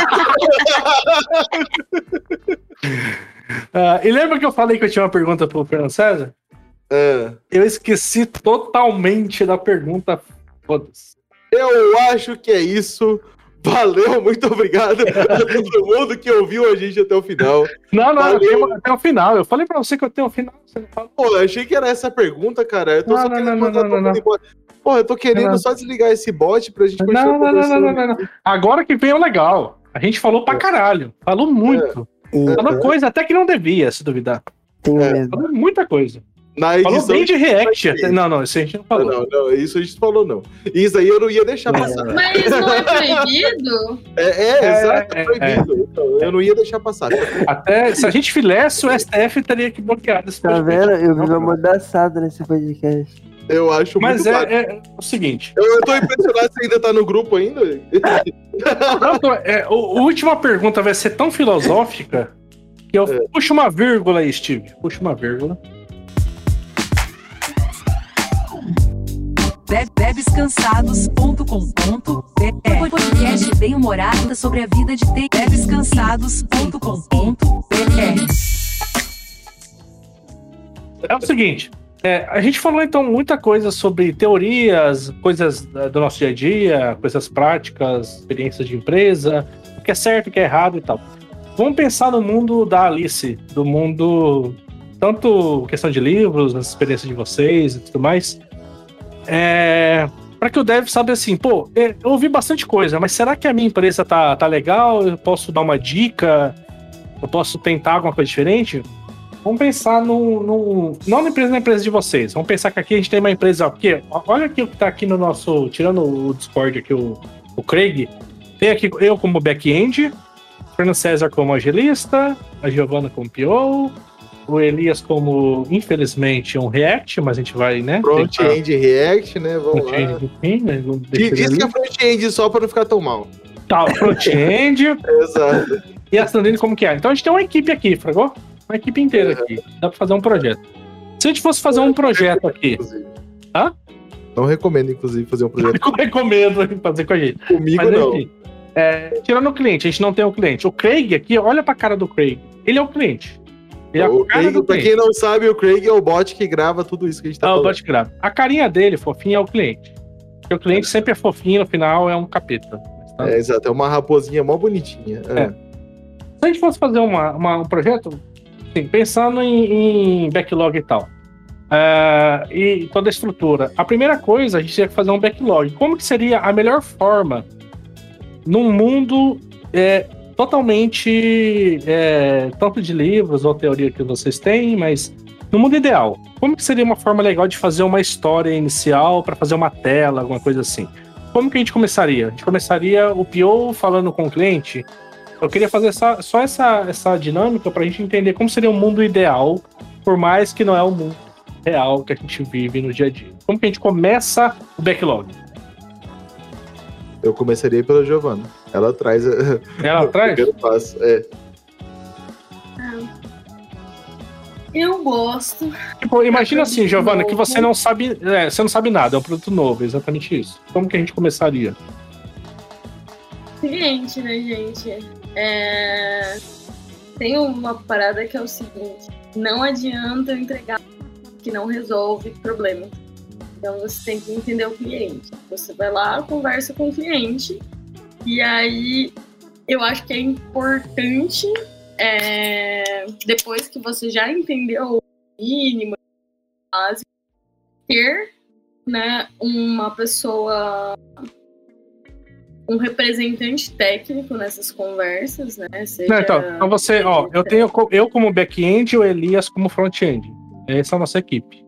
uh, e lembra que eu falei que eu tinha uma pergunta pro Fernando César? Uh. Eu esqueci totalmente da pergunta. Foda-se. Eu acho que é isso. Valeu, muito obrigado a todo mundo que ouviu a gente até o final. Não, não, eu Valeu. tenho até o final. Eu falei pra você que eu tenho o final. Você não falou. Pô, eu achei que era essa a pergunta, cara. Eu tô Não, só não, querendo não, mandar não, todo não, mundo embora. Pô, eu tô querendo Não. só desligar esse bot pra gente continuar Não, não, não, conversando. não, não, não, não. Agora que vem o legal. A gente falou pra caralho. Falou muito. Falou coisa até que não devia, se duvidar. Tenho É. mesmo. Falou muita coisa. Na Falou edição bem de React. vai ter. Até- Não, não, isso a gente não falou. Não, não, isso a gente falou, não. Isso aí eu não ia deixar passar. Mas não é proibido? É, é, É, exato, é é, proibido. Então, eu não ia deixar passar. Até se a gente fizesse, o S T F teria que bloquear esse Tá podcast. vendo? Eu vivo amordaçado nesse podcast. Eu acho Mas muito é, válido. é o seguinte. Eu, eu tô impressionado se ainda tá no grupo ainda. Pronto, é, o- a última pergunta vai ser tão filosófica que eu É. puxo uma vírgula aí, Steve. Puxa uma vírgula. Bebescansados ponto com ponto b r Podcast bem humorado sobre a vida de T. Bebescansados ponto com ponto b r É o seguinte, é, a gente falou então muita coisa sobre teorias, coisas da- do nosso dia a dia, coisas práticas, experiências de empresa, o que é certo, o que é errado e tal. Vamos pensar no mundo da Alice, do mundo, tanto questão de livros, as experiências de vocês e tudo mais. É, para que o dev saiba assim, pô, é, eu ouvi bastante coisa, mas será que a minha empresa tá, tá legal? Eu posso dar uma dica? Eu posso tentar alguma coisa diferente? Vamos pensar no, no. Não na empresa, na empresa de vocês. Vamos pensar que aqui a gente tem uma empresa. Porque olha aqui o que tá aqui no nosso. Tirando o Discord aqui, o, o Craig. Tem aqui eu como back-end, o Fernando César como agilista, a Giovana como P O, o Elias como, infelizmente, um React, mas a gente vai, né? Front-end React, né? Vamos lá. Front-end, enfim, né? Vamos deixar Diz ele que é ali. front-end só pra não ficar tão mal. Tá, o front-end Exato. e a Sandrine como que é. Então a gente tem uma equipe aqui, fragou? Uma equipe inteira aqui. Dá pra fazer um projeto. Se a gente fosse fazer um projeto aqui, Inclusive. Hã? Não recomendo, inclusive, fazer um projeto eu recomendo fazer com a gente. comigo, Mas não. enfim, é, tirando o cliente, a gente não tem o cliente. O Craig aqui, olha pra cara do Craig. Ele é o cliente. Ele é O a cara Craig, do pra cliente. quem não sabe, o Craig é o bot que grava tudo isso que a gente tá Ah, o falando. bot grava. A carinha dele, fofinha, é o cliente. Porque o cliente sempre é fofinho, no final é um capeta. Tá? É, exato, é uma raposinha mó bonitinha. É. É. Se a gente fosse fazer uma, uma- um projeto, assim, pensando em, em backlog e tal, é, e toda a estrutura, a primeira coisa, a gente tinha que fazer um backlog. Como que seria a melhor forma num mundo é, totalmente, é, tanto de livros ou teoria que vocês têm, mas no mundo ideal, como que seria uma forma legal de fazer uma história inicial para fazer uma tela, alguma coisa assim? Como que a gente começaria? A gente começaria o P O falando com o cliente. Eu queria fazer essa, só essa, essa dinâmica para a gente entender como seria o mundo ideal, por mais que não é o mundo real que a gente vive no dia a dia. Como que a gente começa o backlog? Eu começaria pela Giovana. Ela traz a- Ela o atrás? primeiro passo. É. Eu gosto. Tipo, imagina assim, Giovana, que você não sabe, é, você não sabe nada, é um produto novo, exatamente isso. Como que a gente começaria? Cliente, né, gente? É... Tem uma parada que é o seguinte: não adianta eu entregar que não resolve problema. Então você tem que entender o cliente. Você vai lá, conversa com o cliente, e aí eu acho que é importante, é, depois que você já entendeu o mínimo, básico, ter, né, uma pessoa, um representante técnico nessas conversas, né? Seja Não, então, então você, ó, eu tenho co- eu como back-end e o Elias como front-end. Essa é a nossa equipe.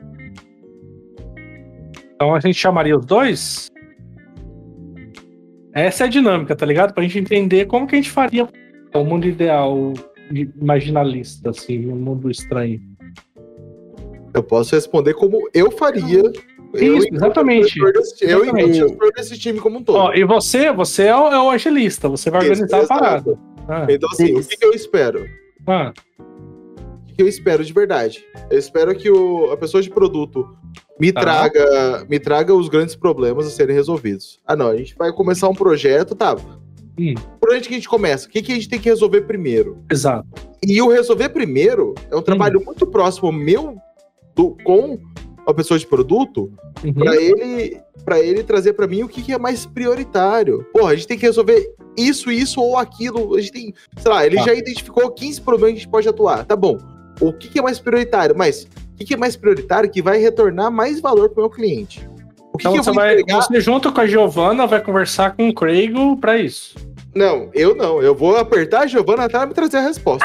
Então a gente chamaria os dois. Essa é a dinâmica, tá ligado? Pra gente entender como que a gente faria o mundo ideal, imaginalista, assim, um mundo estranho. Eu posso responder como eu faria. eu, Isso, enquanto exatamente. gestor desse- Eu enquanto Exatamente. gestor desse time como um todo. Ó, e você, você é o, é o agilista, você vai Isso, organizar a exato. parada. Ah, Então, assim, o que, que eu espero? ah, O que eu espero de verdade? Eu espero que o, a pessoa de produto me, Tá. traga, me traga os grandes problemas a serem resolvidos. Ah, não, a gente vai começar um projeto, tá? Hum. Por onde que a gente começa? O que, que a gente tem que resolver primeiro? exato. E o resolver primeiro é um trabalho muito próximo meu do, com uma pessoa de produto, Uhum. pra ele, pra ele trazer pra mim o que, que é mais prioritário. Porra, a gente tem que resolver isso, isso ou aquilo. A gente tem, sei lá, ele Tá. já identificou quinze problemas que a gente pode atuar. Tá bom. O que, que é mais prioritário? Mas o que, que é mais prioritário que vai retornar mais valor pro meu cliente? O que, Então que eu você, vou vai, entregar? você junto com a Giovana vai conversar com o Craigo pra isso. Não, eu não. Eu vou apertar a Giovana até ela me trazer a resposta.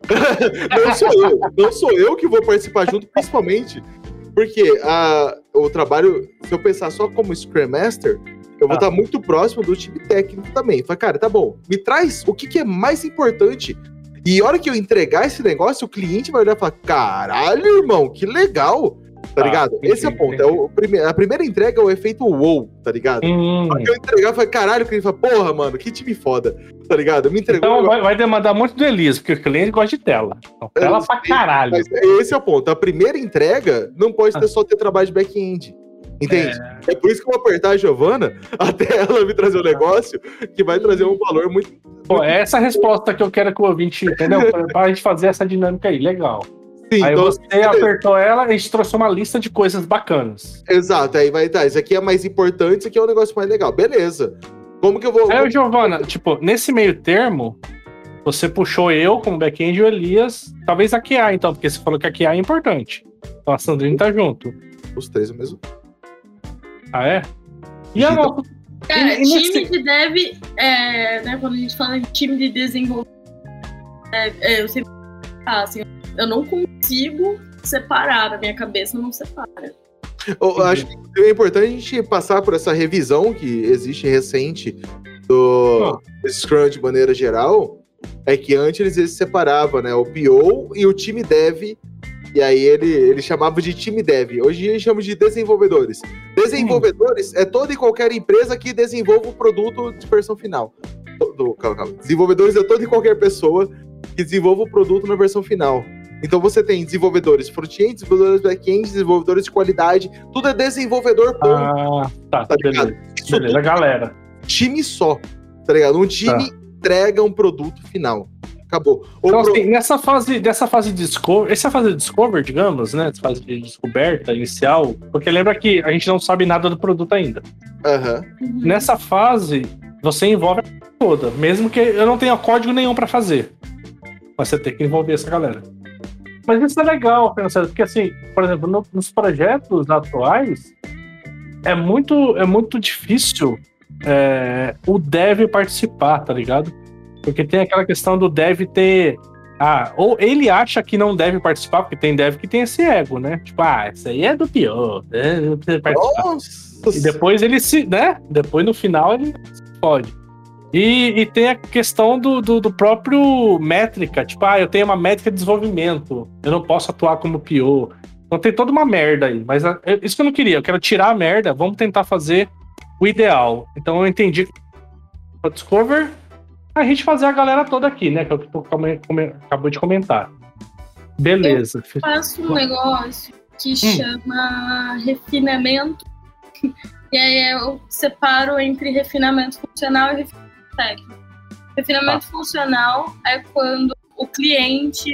Não sou eu. Não sou eu que vou participar junto, principalmente porque a, o trabalho, se eu pensar só como Scrum Master, eu vou Ah. estar muito próximo do time técnico também. Fala, cara, tá bom, me traz o que, que é mais importante. E a hora que eu entregar esse negócio, o cliente vai olhar e falar, caralho, irmão, que legal. Tá Ah, ligado? entendi, Esse é o ponto. É o prime- a primeira entrega é o efeito wow, tá ligado? Hum. A hora que eu entregar, eu falei, caralho, o cliente fala, porra, mano, que time foda. Tá ligado? Me entregou. Então um vai, vai demandar muito do Elias, porque o cliente gosta de tela. Então, Eu tela não pra sei, caralho. Mas esse é o ponto. A primeira entrega não pode ter só ter trabalho de back-end. Entende? É. é por isso que eu vou apertar a Giovana até ela me trazer um negócio que vai trazer um valor muito. Pô, é essa a resposta que eu quero que o ouvinte, entendeu? Pra, pra gente fazer essa dinâmica aí, legal. Sim, aí então, você beleza. apertou ela e a gente trouxe uma lista de coisas bacanas. Exato, aí vai estar. Tá, isso aqui é mais importante, isso aqui é um negócio mais legal. Beleza. Como que eu vou. Aí, Giovana, tipo, nesse meio termo, você puxou eu como back-end e o Elias, talvez a Q A, então, porque você falou que a Q A é importante. Então a Sandrine tá junto. Os três mesmo. Ah, é? E a Então, nossa. Cara, E- e nesse- time de dev, é, né, quando a gente fala em time de desenvolvimento, é, é, eu sempre ah, assim, eu não consigo separar, na minha cabeça não separa. Eu acho que é importante a gente passar por essa revisão que existe recente do Ah. Scrum de maneira geral. É que antes eles, eles separavam, né? O P O e o time dev. E aí ele, ele chamava de time dev. Hoje a gente chama de desenvolvedores. Desenvolvedores é toda e qualquer empresa que desenvolva o produto de versão final. Do, calma, calma. Desenvolvedores é toda e qualquer pessoa que desenvolva o produto na versão final. Então você tem desenvolvedores front-end, desenvolvedores back-end, desenvolvedores de qualidade. Tudo é desenvolvedor ponto. Ah, tá, Tá beleza. ligado? Isso Beleza, tudo galera. time só, tá ligado? Um time Tá. entrega um produto final. Acabou. O Então, pro- assim, nessa fase, dessa fase de discover, essa fase de discover, digamos, né? Essa fase de descoberta inicial, porque lembra que a gente não sabe nada do produto ainda. Aham. Nessa fase, você envolve a toda, mesmo que eu não tenha código nenhum pra fazer. Mas você tem que envolver essa galera. Mas isso é legal, Fernando, porque assim, por exemplo, no- nos projetos atuais, é muito, é muito difícil é, o dev participar, tá ligado? Porque tem aquela questão do dev ter. Ah, ou ele acha que não deve participar, porque tem dev que tem esse ego, né? Tipo, ah, isso aí é do pior, né? Não precisa participar. Nossa. E depois ele se, né? Depois no final ele se pode. E, e tem a questão do, do, do próprio métrica. Tipo, ah, eu tenho uma métrica de desenvolvimento. Eu não posso atuar como P O. Então tem toda uma merda aí. Mas a- é isso que eu não queria. Eu quero tirar a merda. Vamos tentar fazer o ideal. Então eu entendi que o Discover, a gente fazer a galera toda aqui, né? Que é o que tu come- come- acabou de comentar. Beleza. Faço um negócio que chama refinamento. E aí eu separo entre refinamento funcional e refinamento técnico. Refinamento funcional é quando o cliente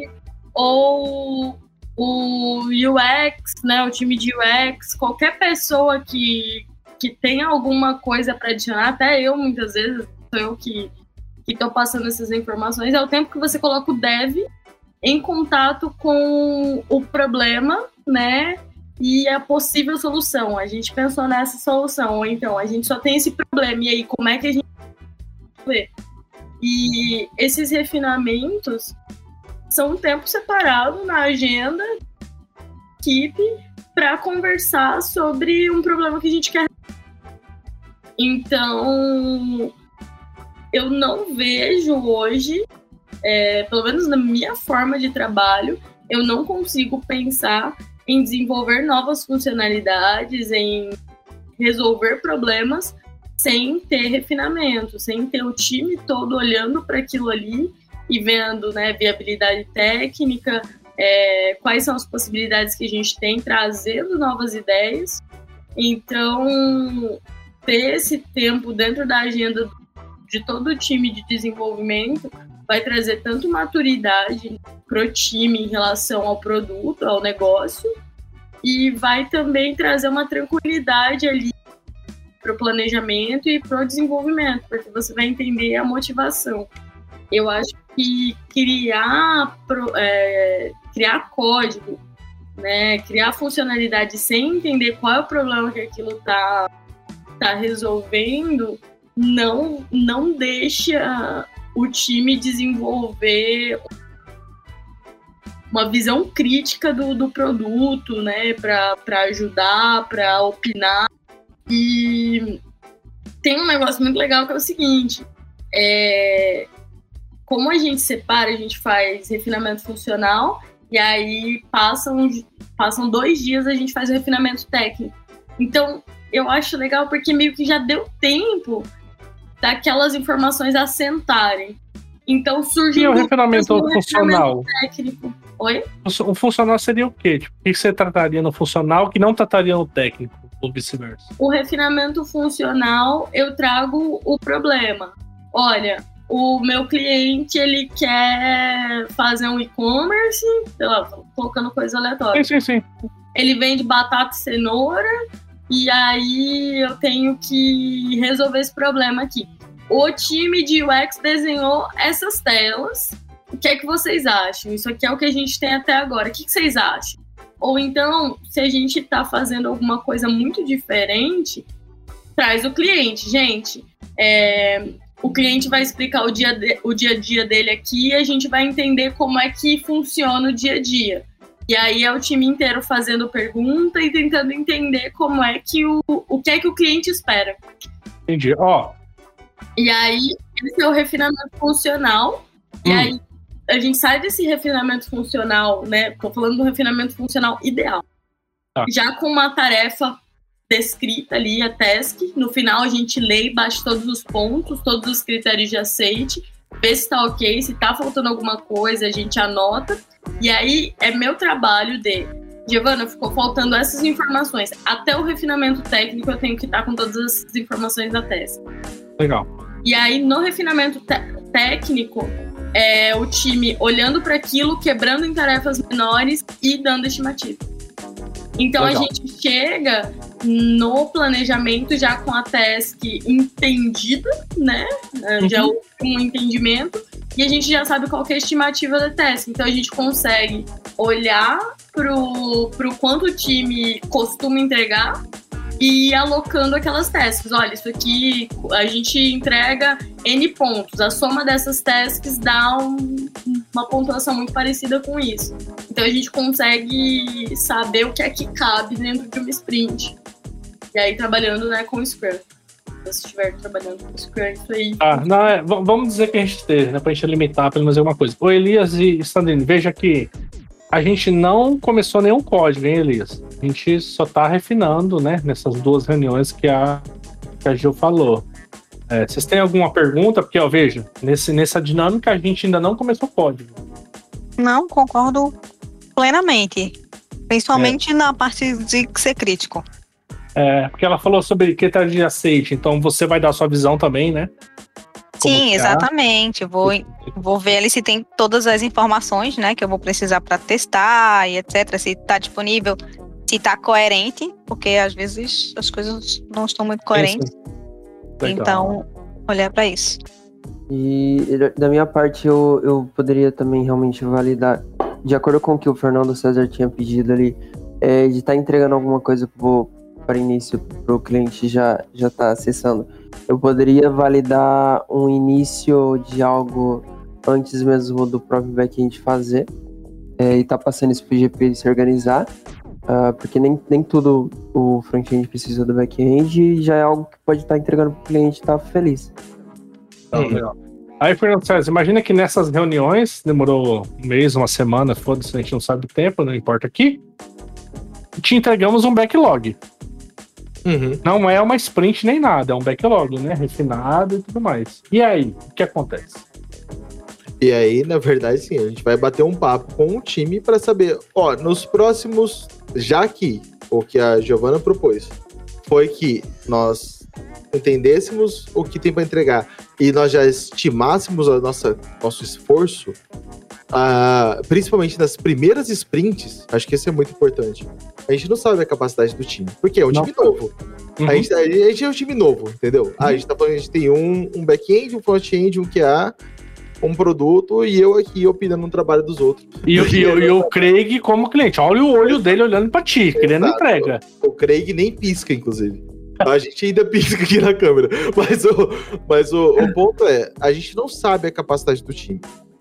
ou o U X, né, o time de U X, qualquer pessoa que, que tenha alguma coisa para adicionar, até eu muitas vezes, sou eu que estou passando essas informações, é o tempo que você coloca o dev em contato com o problema, né, e a possível solução. A gente pensou nessa solução, ou então a gente só tem esse problema, e aí como é que a gente vê? E esses refinamentos são um tempo separado na agenda da equipe para conversar sobre um problema que a gente quer. Então, eu não vejo hoje, é, pelo menos na minha forma de trabalho, eu não consigo pensar em desenvolver novas funcionalidades, em resolver problemas sem ter refinamento, sem ter o time todo olhando para aquilo ali e vendo, né, viabilidade técnica, é, quais são as possibilidades que a gente tem, trazendo novas ideias. Então, ter esse tempo dentro da agenda de todo o time de desenvolvimento vai trazer tanto maturidade para o time em relação ao produto, ao negócio, e vai também trazer uma tranquilidade ali para o planejamento e para o desenvolvimento, porque você vai entender a motivação. Eu acho que criar, é, criar código, né, criar funcionalidade sem entender qual é o problema que aquilo está tá resolvendo, não, não deixa o time desenvolver uma visão crítica do, do produto, né, para ajudar, para opinar. E tem um negócio muito legal que é o seguinte, é, como a gente separa, a gente faz refinamento funcional e aí passam, passam dois dias a gente faz o refinamento técnico. Então, eu acho legal porque meio que já deu tempo daquelas informações assentarem. Então, surge... E o refinamento funcional? Técnico. Oi? O funcional seria o quê? Tipo, o que você trataria no funcional que não trataria no técnico, ou vice-versa? O refinamento funcional, eu trago o problema. Olha, o meu cliente, ele quer fazer um e-commerce, sei lá, colocando coisa aleatória. Sim, sim, sim. Ele vende batata e cenoura, e aí eu tenho que resolver esse problema aqui. O time de U X desenhou essas telas. O que é que vocês acham? Isso aqui é o que a gente tem até agora. O que, que vocês acham? Ou então, se a gente está fazendo alguma coisa muito diferente, traz o cliente. Gente, é, o cliente vai explicar o dia, de, o dia a dia dele aqui e a gente vai entender como é que funciona o dia a dia. E aí é o time inteiro fazendo pergunta e tentando entender como é que o, o que é que o cliente espera. Entendi. Ó. E aí, esse é o refinamento funcional. Hum. E aí, a gente sai desse refinamento funcional, né? Tô falando do refinamento funcional ideal. Ah. Já com uma tarefa descrita ali, a task. No final, a gente lê e baixa todos os pontos, todos os critérios de aceite, vê se tá ok, se tá faltando alguma coisa, a gente anota. E aí, é meu trabalho de... Giovana, ficou faltando essas informações. Até o refinamento técnico, eu tenho que estar com todas essas informações da task. Legal. E aí, no refinamento te- técnico, é o time olhando para aquilo, quebrando em tarefas menores e dando estimativa. Então, legal. A gente chega no planejamento já com a task entendida, né? Uhum. Já houve um entendimento e a gente já sabe qual que é a estimativa da task. Então, a gente consegue olhar pro, pro quanto o time costuma entregar e ir alocando aquelas tasks. Olha, isso aqui a gente entrega N pontos. A soma dessas tasks dá um, uma pontuação muito parecida com isso. Então a gente consegue saber o que é que cabe dentro de uma sprint. E aí trabalhando, né, com o Scrum. Se estiver trabalhando com o Scrum, isso aí... Ah, não, é, vamos dizer que a gente esteja, né, pra gente limitar pelo menos alguma coisa. Ô Elias e Sandrine, veja que a gente não começou nenhum código, hein, Elias? A gente só tá refinando, né, nessas duas reuniões que a, que a Gil falou. É, vocês têm alguma pergunta? Porque, ó, veja, nesse, nessa dinâmica a gente ainda não começou o código. Não, concordo plenamente. Principalmente é. na parte de ser crítico. É, porque ela falou sobre critério de aceite, então você vai dar a sua visão também, né? Sim, exatamente. Vou, vou ver ali se tem todas as informações, né, que eu vou precisar para testar e etcétera. Se está disponível, se está coerente, porque às vezes as coisas não estão muito coerentes. Então, olhar para isso. E da minha parte, eu, eu poderia também realmente validar, de acordo com o que o Fernando César tinha pedido ali, é, de estar tá entregando alguma coisa pro, para início, para o cliente já já tá acessando. Eu poderia validar um início de algo antes mesmo do próprio back-end fazer, é, e tá passando isso pro G P se organizar, uh, porque nem, nem tudo o front-end precisa do back-end e já é algo que pode estar tá entregando pro cliente e tá feliz. Então, legal. Aí, Fernando César, imagina que nessas reuniões, demorou um mês, uma semana, foda-se, a gente não sabe o tempo, não importa aqui, te entregamos um backlog. Uhum. Não é uma sprint nem nada, é um backlog, né? Refinado e tudo mais. E aí, o que acontece? E aí, na verdade, sim, a gente vai bater um papo com o time para saber, ó, nos próximos, já que o que a Giovana propôs foi que nós entendêssemos o que tem para entregar e nós já estimássemos a nossa, nosso esforço, Ah, principalmente nas primeiras sprints, acho que isso é muito importante. A gente não sabe a capacidade do time, porque é um Não. time novo. Uhum. A, gente, a gente é um time novo, entendeu? Ah, a gente tá falando, a gente tem um, um back-end, um front-end, um Q A, um produto, e eu aqui opinando no trabalho dos outros. E, o- e, o- e o Craig como cliente. Olha o olho dele olhando pra ti, querendo Exato. entrega. O Craig nem pisca, inclusive. A gente ainda pisca aqui na câmera. Mas, o, mas o, o ponto é, a gente não sabe a capacidade do time.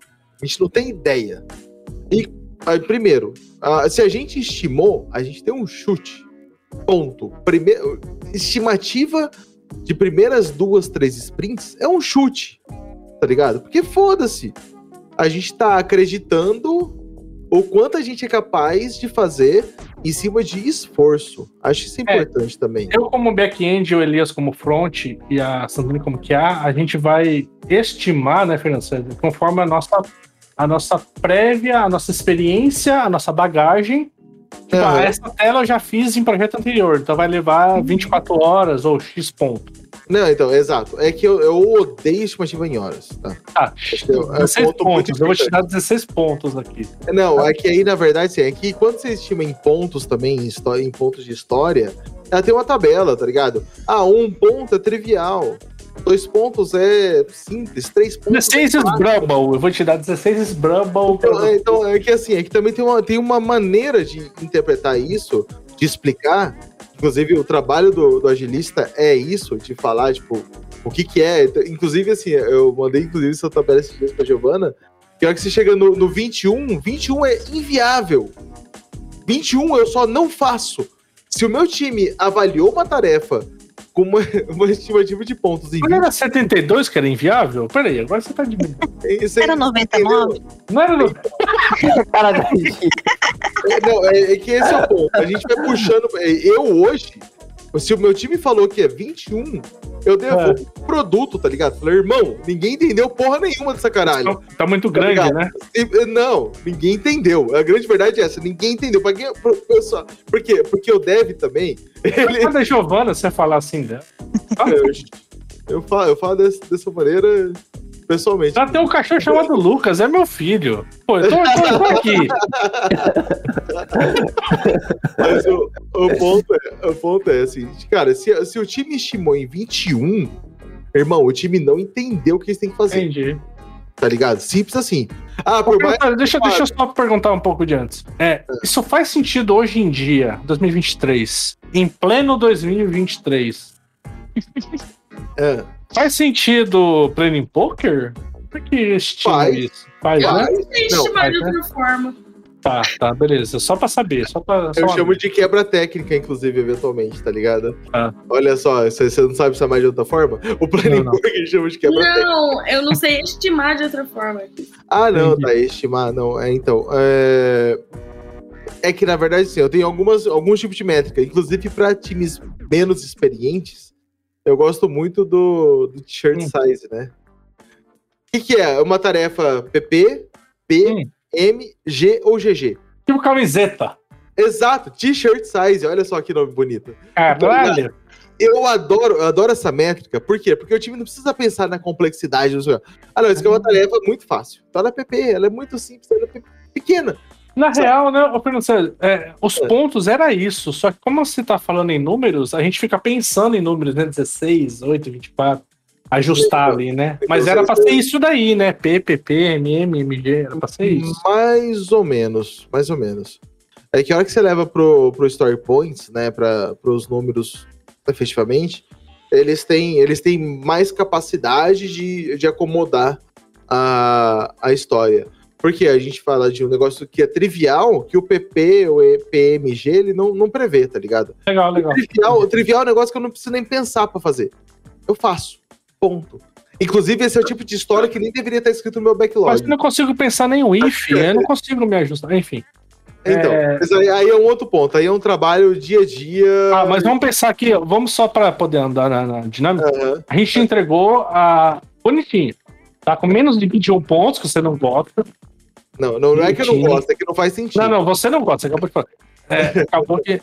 A gente não tem ideia. E, aí, primeiro, ah, se a gente estimou, a gente tem um chute. Ponto. Primeiro, estimativa de primeiras duas, três sprints é um chute. Tá ligado? Porque foda-se. A gente tá acreditando o quanto a gente é capaz de fazer em cima de esforço. Acho isso importante também. Eu como back-end, o Elias como front e a Sandrine como Q A, a gente vai estimar, né, Fernando César, conforme a nossa, a nossa prévia, a nossa experiência, a nossa bagagem. Tipo, Aham. ah, essa tela eu já fiz em projeto anterior, então vai levar vinte e quatro horas ou X ponto. Não, então, exato. É que eu, eu odeio estimativa em horas, tá? Ah, que é um dezesseis ponto muito pontos. Eu vou te importante. dar dezesseis pontos aqui. Não, é que aí, na verdade, assim, é que quando você estima em pontos também, em, histó- em pontos de história, ela tem uma tabela, tá ligado? Ah, um ponto é trivial, dois pontos é simples, três pontos dezesseis é is fácil. Brumble. Eu vou te dar dezesseis is Brumble. Então, é, então, é que assim, é que também tem uma, tem uma maneira de interpretar isso, de explicar. Inclusive, o trabalho do, do agilista é isso, de falar, tipo, o que que é. Inclusive, assim, eu mandei, inclusive, essa tabela esses dias pra Giovana, que a hora que você chega no, no vinte e um, vinte e um é inviável. vinte e um eu só não faço. Se o meu time avaliou uma tarefa com uma, uma estimativa de pontos em Não era setenta e dois que era inviável? Peraí, agora você tá diminuindo. vinte, você Era noventa e nove? Não era no... Cara da gente. É, não, é, é que esse é o ponto. A gente vai puxando. é, Eu hoje, se o meu time falou que é vinte e um, eu devolvo o produto, tá ligado? Falei, irmão, ninguém entendeu porra nenhuma dessa caralho. Tá muito grande, ligado? né? E, Não, ninguém entendeu. A grande verdade é essa, ninguém entendeu. Pra quem, pro, pessoal, por quê? Porque o Dev também. Ele, Cadê a Giovana você falar assim dela? eu, eu falo, eu falo desse- dessa maneira pessoalmente. Já tem um cachorro chamado Lucas, é meu filho. Pô, eu tô, eu tô- eu tô aqui. Mas o, o ponto é, o ponto é assim, cara, se, se o time estimou em vinte e um, irmão, o time não entendeu o que eles têm que fazer, Entendi. tá ligado? Simples assim. Ah, Ô, por mais... Pedro, Deixa, deixa eu só perguntar um pouco de antes. É, isso faz sentido hoje em dia, dois mil e vinte e três, em pleno dois mil e vinte e três? É, Faz sentido Planning Poker? Por que estima Faz. isso? Faz, né? Faz. Tem que Não, chamar de faz, né? outra forma. Tá, tá, beleza. Só pra saber. Só pra, só eu uma chamo vez. de quebra técnica, inclusive, eventualmente, tá ligado? Ah. Olha só, você você não sabe chamar de outra forma? O Planning Não, não. Poker chama de quebra técnica. Não, eu não sei estimar de outra forma. Ah, não, Entendi. tá, estimar, não. É, então, é... é que, na verdade, sim, eu tenho algumas, alguns tipos de métrica, inclusive para times menos experientes, eu gosto muito do, do t-shirt Hum. size, né? O que, que é? Uma tarefa P P, P, Hum. M, G ou G G? Tipo camiseta. Exato, t-shirt size, olha só que nome bonito. Caralho. Eu adoro, eu adoro essa métrica, por quê? Porque o time não precisa pensar na complexidade do jogo. Ah, não, isso aqui é uma tarefa muito fácil. Tá na P P, ela é muito simples, ela é pequena. Na Só- real, né, ô, Fernando César, é, os É. pontos era isso, só que como você tá falando em números, a gente fica pensando em números, né, dezesseis, oito, vinte e quatro, ajustar ali, né? Então, Mas era pra você- ser isso daí, né? P, P, P, M, M, M G, era pra ser isso. Mais ou menos, mais ou menos. É que a hora que você leva pro, pro Story Points, né, para os números efetivamente, eles têm, eles têm mais capacidade de, de acomodar a, a história. Porque a gente fala de um negócio que é trivial, que o P P, o P M G, ele não, não prevê, tá ligado? Legal, legal. Trivial, o trivial é um negócio que eu não preciso nem pensar pra fazer. Eu faço. Ponto. Inclusive, esse é o tipo de história que nem deveria estar escrito no meu backlog. Mas eu não consigo pensar nem o if, eu não consigo me ajustar, enfim. Então, É. mas aí, aí é um outro ponto. Aí é um trabalho dia a dia. Ah, mas vamos pensar aqui, ó, vamos só pra poder andar na, na dinâmica. Aham. A gente entregou a bonitinho, tá? Com menos de vinte e um pontos, que você não gosta. Não, não, não é que eu não Bonitinho. gosto, é que não faz sentido. Não, não, você não gosta, você acabou de falar. É, acabou que.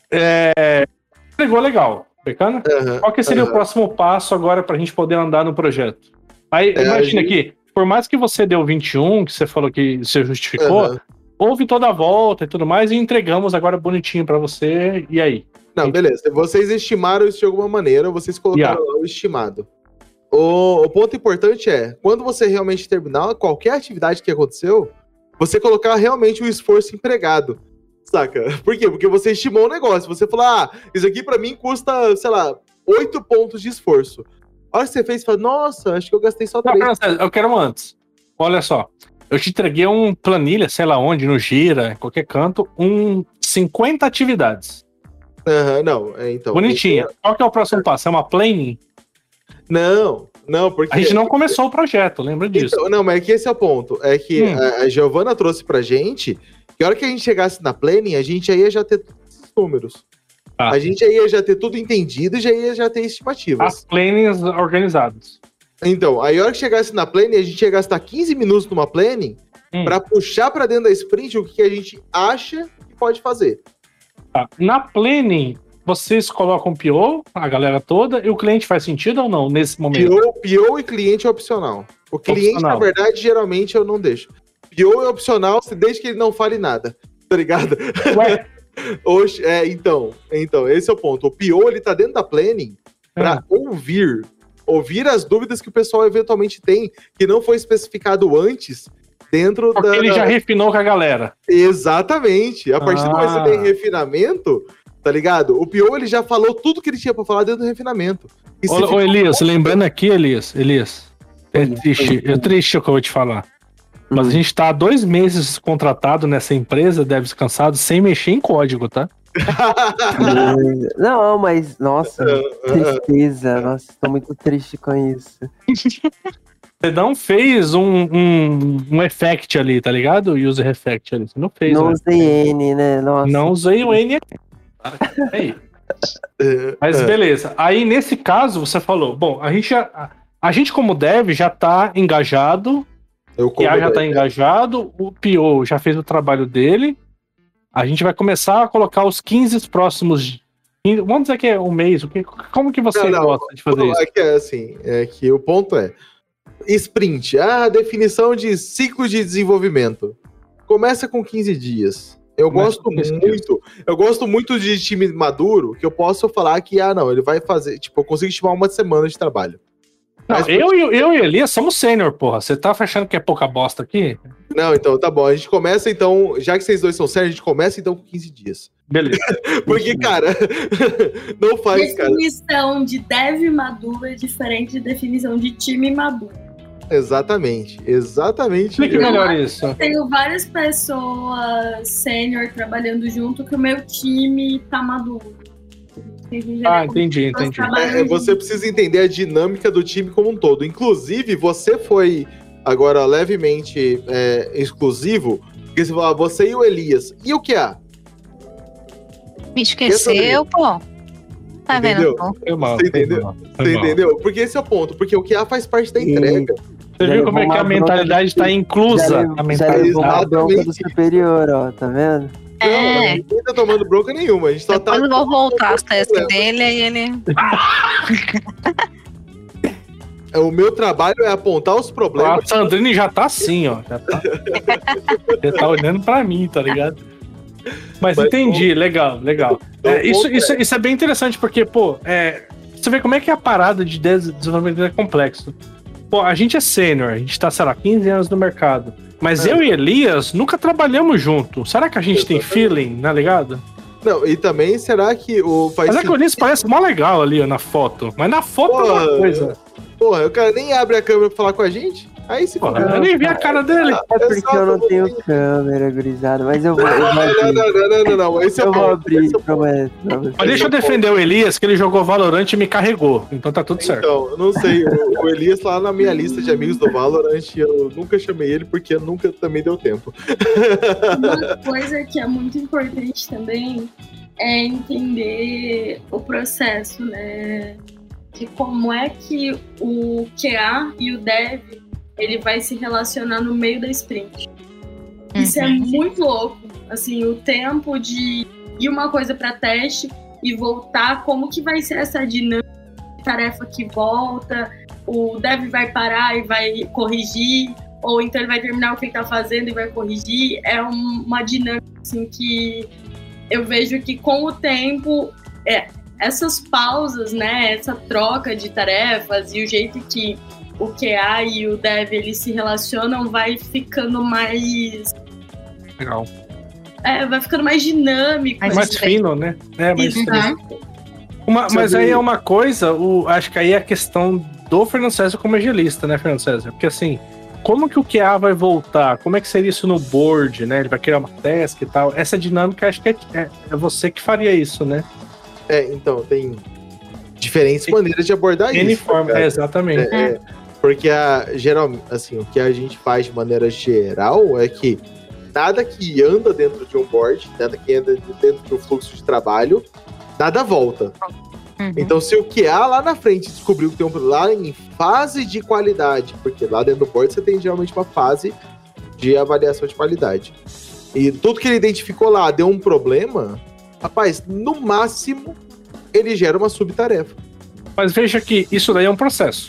É, entregou legal, bacana? Aham, Qual que seria aham. o próximo passo agora pra gente poder andar no projeto? Aí, É, imagina a gente- aqui, por mais que você deu vinte e um, que você falou que você justificou, Uhum. houve toda a volta e tudo mais, e entregamos agora bonitinho pra você, e aí? Não, beleza. Vocês estimaram isso de alguma maneira, vocês colocaram Yeah. lá o estimado. O, o ponto importante é, quando você realmente terminar qualquer atividade que aconteceu, você colocar realmente o esforço empregado, saca? Por quê? Porque você estimou o negócio. Você falou, ah, isso aqui pra mim custa, sei lá, oito pontos de esforço. A hora que você fez, você fala, nossa, acho que eu gastei só Não, três. pera, eu quero um antes. Olha só, eu te entreguei um planilha, sei lá onde, no Gira, em qualquer canto, um cinquenta atividades. Aham, não, é, então. Bonitinha. Qual que é o próximo passo? É uma planning? Não, não, porque... A gente não começou o projeto, lembra disso. Então, não, mas é que esse é o ponto. É que Hum. a, a Giovana trouxe pra gente que a hora que a gente chegasse na planning, a gente aí ia já ter todos esses números. Tá. A gente aí ia já ter tudo entendido e já ia já ter estimativas. As plannings organizadas. Então, aí a hora que chegasse na planning, a gente ia gastar quinze minutos numa planning Hum. pra puxar pra dentro da sprint o que a gente acha que pode fazer. Tá. Na planning, vocês colocam P O, a galera toda, e o cliente faz sentido ou não nesse momento? P O, P O e cliente é opcional. O cliente, Opcional. na verdade, geralmente eu não deixo. P O é opcional desde que ele não fale nada, tá ligado? Ué, Oxe, é, então, então, esse é o ponto. O P O, ele tá dentro da planning pra ouvir, ouvir as dúvidas que o pessoal eventualmente tem, que não foi especificado antes, dentro porque da... ele já refinou com a galera. Exatamente. A partir do momento que Ah. você tem refinamento, tá ligado? O P O, ele já falou tudo que ele tinha pra falar dentro do refinamento. E se Ô, ô ficou- Elias, lembrando aqui, Elias, Elias, é triste, é triste o que eu vou te falar. Mas a gente tá há dois meses contratado nessa empresa, deve descansado, sem mexer em código, tá? Não, mas, nossa, tristeza. Nossa, tô muito triste com isso. Você não fez um, um, um effect ali, tá ligado? O user effect ali. Você não fez, Não né? usei N, né? Nossa. Não usei o N aqui. Aí. É, Mas é. beleza. Aí, nesse caso, você falou, bom, a gente, já, a, a gente como dev já tá engajado, Eu o Q A como já tá dev. engajado, o P O já fez o trabalho dele, a gente vai começar a colocar os quinze próximos... Vamos dizer que é um mês, o que, como que você Não, não. gosta de fazer Não, isso? é que é assim, é que o ponto é sprint, a definição de ciclo de desenvolvimento. Começa com quinze dias. Eu Começa gosto com quinze muito, eu gosto muito de time maduro, que eu posso falar que, ah, não, ele vai fazer, tipo, eu consigo estimar uma semana de trabalho. Não, Mas- eu, e- eu e Elias somos sênior, porra. Você tá achando que é pouca bosta aqui? Não, então, tá bom, a gente começa então, já que vocês dois são sérios, a gente começa então com quinze dias. Beleza. Porque, cara, não faz, cara. Definição de dev maduro é diferente de definição de time maduro. Exatamente, exatamente. Explique melhor isso. Tenho várias pessoas sênior trabalhando junto que o meu time tá maduro. Ah, entendi, entendi. É, você precisa entender a dinâmica do time como um todo. Inclusive, você foi agora levemente é, exclusivo, porque você falou, ah, você e o Elias. E o Q A? Me esqueceu, pô. Tá Entendeu? vendo? Pô? Foi mal, Você foi entendeu? mal, foi Você mal. entendeu? Porque esse é o ponto. Porque o Q A faz parte da E- entrega. Você viu como é que a Já levou uma mentalidade bronca tá inclusa? Já, A levou- já mentalidade. levou uma bronca do Exatamente. superior, ó, tá vendo? Não, É. ninguém tá tomando bronca nenhuma. A gente só Depois tá. eu vou voltar as testes problema. dele e ele. O meu trabalho é apontar os A problemas. Sandrine já tá assim, ó. Já tá... Você tá olhando pra mim, tá ligado? Mas, Mas, entendi, legal, legal. Então, É, isso, ponto é- isso, isso é bem interessante, porque, pô, é, você vê como é que a parada de des- desenvolvimento é complexo. Pô, a gente é sênior, a gente tá, sei lá, quinze anos no mercado. Mas É. eu e Elias nunca trabalhamos junto. Será que a gente tem feeling, tá ligado? Não, e também será que o faz Mas é que o Elias parece mó legal ali, ó, na foto. Mas na foto é uma Porra, coisa. Porra, o cara nem abre a câmera pra falar com a gente. Aí se Porra, fudeu. eu nem vi a cara dele. É porque Exato, eu não não tenho tem. câmera, gurizada, mas eu vou, eu vou Não, abrir. não, não, não, não, não. Esse é o Eu vou ponto. abrir, Esse é o ponto. prometo. pra você. Mas deixa eu defender o Elias, que ele jogou Valorant e me carregou. Então tá tudo certo. Então, eu não sei, o, o Elias lá na minha lista de amigos do Valorant, eu nunca chamei ele porque nunca também deu tempo. Uma coisa que é muito importante também é entender o processo, né? De como é que o Q A e o Dev ele vai se relacionar no meio da sprint. Isso é muito louco. Assim, o tempo de ir uma coisa para teste e voltar, como que vai ser essa dinâmica de tarefa que volta, o dev vai parar e vai corrigir, ou então ele vai terminar o que ele tá fazendo e vai corrigir. É uma dinâmica assim, que eu vejo que com o tempo, é, essas pausas, né, essa troca de tarefas e o jeito que o Q A e o dev eles se relacionam vai ficando mais... Legal. É, vai ficando mais dinâmico. Mais, mais fino, né? É, mais Uhum. fino. Uma, mas aí é uma coisa, o, acho que aí é a questão do Fernando César como agilista, né, Fernando César? Porque assim, como que o Q A vai voltar? Como é que seria isso no board, né? Ele vai criar uma task e tal. Essa dinâmica, acho que é, é, é você que faria isso, né? É, então, tem diferentes maneiras de abordar isso. Uniforme, tá, é, exatamente. É, é, porque, a, geral, assim, o que a gente faz de maneira geral é que nada que anda dentro de um board, nada que anda dentro de um fluxo de trabalho, nada volta. Uhum. Então, se o Q A lá na frente descobriu que tem um problema lá em fase de qualidade, porque lá dentro do board você tem geralmente uma fase de avaliação de qualidade. E tudo que ele identificou lá deu um problema, rapaz, no máximo ele gera uma subtarefa. Mas veja que isso daí é um processo.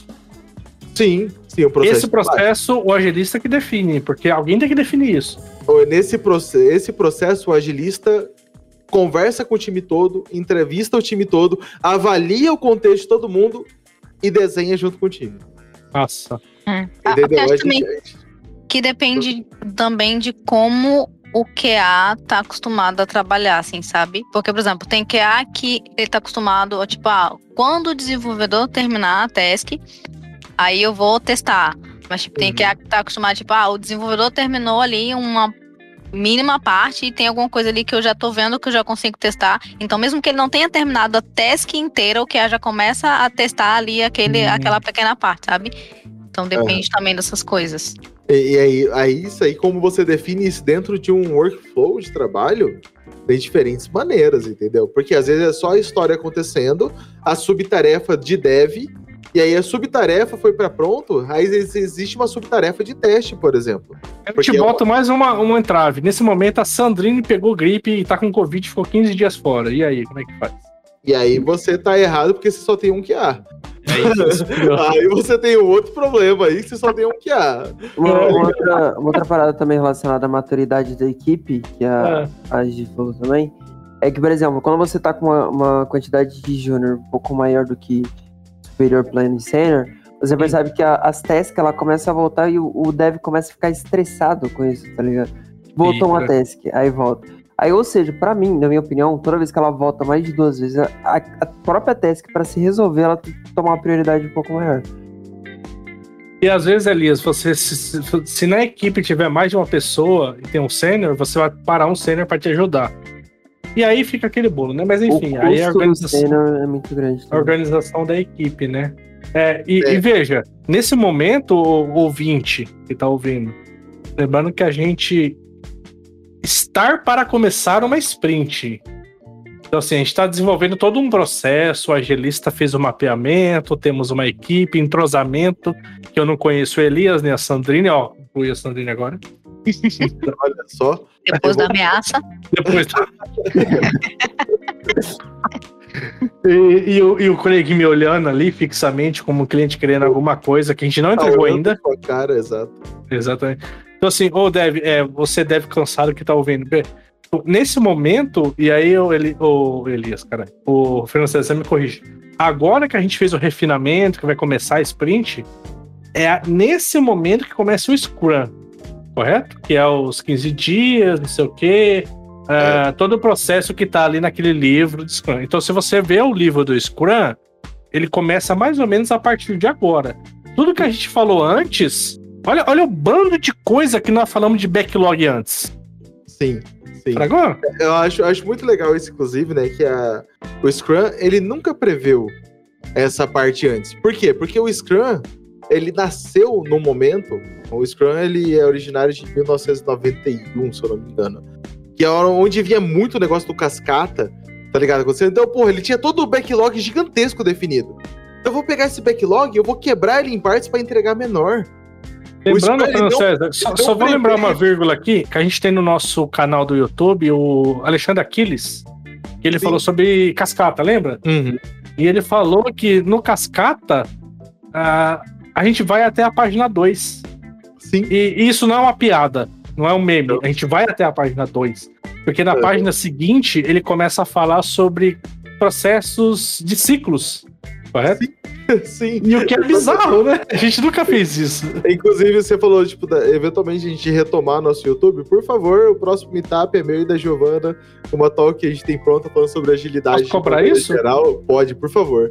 Sim, sim, um processo. Esse processo, o agilista que define, porque alguém tem que definir isso. Nesse processo, esse processo, o agilista conversa com o time todo, entrevista o time todo, avalia o contexto de todo mundo e desenha junto com o time. Nossa. Hum. Entendeu? Ah, A gente- também que depende também de como o Q A tá acostumado a trabalhar, assim, sabe? Porque, por exemplo, tem Q A que ele tá acostumado, a, tipo, ah, quando o desenvolvedor terminar a task, aí eu vou testar. Mas, tipo, tem Uhum. Q A que tá acostumado, tipo, ah, o desenvolvedor terminou ali uma mínima parte e tem alguma coisa ali que eu já tô vendo que eu já consigo testar. Então, mesmo que ele não tenha terminado a task inteira, o Q A já começa a testar ali aquele, Hum. aquela pequena parte, sabe? Então, depende também dessas coisas. E, e aí, aí, isso aí, como você define isso dentro de um workflow de trabalho, tem diferentes maneiras, entendeu? Porque às vezes é só a história acontecendo, a subtarefa de dev, e aí a subtarefa foi para pronto, aí existe uma subtarefa de teste, por exemplo. Eu Porque te é boto mais uma, uma entrave. Nesse momento, a Sandrine pegou gripe e tá com Covid e ficou quinze dias fora. E aí, como é que faz? E aí você tá errado porque você só tem um Q A. É isso. Aí você tem um outro problema aí que você só tem um Q A. Uma, uma outra, uma outra parada também relacionada à maturidade da equipe, que a, a Gi falou também, é que, por exemplo, quando você tá com uma, uma quantidade de júnior um pouco maior do que superior, pleno e sênior, você percebe que a, as tasks, ela começa a voltar e o, o dev começa a ficar estressado com isso, tá ligado? Voltou uma task, aí volta. Aí, ou seja, pra mim, na minha opinião, toda vez que ela volta mais de duas vezes, a, a própria task, pra se resolver, ela tem que tomar uma prioridade um pouco maior. E às vezes, Elias, você, se, se, se na equipe tiver mais de uma pessoa e tem um sênior, você vai parar um sênior pra te ajudar. E aí fica aquele bolo, né? Mas enfim, o aí a custo do organização, sênior é muito grande. a também. organização da equipe, né? É, e, É. e veja, nesse momento, o ouvinte que tá ouvindo, lembrando que a gente estar para começar uma sprint. Então, assim, a gente está desenvolvendo todo um processo, o agilista fez o mapeamento, temos uma equipe, entrosamento, que eu não conheço o Elias nem a Sandrine, ó, inclui a Sandrine agora. Olha só. Depois da ameaça. Depois. e, e, o, e o colega me olhando ali fixamente, como um cliente querendo alguma coisa que a gente não entregou Olhando ainda. pra sua cara, exato. Exatamente. Então, assim, ô Dev, é, você deve cansado que tá ouvindo. Bê, nesse momento, e aí o, Eli, o Elias, caralho, o Fernando César me corrige. Agora que a gente fez o refinamento, que vai começar a sprint, é a- nesse momento que começa o Scrum, correto? Que é os quinze dias, não sei o quê, ah, todo o processo que tá ali naquele livro de Scrum. Então, se você vê o livro do Scrum, ele começa mais ou menos a partir de agora. Tudo que a gente falou antes, olha, olha o bando de coisa que nós falamos de backlog antes. Sim, sim. Tragou? Eu acho, acho muito legal isso, inclusive, né? Que a, o Scrum, ele nunca preveu essa parte antes. Por quê? Porque o Scrum, ele nasceu no momento... O Scrum, ele é originário de mil novecentos e noventa e um, se eu não me engano. Que é onde vinha muito o negócio do cascata, tá ligado? Então, porra, ele tinha todo o backlog gigantesco definido. Então eu vou pegar esse backlog e eu vou quebrar ele em partes pra entregar menor. Lembrando, Scrum, ele Fernando não- César, só, ele só não vou lembrar prevê. uma vírgula aqui, que a gente tem no nosso canal do YouTube, o Alexandre Aquiles, que ele Sim. falou sobre cascata, lembra? Uhum. E ele falou que no cascata, uh, a gente vai até a página dois. Sim. E, e isso não é uma piada, não é um meme. Não. A gente vai até a página dois. Porque na é. página seguinte, ele começa a falar sobre processos de ciclos, correto? Sim. Sim. E o que é bizarro, né? A gente nunca fez isso. Inclusive, você falou, tipo, da, eventualmente a gente retomar nosso YouTube. Por favor, o próximo meetup é meu e da Giovana, uma talk que a gente tem pronta falando sobre agilidade. Posso cobrar isso? Geral. Pode, por favor.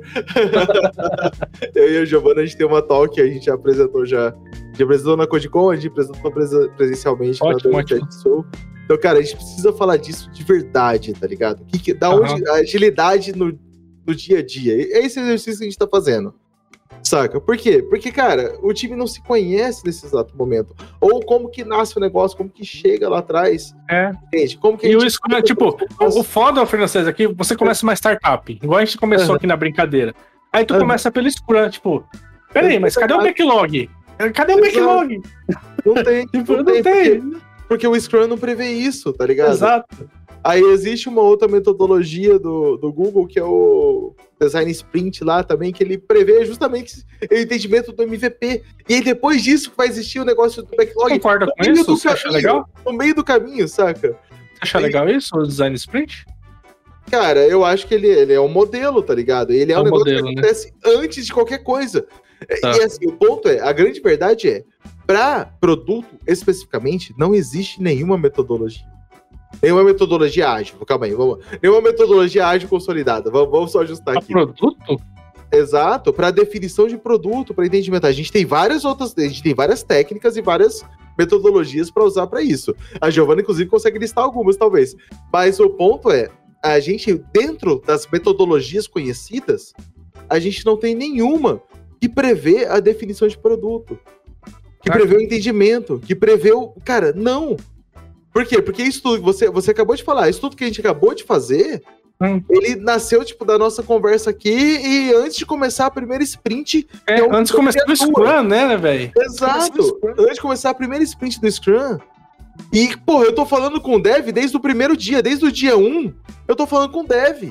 Eu e a Giovana, a gente tem uma talk que a gente já apresentou já. A gente apresentou na CodeCon, a gente apresentou presencialmente ótimo, na ótimo. Sul. Então, cara, a gente precisa falar disso de verdade, tá ligado? Que, que, da uhum. onde a agilidade no no dia a dia. É esse exercício que a gente tá fazendo. Saca? Por quê? Porque, cara, o time não se conhece nesse exato momento. Ou como que nasce o negócio, como que chega lá atrás. É. Entende? Como que a e gente... o Scrum, tipo, o, o foda, Fernando César, aqui, você começa uma startup, igual a gente começou uhum. aqui na brincadeira. Aí tu uhum. começa pelo Scrum, tipo, peraí, mas cadê o backlog? Cadê o backlog? Não tem. tipo, não, não tem. tem. Porque, porque o Scrum não prevê isso, tá ligado? Exato. Aí existe uma outra metodologia do, do Google, que é o Design Sprint lá também, que ele prevê justamente o entendimento do M V P. E aí depois disso vai existir o negócio do backlog. Você concorda com isso? Você acha legal? No meio do caminho, saca? Você acha e... legal isso, o Design Sprint? Cara, eu acho que ele, ele é um modelo, tá ligado? Ele é, é um, um negócio modelo, que acontece né? antes de qualquer coisa. Tá. E assim, o ponto é, a grande verdade é, para produto especificamente, não existe nenhuma metodologia. Nenhuma metodologia ágil, calma aí, vamos. Nenhuma metodologia ágil consolidada, vamos, vamos só ajustar aqui. Produto? Exato, para definição de produto, para entendimento. A gente tem várias outras, a gente tem várias técnicas e várias metodologias para usar para isso. A Giovana, inclusive, consegue listar algumas, talvez. Mas o ponto é, a gente, dentro das metodologias conhecidas, a gente não tem nenhuma que prevê a definição de produto, que prevê o entendimento, que prevê o... Cara, não... Por quê? Porque isso tudo que você, você acabou de falar, isso tudo que a gente acabou de fazer, hum. ele nasceu, tipo, da nossa conversa aqui e antes de começar a primeira sprint... É, é antes de começar o Scrum, né, velho? Exato! Antes de começar a primeira sprint do Scrum. E, pô, eu tô falando com o Dev desde o primeiro dia, desde o dia um, eu tô falando com o Dev.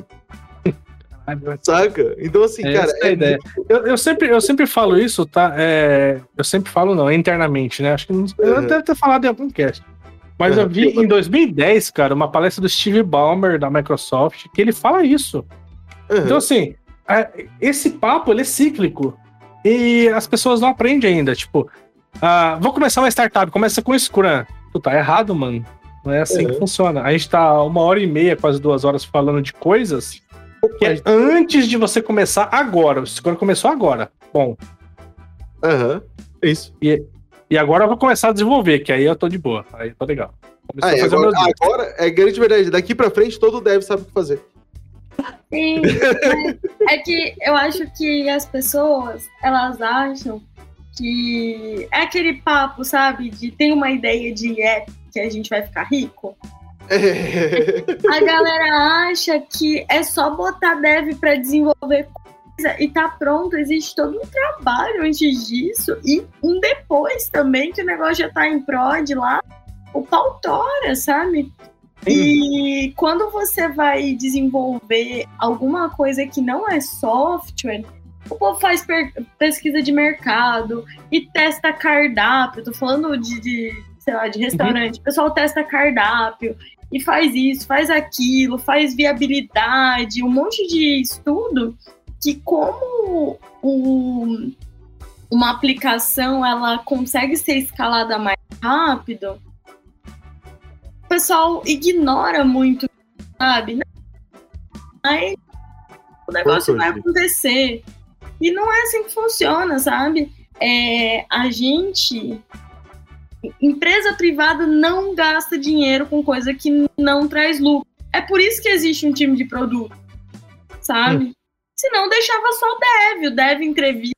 Saca? Então, assim, é, cara... É a ideia. Eu, eu, sempre, eu sempre falo isso, tá? É, eu sempre falo, não, internamente, né? Acho que não, eu uhum. deve ter falado em algum cast. Mas eu vi em dois mil e dez, cara, uma palestra do Steve Ballmer, da Microsoft, que ele fala isso. Uhum. Então, assim, esse papo, ele é cíclico. E as pessoas não aprendem ainda. Tipo, uh, vou começar uma startup, começa com Scrum. Tu tá errado, mano. Não é assim uhum. que funciona. A gente tá uma hora e meia, quase duas horas, falando de coisas que é antes de você começar agora. O Scrum começou agora. Bom. Aham, uhum. Isso. E... E agora eu vou começar a desenvolver, que aí eu tô de boa. Aí eu tô legal. Ah, é, agora, agora é grande verdade. Daqui pra frente, todo dev sabe o que fazer. Sim. É que eu acho que as pessoas, elas acham que é aquele papo, sabe? De tem uma ideia de app que a gente vai ficar rico. É. A galera acha que é só botar dev pra desenvolver e tá pronto, existe todo um trabalho antes disso e um depois também, que o negócio já tá em prod lá, o pau tora, sabe? Sim. E quando você vai desenvolver alguma coisa que não é software, o povo faz per- pesquisa de mercado e testa cardápio, tô falando de, de sei lá, de restaurante, uhum. O pessoal testa cardápio e faz isso, faz aquilo, faz viabilidade, um monte de estudo que como um, uma aplicação ela consegue ser escalada mais rápido, o pessoal ignora muito, sabe? Aí o negócio vai acontecer. E não é assim que funciona, sabe? É, a gente... Empresa privada não gasta dinheiro com coisa que não traz lucro. É por isso que existe um time de produto, sabe? Hum. Senão deixava só o dev. O dev entrevista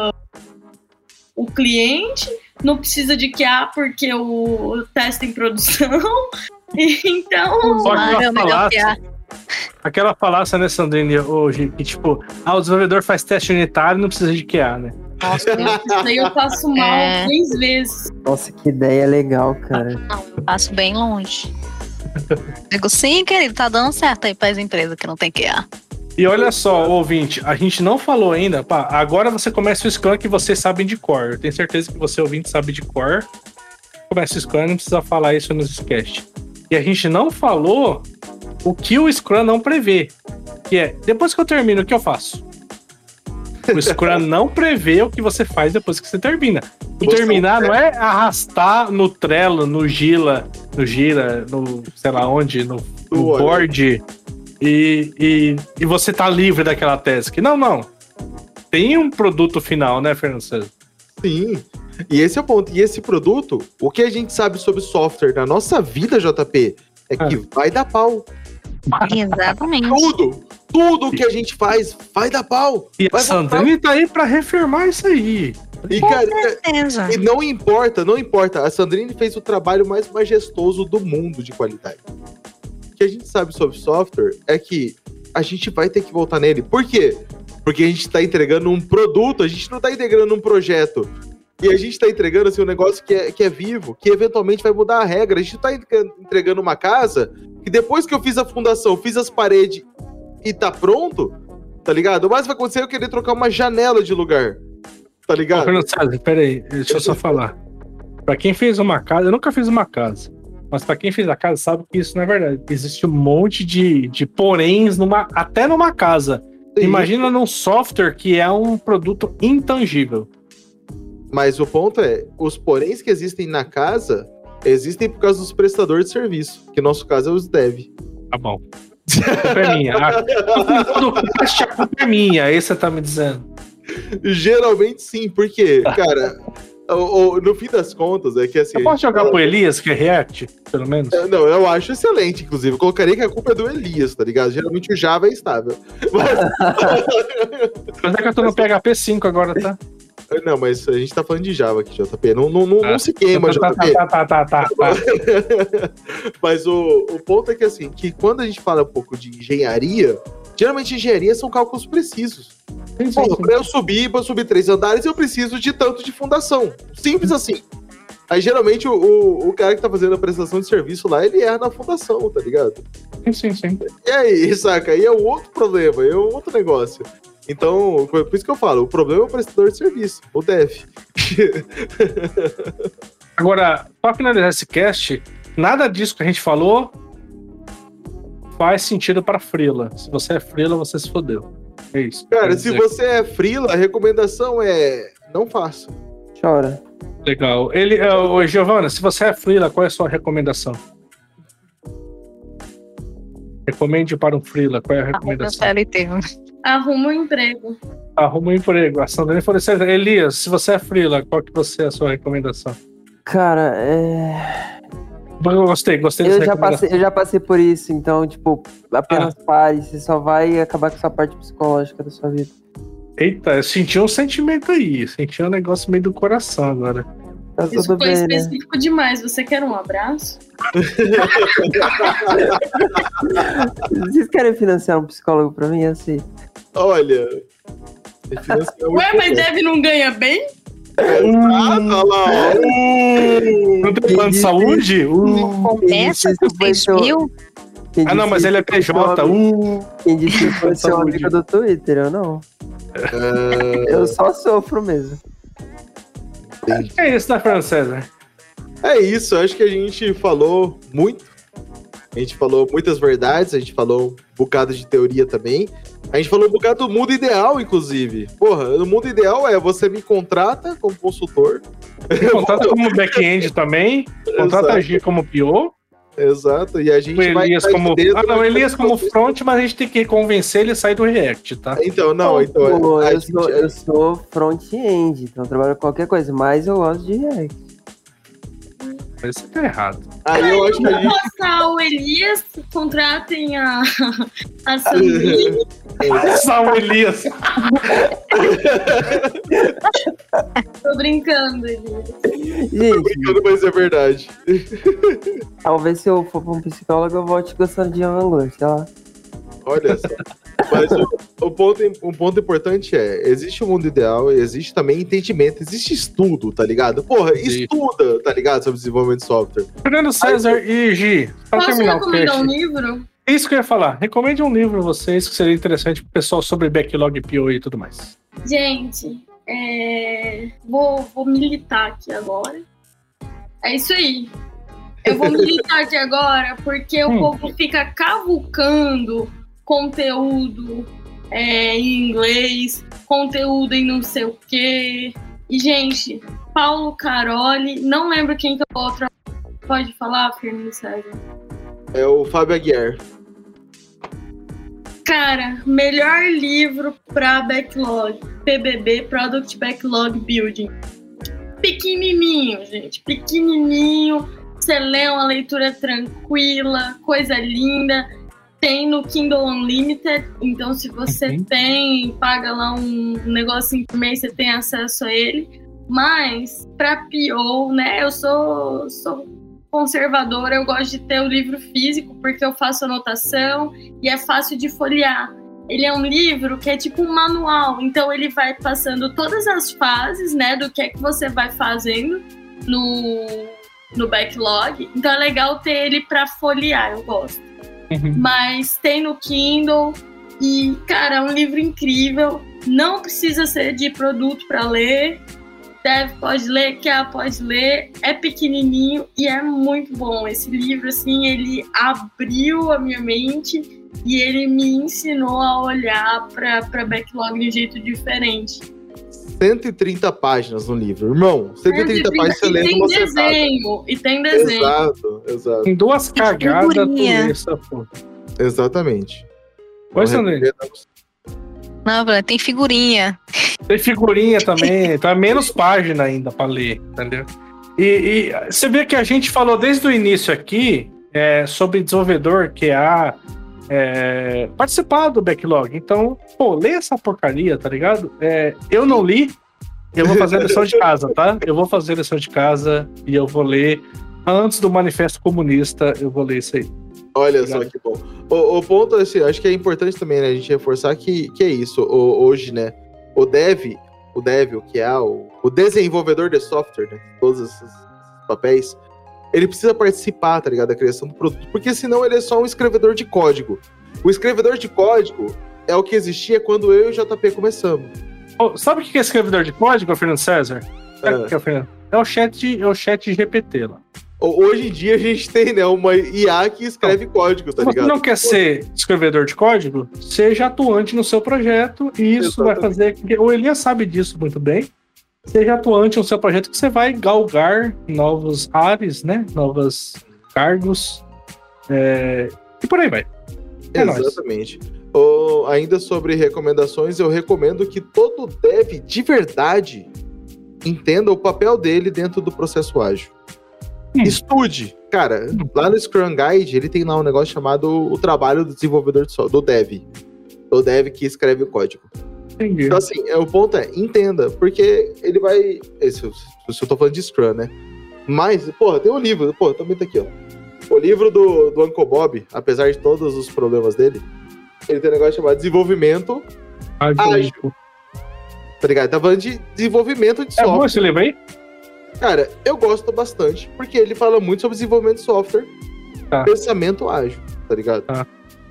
o cliente, não precisa de Q A porque o testa em produção. Então... Só aquela falácia, aquela falácia, né, Sandrine, hoje, que tipo, ah, o desenvolvedor faz teste unitário e não precisa de Q A, né? Nossa, isso aí eu passo mal é... três vezes. Nossa, que ideia legal, cara. Não, eu passo bem longe. Digo, sim, querido, tá dando certo aí para as empresas que não tem Q A. E olha só, ouvinte, a gente não falou ainda, pá, agora você começa o Scrum que vocês sabem de cor. Eu tenho certeza que você, ouvinte, sabe de cor. Começa o Scrum, não precisa falar isso nos sketch. E a gente não falou o que o Scrum não prevê. Que é, depois que eu termino, o que eu faço? O Scrum não prevê o que você faz depois que você termina. O Você terminar não não é arrastar no Trello, no Gira, no Gira, no sei lá onde, no, no Olha. board, e, e, e você tá livre daquela task. Não, não. Tem um produto final, né, Fernando César? Sim. E esse é o ponto. E esse produto, o que a gente sabe sobre software na nossa vida, J P, é que Ah. vai dar pau. Exatamente. Tudo, tudo que a gente faz vai dar pau. E a Vai Sandrine tá aí pra reafirmar isso aí. E, Com cara, certeza. e não importa, não importa. A Sandrine fez o trabalho mais majestoso do mundo de qualidade. O que a gente sabe sobre software é que a gente vai ter que voltar nele. Por quê? Porque a gente tá entregando um produto, a gente não tá entregando um projeto. E a gente tá entregando assim, um negócio que é, que é vivo, que eventualmente vai mudar a regra. A gente tá entregando uma casa que depois que eu fiz a fundação, fiz as paredes e tá pronto, tá ligado? O mais vai acontecer é eu querer trocar uma janela de lugar. Tá Ô, ligado? Fernando César, peraí, deixa eu só falar. Pra quem fez uma casa, eu nunca fiz uma casa, mas pra quem fez a casa sabe que isso não é verdade. Existe um monte de, de poréns numa, até numa casa. Sim. Imagina num software que é um produto intangível. Mas o ponto é, os poréns que existem na casa, existem por causa dos prestadores de serviço, que no nosso caso é os dev. Tá bom. A culpa é minha. A, todo cast, a culpa é minha, aí você tá me dizendo. Geralmente sim, porque, cara, o, o- no fim das contas, é que assim... Eu posso jogar pro Elias, que é React, pelo menos? É, Não, eu acho excelente, inclusive. Eu colocaria que a culpa é do Elias, tá ligado? Geralmente o Java é estável. Mas- Mas é que eu tô no P H P cinco agora, tá? não, mas a gente tá falando de Java aqui, J P. Não, não, não, não Ah. se queima, tá, J P. tá, tá, tá, tá, tá. Mas o, o ponto é que, assim, que quando a gente fala um pouco de engenharia, geralmente engenharia são cálculos precisos. Sim, sim, Porra, sim. pra eu subir, pra eu subir três andares, eu preciso de tanto de fundação. Simples assim. Aí, geralmente, o, o, o cara que tá fazendo a prestação de serviço lá, ele erra na fundação, tá ligado? Sim, sim, sim. E aí, saca? Aí é um outro problema, é um outro negócio. Então, por isso que eu falo, o problema é o prestador de serviço, o dev. Agora, pra finalizar esse cast, nada disso que a gente falou faz sentido pra freela. Se você é freela, você se fodeu. É isso. Cara, Quer se dizer, você é freela, a recomendação é não faça. Chora. Legal. Ele, uh, ô, Giovana, se você é freela, qual é a sua recomendação? Recomende para um freela, qual é a Arruma recomendação? C L T. Arruma um emprego. Arruma um emprego. A Sandrine falou assim, Elias, se você é freela, qual que você é a sua recomendação? Cara, é. Eu gostei, gostei Eu dessa já, recomendação. passei, eu já passei por isso, então, tipo, apenas Ah. pare, você só vai acabar com essa parte psicológica da sua vida. Eita, eu senti um sentimento aí, senti um negócio meio do coração agora. Tá Isso tudo foi bem, né? específico demais. Você quer um abraço? Vocês querem financiar um psicólogo pra mim? Assim. Olha. financiar o Ué, mas projeto. Dev não ganha bem? Ah, tá lá, ó. Não tem plano de saúde? Uh. Começa Quem com disse que foi seis seu- mil. quem Ah, não, disse mas que ele é foi seu P J. amigo- Uh. Quem disse que foi seu Saúde. amigo do Twitter? Eu não. Ah, Eu só sofro mesmo. Que é isso, né, Fernando César? É isso, acho que a gente falou muito. A gente falou muitas verdades, a gente falou um bocado de teoria também. A gente falou um bocado do mundo ideal, inclusive. Porra, no mundo ideal é você me contrata como consultor. Me contrata como back-end também. Contrata Exato. a G como P O. Exato, e a gente O vai... Elias vai como. dentro, Ah, não, o vai Elias fazer como tudo. front, mas a gente tem que convencer ele a sair do React, tá? Então, não, então... Pô, a eu, gente- sou, eu sou front-end, então eu trabalho com qualquer coisa, mas eu gosto de React. Mas isso tá errado. Aí eu acho que a gente... Passar o Elias, contratem a, a Sandrine. Só o Elias. Tô brincando, Elias. Gente, brincando, mas é verdade. talvez se eu for pra um psicólogo eu volte gostando de Angular, sei lá. Olha só. Mas o, o ponto, um ponto importante é, existe o mundo ideal, existe também entendimento, existe estudo, tá ligado? Porra, Existe. estuda, tá ligado? Sobre desenvolvimento de software. Fernando César e Gi, pra Posso terminar o recomendar um cast. livro? Isso que eu ia falar. Recomende um livro a vocês que seria interessante pro pessoal sobre backlog, P O e tudo mais. Gente, é... vou, vou militar aqui agora. É isso aí. Eu vou militar aqui agora porque hum. o povo fica cavucando conteúdo é, em inglês, conteúdo em não sei o quê. E, gente, Paulo Caroli, não lembro quem que é o outro. Pode falar, Fernando César? É o Fábio Aguiar. Cara, melhor livro pra backlog. P B B, Product Backlog Building. Pequenininho, gente. Pequenininho. Você lê uma leitura tranquila, coisa linda. Tem no Kindle Unlimited. Então, se você uhum. tem, paga lá um negocinho por mês, você tem acesso a ele. Mas, pra P O, né? Eu sou... sou conservadora, eu gosto de ter o livro físico porque eu faço anotação e é fácil de folhear. Ele é um livro que é tipo um manual, então ele vai passando todas as fases, né, do que é que você vai fazendo no, no backlog. Então é legal ter ele para folhear, eu gosto. Uhum. Mas tem no Kindle e, cara, é um livro incrível. Não precisa ser de produto para ler. Deve, pode ler, quer, pode ler, é pequenininho e é muito bom. Esse livro, assim, ele abriu a minha mente e ele me ensinou a olhar para backlog de um jeito diferente. cento e trinta páginas no livro, irmão. cento e trinta páginas você lê numa sentada. Desenho, e tem desenho. Exato, exato. Em duas cagadas, tu lê essa porra. Exatamente. Pois, André. Não, tem figurinha. Tem figurinha também, então é menos página ainda pra ler, entendeu? E, e você vê que a gente falou desde o início aqui é, sobre desenvolvedor que é, é participar do backlog. Então, pô, lê essa porcaria, tá ligado? É, eu não li, eu vou fazer a lição de casa, tá? Eu vou fazer a lição de casa e eu vou ler antes do Manifesto Comunista, eu vou ler isso aí. Olha só que bom. O, o ponto, assim, acho que é importante também, né, a gente reforçar que, que é isso. O, hoje, né, o dev, o dev, o que é o, o desenvolvedor de software, né, todos esses papéis, ele precisa participar, tá ligado, da criação do produto, porque senão ele é só um escrevedor de código. O escrevedor de código é o que existia quando eu e o J P começamos. Oh, sabe o que é escrevedor de código, Fernando César? Sabe o que é, Fernando? É o chat, é o chat G P T lá. Hoje em dia a gente tem, né, uma I A que escreve não. código, tá Se ligado? Se você não quer ser escrevedor de código, seja atuante no seu projeto e isso Exatamente. Vai fazer... que o Elias sabe disso muito bem. Seja atuante no seu projeto que você vai galgar novos ares, né? Novos cargos. É, e por aí vai. É Exatamente. Oh, ainda sobre recomendações, eu recomendo que todo dev de verdade entenda o papel dele dentro do processo ágil. Hum. Estude. Cara, hum. lá no Scrum Guide, ele tem lá um negócio chamado o trabalho do desenvolvedor de software, do dev. O dev que escreve o código. Entendi. Então, assim, é, o ponto é, entenda, porque ele vai... Esse, se eu tô falando de Scrum, né? Mas, porra, tem um livro, porra, também tá aqui, ó. O livro do, do Uncle Bob, apesar de todos os problemas dele, ele tem um negócio chamado desenvolvimento ágil. Tá ligado? Tá falando de desenvolvimento de é software. É bom esse livro aí? Cara, eu gosto bastante, porque ele fala muito sobre desenvolvimento de software, tá. pensamento ágil, tá ligado? Tá.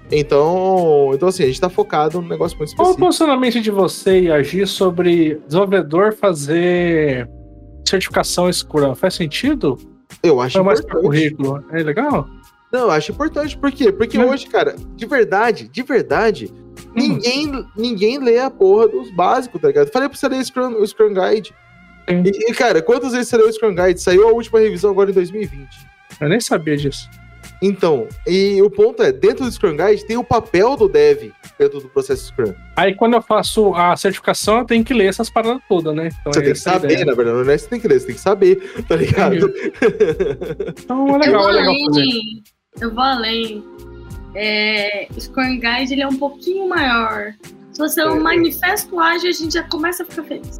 Então, então, assim, a gente tá focado num negócio muito específico. Qual o posicionamento de você e agir sobre desenvolvedor fazer certificação Scrum? Faz sentido? Eu acho é mais importante. Currículo. É legal? Não, eu acho importante. Por quê? Porque hum. hoje, cara, de verdade, de verdade, hum. ninguém, ninguém lê a porra dos básicos, tá ligado? Falei pra você ler o Scrum, o Scrum Guide. E, cara, quantas vezes você leu o Scrum Guide? Saiu a última revisão agora em dois mil e vinte. Eu nem sabia disso. Então, e o ponto é, dentro do Scrum Guide tem o papel do dev dentro do processo Scrum. Aí quando eu faço a certificação, eu tenho que ler essas paradas todas, né? Então, você tem que saber, na verdade, não é você tem que ler, você tem que saber, tá ligado? Então é legal, é legal fazer. Eu vou além. É, o Scrum Guide, ele é um pouquinho maior. Se você é um manifesto ágil, a gente já começa a ficar feliz.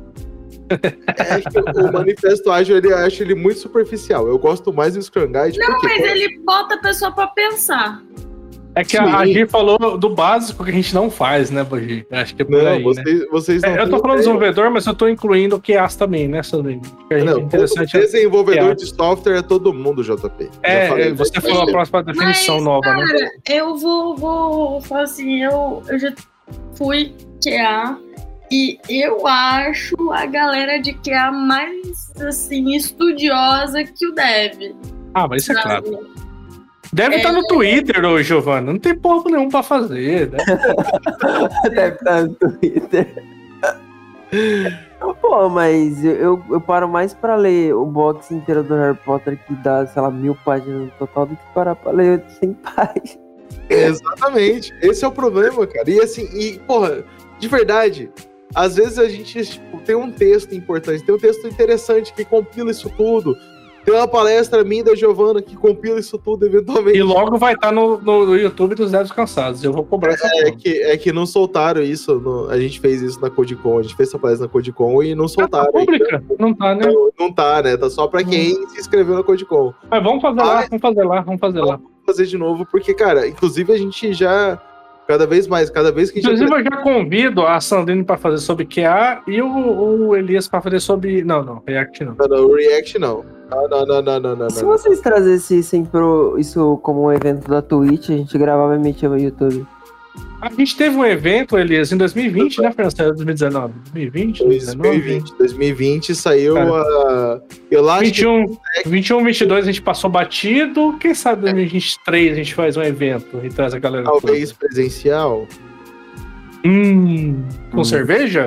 É que o manifesto ágil, ele, eu acho ele muito superficial. Eu gosto mais do Scrum Guide. Não, porque, mas pô, ele bota a pessoa pra pensar. É que a, a Gi falou do básico que a gente não faz, né, Gi? Acho que é por Não, aí, vocês, né? vocês não É, eu tô têm falando ideia. desenvolvedor, mas eu tô incluindo o Q As também, né, Sandrinho? Que é Não, interessante. desenvolvedor Q A. de software é todo mundo, J P. Já É, falei, é, você mas- falou a próxima definição Mas, nova, né? cara, eu vou, vou falar assim, eu, eu já fui Q A e eu acho a galera de Q A mais, assim, estudiosa que o Dev. Ah, mas isso é sabe? claro. Deve estar no Twitter, ô Giovana. Não tem porra nenhum pra fazer, né? Deve estar no Twitter. Pô, mas eu, eu, eu paro mais pra ler o box inteiro do Harry Potter, que dá, sei lá, mil páginas no total, do que parar pra ler cem páginas. Exatamente. Esse é o problema, cara. E assim, e, porra, de verdade, às vezes a gente tipo, tem um texto importante, tem um texto interessante que compila isso tudo. Tem uma palestra minha da Giovana que compila isso tudo eventualmente. E logo vai estar no, no YouTube dos Devs Cansados. Eu vou cobrar essa É porra. que, é que não soltaram isso. no- a gente fez isso na CodeCon. A gente fez essa palestra na CodeCon e não Ah, tá soltaram. pública? Não tá, né? Não, não tá, né? Tá só pra quem se inscreveu na CodeCon. Mas vamos fazer lá, Ah, vamos fazer lá, vamos fazer lá. Vou fazer de novo, porque, cara, inclusive a gente já. Cada vez mais, cada vez que a gente. Inclusive, eu já convido a Sandrine pra fazer sobre Q A e o, o Elias pra fazer sobre. Não, não, React não. Não, não, o React não. Não, não, não, não, não, não. Se não. vocês trazessem isso, em pro- isso como um evento da Twitch, a gente gravava e metia no YouTube. A gente teve um evento, Elias, em dois mil e vinte, né, Fernando? dois mil e dezenove? dois mil e vinte? dois mil e vinte, dois mil e vinte saiu a. Eu acho vinte e um, vinte e um, vinte e dois a gente passou batido. Quem sabe em dois mil e vinte e três a gente faz um evento e traz a galera. que talvez presencial. toda. Hum, com Hum. cerveja?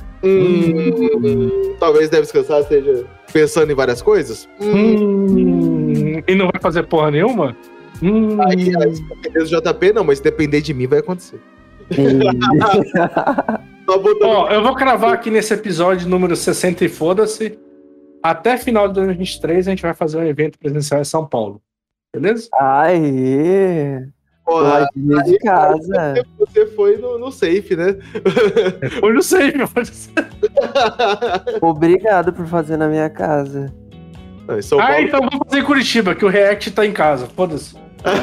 Hum, talvez Deve Descansar esteja pensando em várias coisas. Hum, Hum, e não vai fazer porra nenhuma? Hum, aí, aí, se depender do J P, não, mas se depender de mim, vai acontecer. Só botando. Ó, eu vou cravar aqui nesse episódio número sessenta e foda-se. Até final de dois mil e vinte e três a gente vai fazer um evento presencial em São Paulo. Beleza? Aê! Porra, Ladinha de casa. você foi no, no safe, né? Eu não sei, meu. eu não sei. Obrigado por fazer na minha casa. Não, em São Ah, Paulo. então vamos fazer em Curitiba, que o React tá em casa. Foda-se.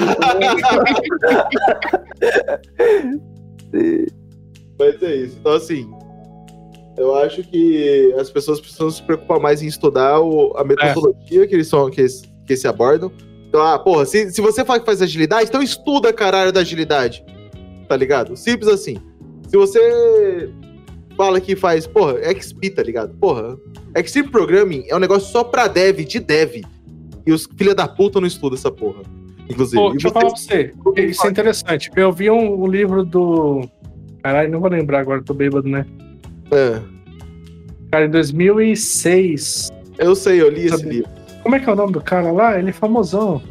Mas é isso. Então, assim, eu acho que as pessoas precisam se preocupar mais em estudar o- a metodologia que eles são, que eles, que eles se abordam. Então, ah, porra, se, se você fala que faz agilidade, então estuda, caralho, da agilidade. Tá ligado? Simples assim. Se você fala que faz, porra, X P, tá ligado? Porra, Extreme Programming é um negócio só pra dev, de dev. E os filha da puta não estudam essa porra. Inclusive. Pô, E deixa eu falar pra você. Isso é interessante. Eu vi um, um livro do. Caralho, não vou lembrar agora, tô bêbado, né? É, Cara, em dois mil e seis. eu sei, eu li esse Sabe- livro. Como é que é o nome do cara lá? Ele é famosão.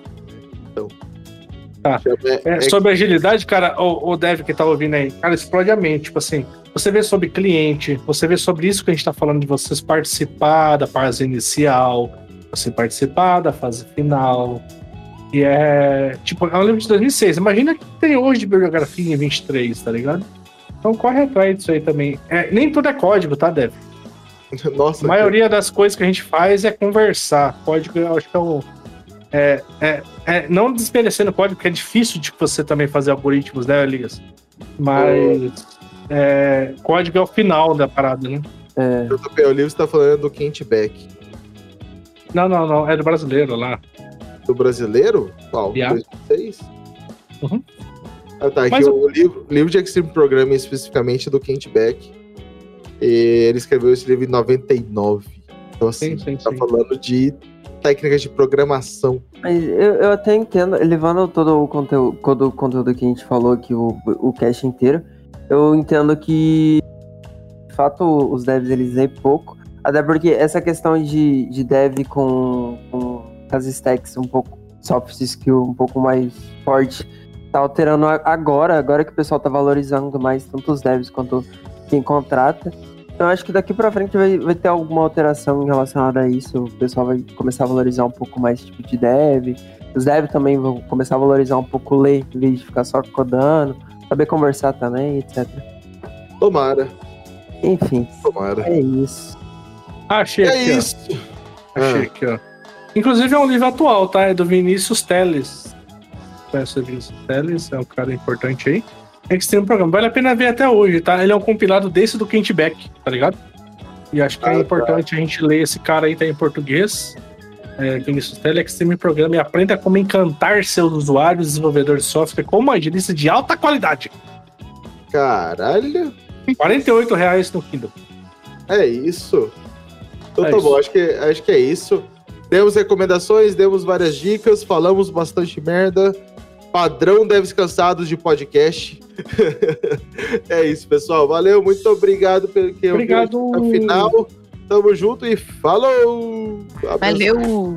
É, É, sobre agilidade, cara, o, o Dev que tá ouvindo aí, cara, explode a mente. Tipo assim, você vê sobre cliente, você vê sobre isso que a gente tá falando de vocês participar da fase inicial, você participar da fase final. E é. Tipo, é um livro de dois mil e seis. Imagina que tem hoje de bibliografia em vinte e três, tá ligado? Então corre atrás disso aí também. É, nem tudo é código, tá, Dev? Nossa, A maioria das coisas que a gente faz é conversar. Código, eu acho que é o. É, é, é, não desmerecendo código, porque é difícil de você também fazer algoritmos, né, Elias? Mas é, código é o final da parada, né? É. J P, o livro está falando do Kent Beck. Não, não, não. É do brasileiro lá. Do brasileiro? Qual? Yeah. dois mil e seis? Uhum. Ah, tá. Aqui Mas o, livro, livro de Extreme Programming especificamente é do Kent Beck. E ele escreveu esse livro em noventa e nove. Então, assim, Sim, sim, tá sim. falando de técnicas de programação. Mas eu, eu até entendo, levando todo o conteúdo, todo o conteúdo que a gente falou aqui, o, o cast inteiro, eu entendo que, de fato, os devs eles leem pouco, até porque essa questão de, de dev com, com as stacks um pouco, soft skill um pouco mais forte, tá alterando agora, agora que o pessoal tá valorizando mais tanto os devs quanto quem contrata. Então acho que daqui pra frente vai, vai ter alguma alteração relacionada a isso. O pessoal vai começar a valorizar um pouco mais esse tipo de dev. Os devs também vão começar a valorizar um pouco ler, em vez de ficar só codando, saber conversar também, etcétera. Tomara, Enfim, tomara. é isso. Ah, achei É aqui, ó. isso. Achei Ah. aqui, ó. Inclusive é um livro atual, tá? É do Vinícius Teles. conhece o Vinícius Teles, é um cara importante aí. Extreme Programa, vale a pena ver até hoje, tá? Ele é um compilado desse do Kent Beck, tá ligado? E acho que ah, é importante tá. a gente ler esse cara aí, tá em português. É, Vinícius Teles, Extreme Programa, e aprenda como encantar seus usuários, desenvolvedores de software com uma agilista de alta qualidade. Caralho! quarenta e oito reais no Kindle. É isso. Então é tá isso. bom, acho que, acho que é isso. Demos recomendações, demos várias dicas, falamos bastante merda. Padrão Devs Cansados de podcast. É isso, pessoal. Valeu, muito obrigado pelo que obrigado. eu vi no final. Tamo junto e falou! Valeu!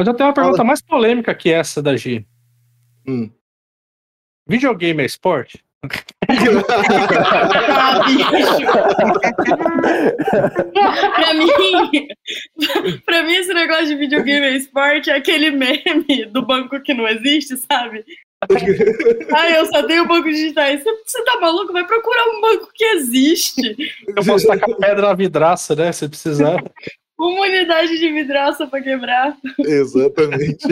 Mas eu tenho uma pergunta Fala. mais polêmica que essa da G. Hum. Videogame é esporte? Ah, bicho. pra mim, pra mim, esse negócio de videogame é esporte é aquele meme do banco que não existe, sabe? Ah, eu só tenho banco digitais. Você, você tá maluco? Vai procurar um banco que existe. Eu posso tacar pedra na vidraça, né? Se precisar. Uma unidade de vidraça pra quebrar. Exatamente.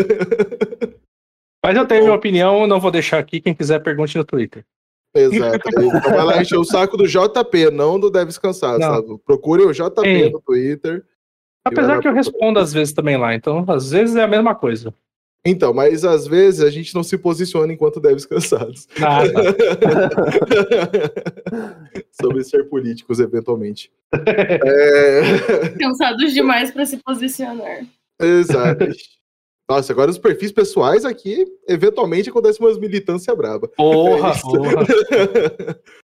Mas eu tenho minha opinião, eu não vou deixar aqui. Quem quiser, pergunte no Twitter. Exato. Então vai lá encher o saco do J P, não do Deve Descansar, Não. sabe? Procure o J P Sim. no Twitter. Apesar que eu respondo às vezes também lá, então às vezes é a mesma coisa. Então, mas às vezes a gente não se posiciona enquanto Deves Cansados. Nada. Sobre ser políticos, eventualmente. É... Cansados demais pra se posicionar. Exato. Nossa, agora os perfis pessoais aqui, eventualmente acontece umas militância braba. Porra, É isso. porra.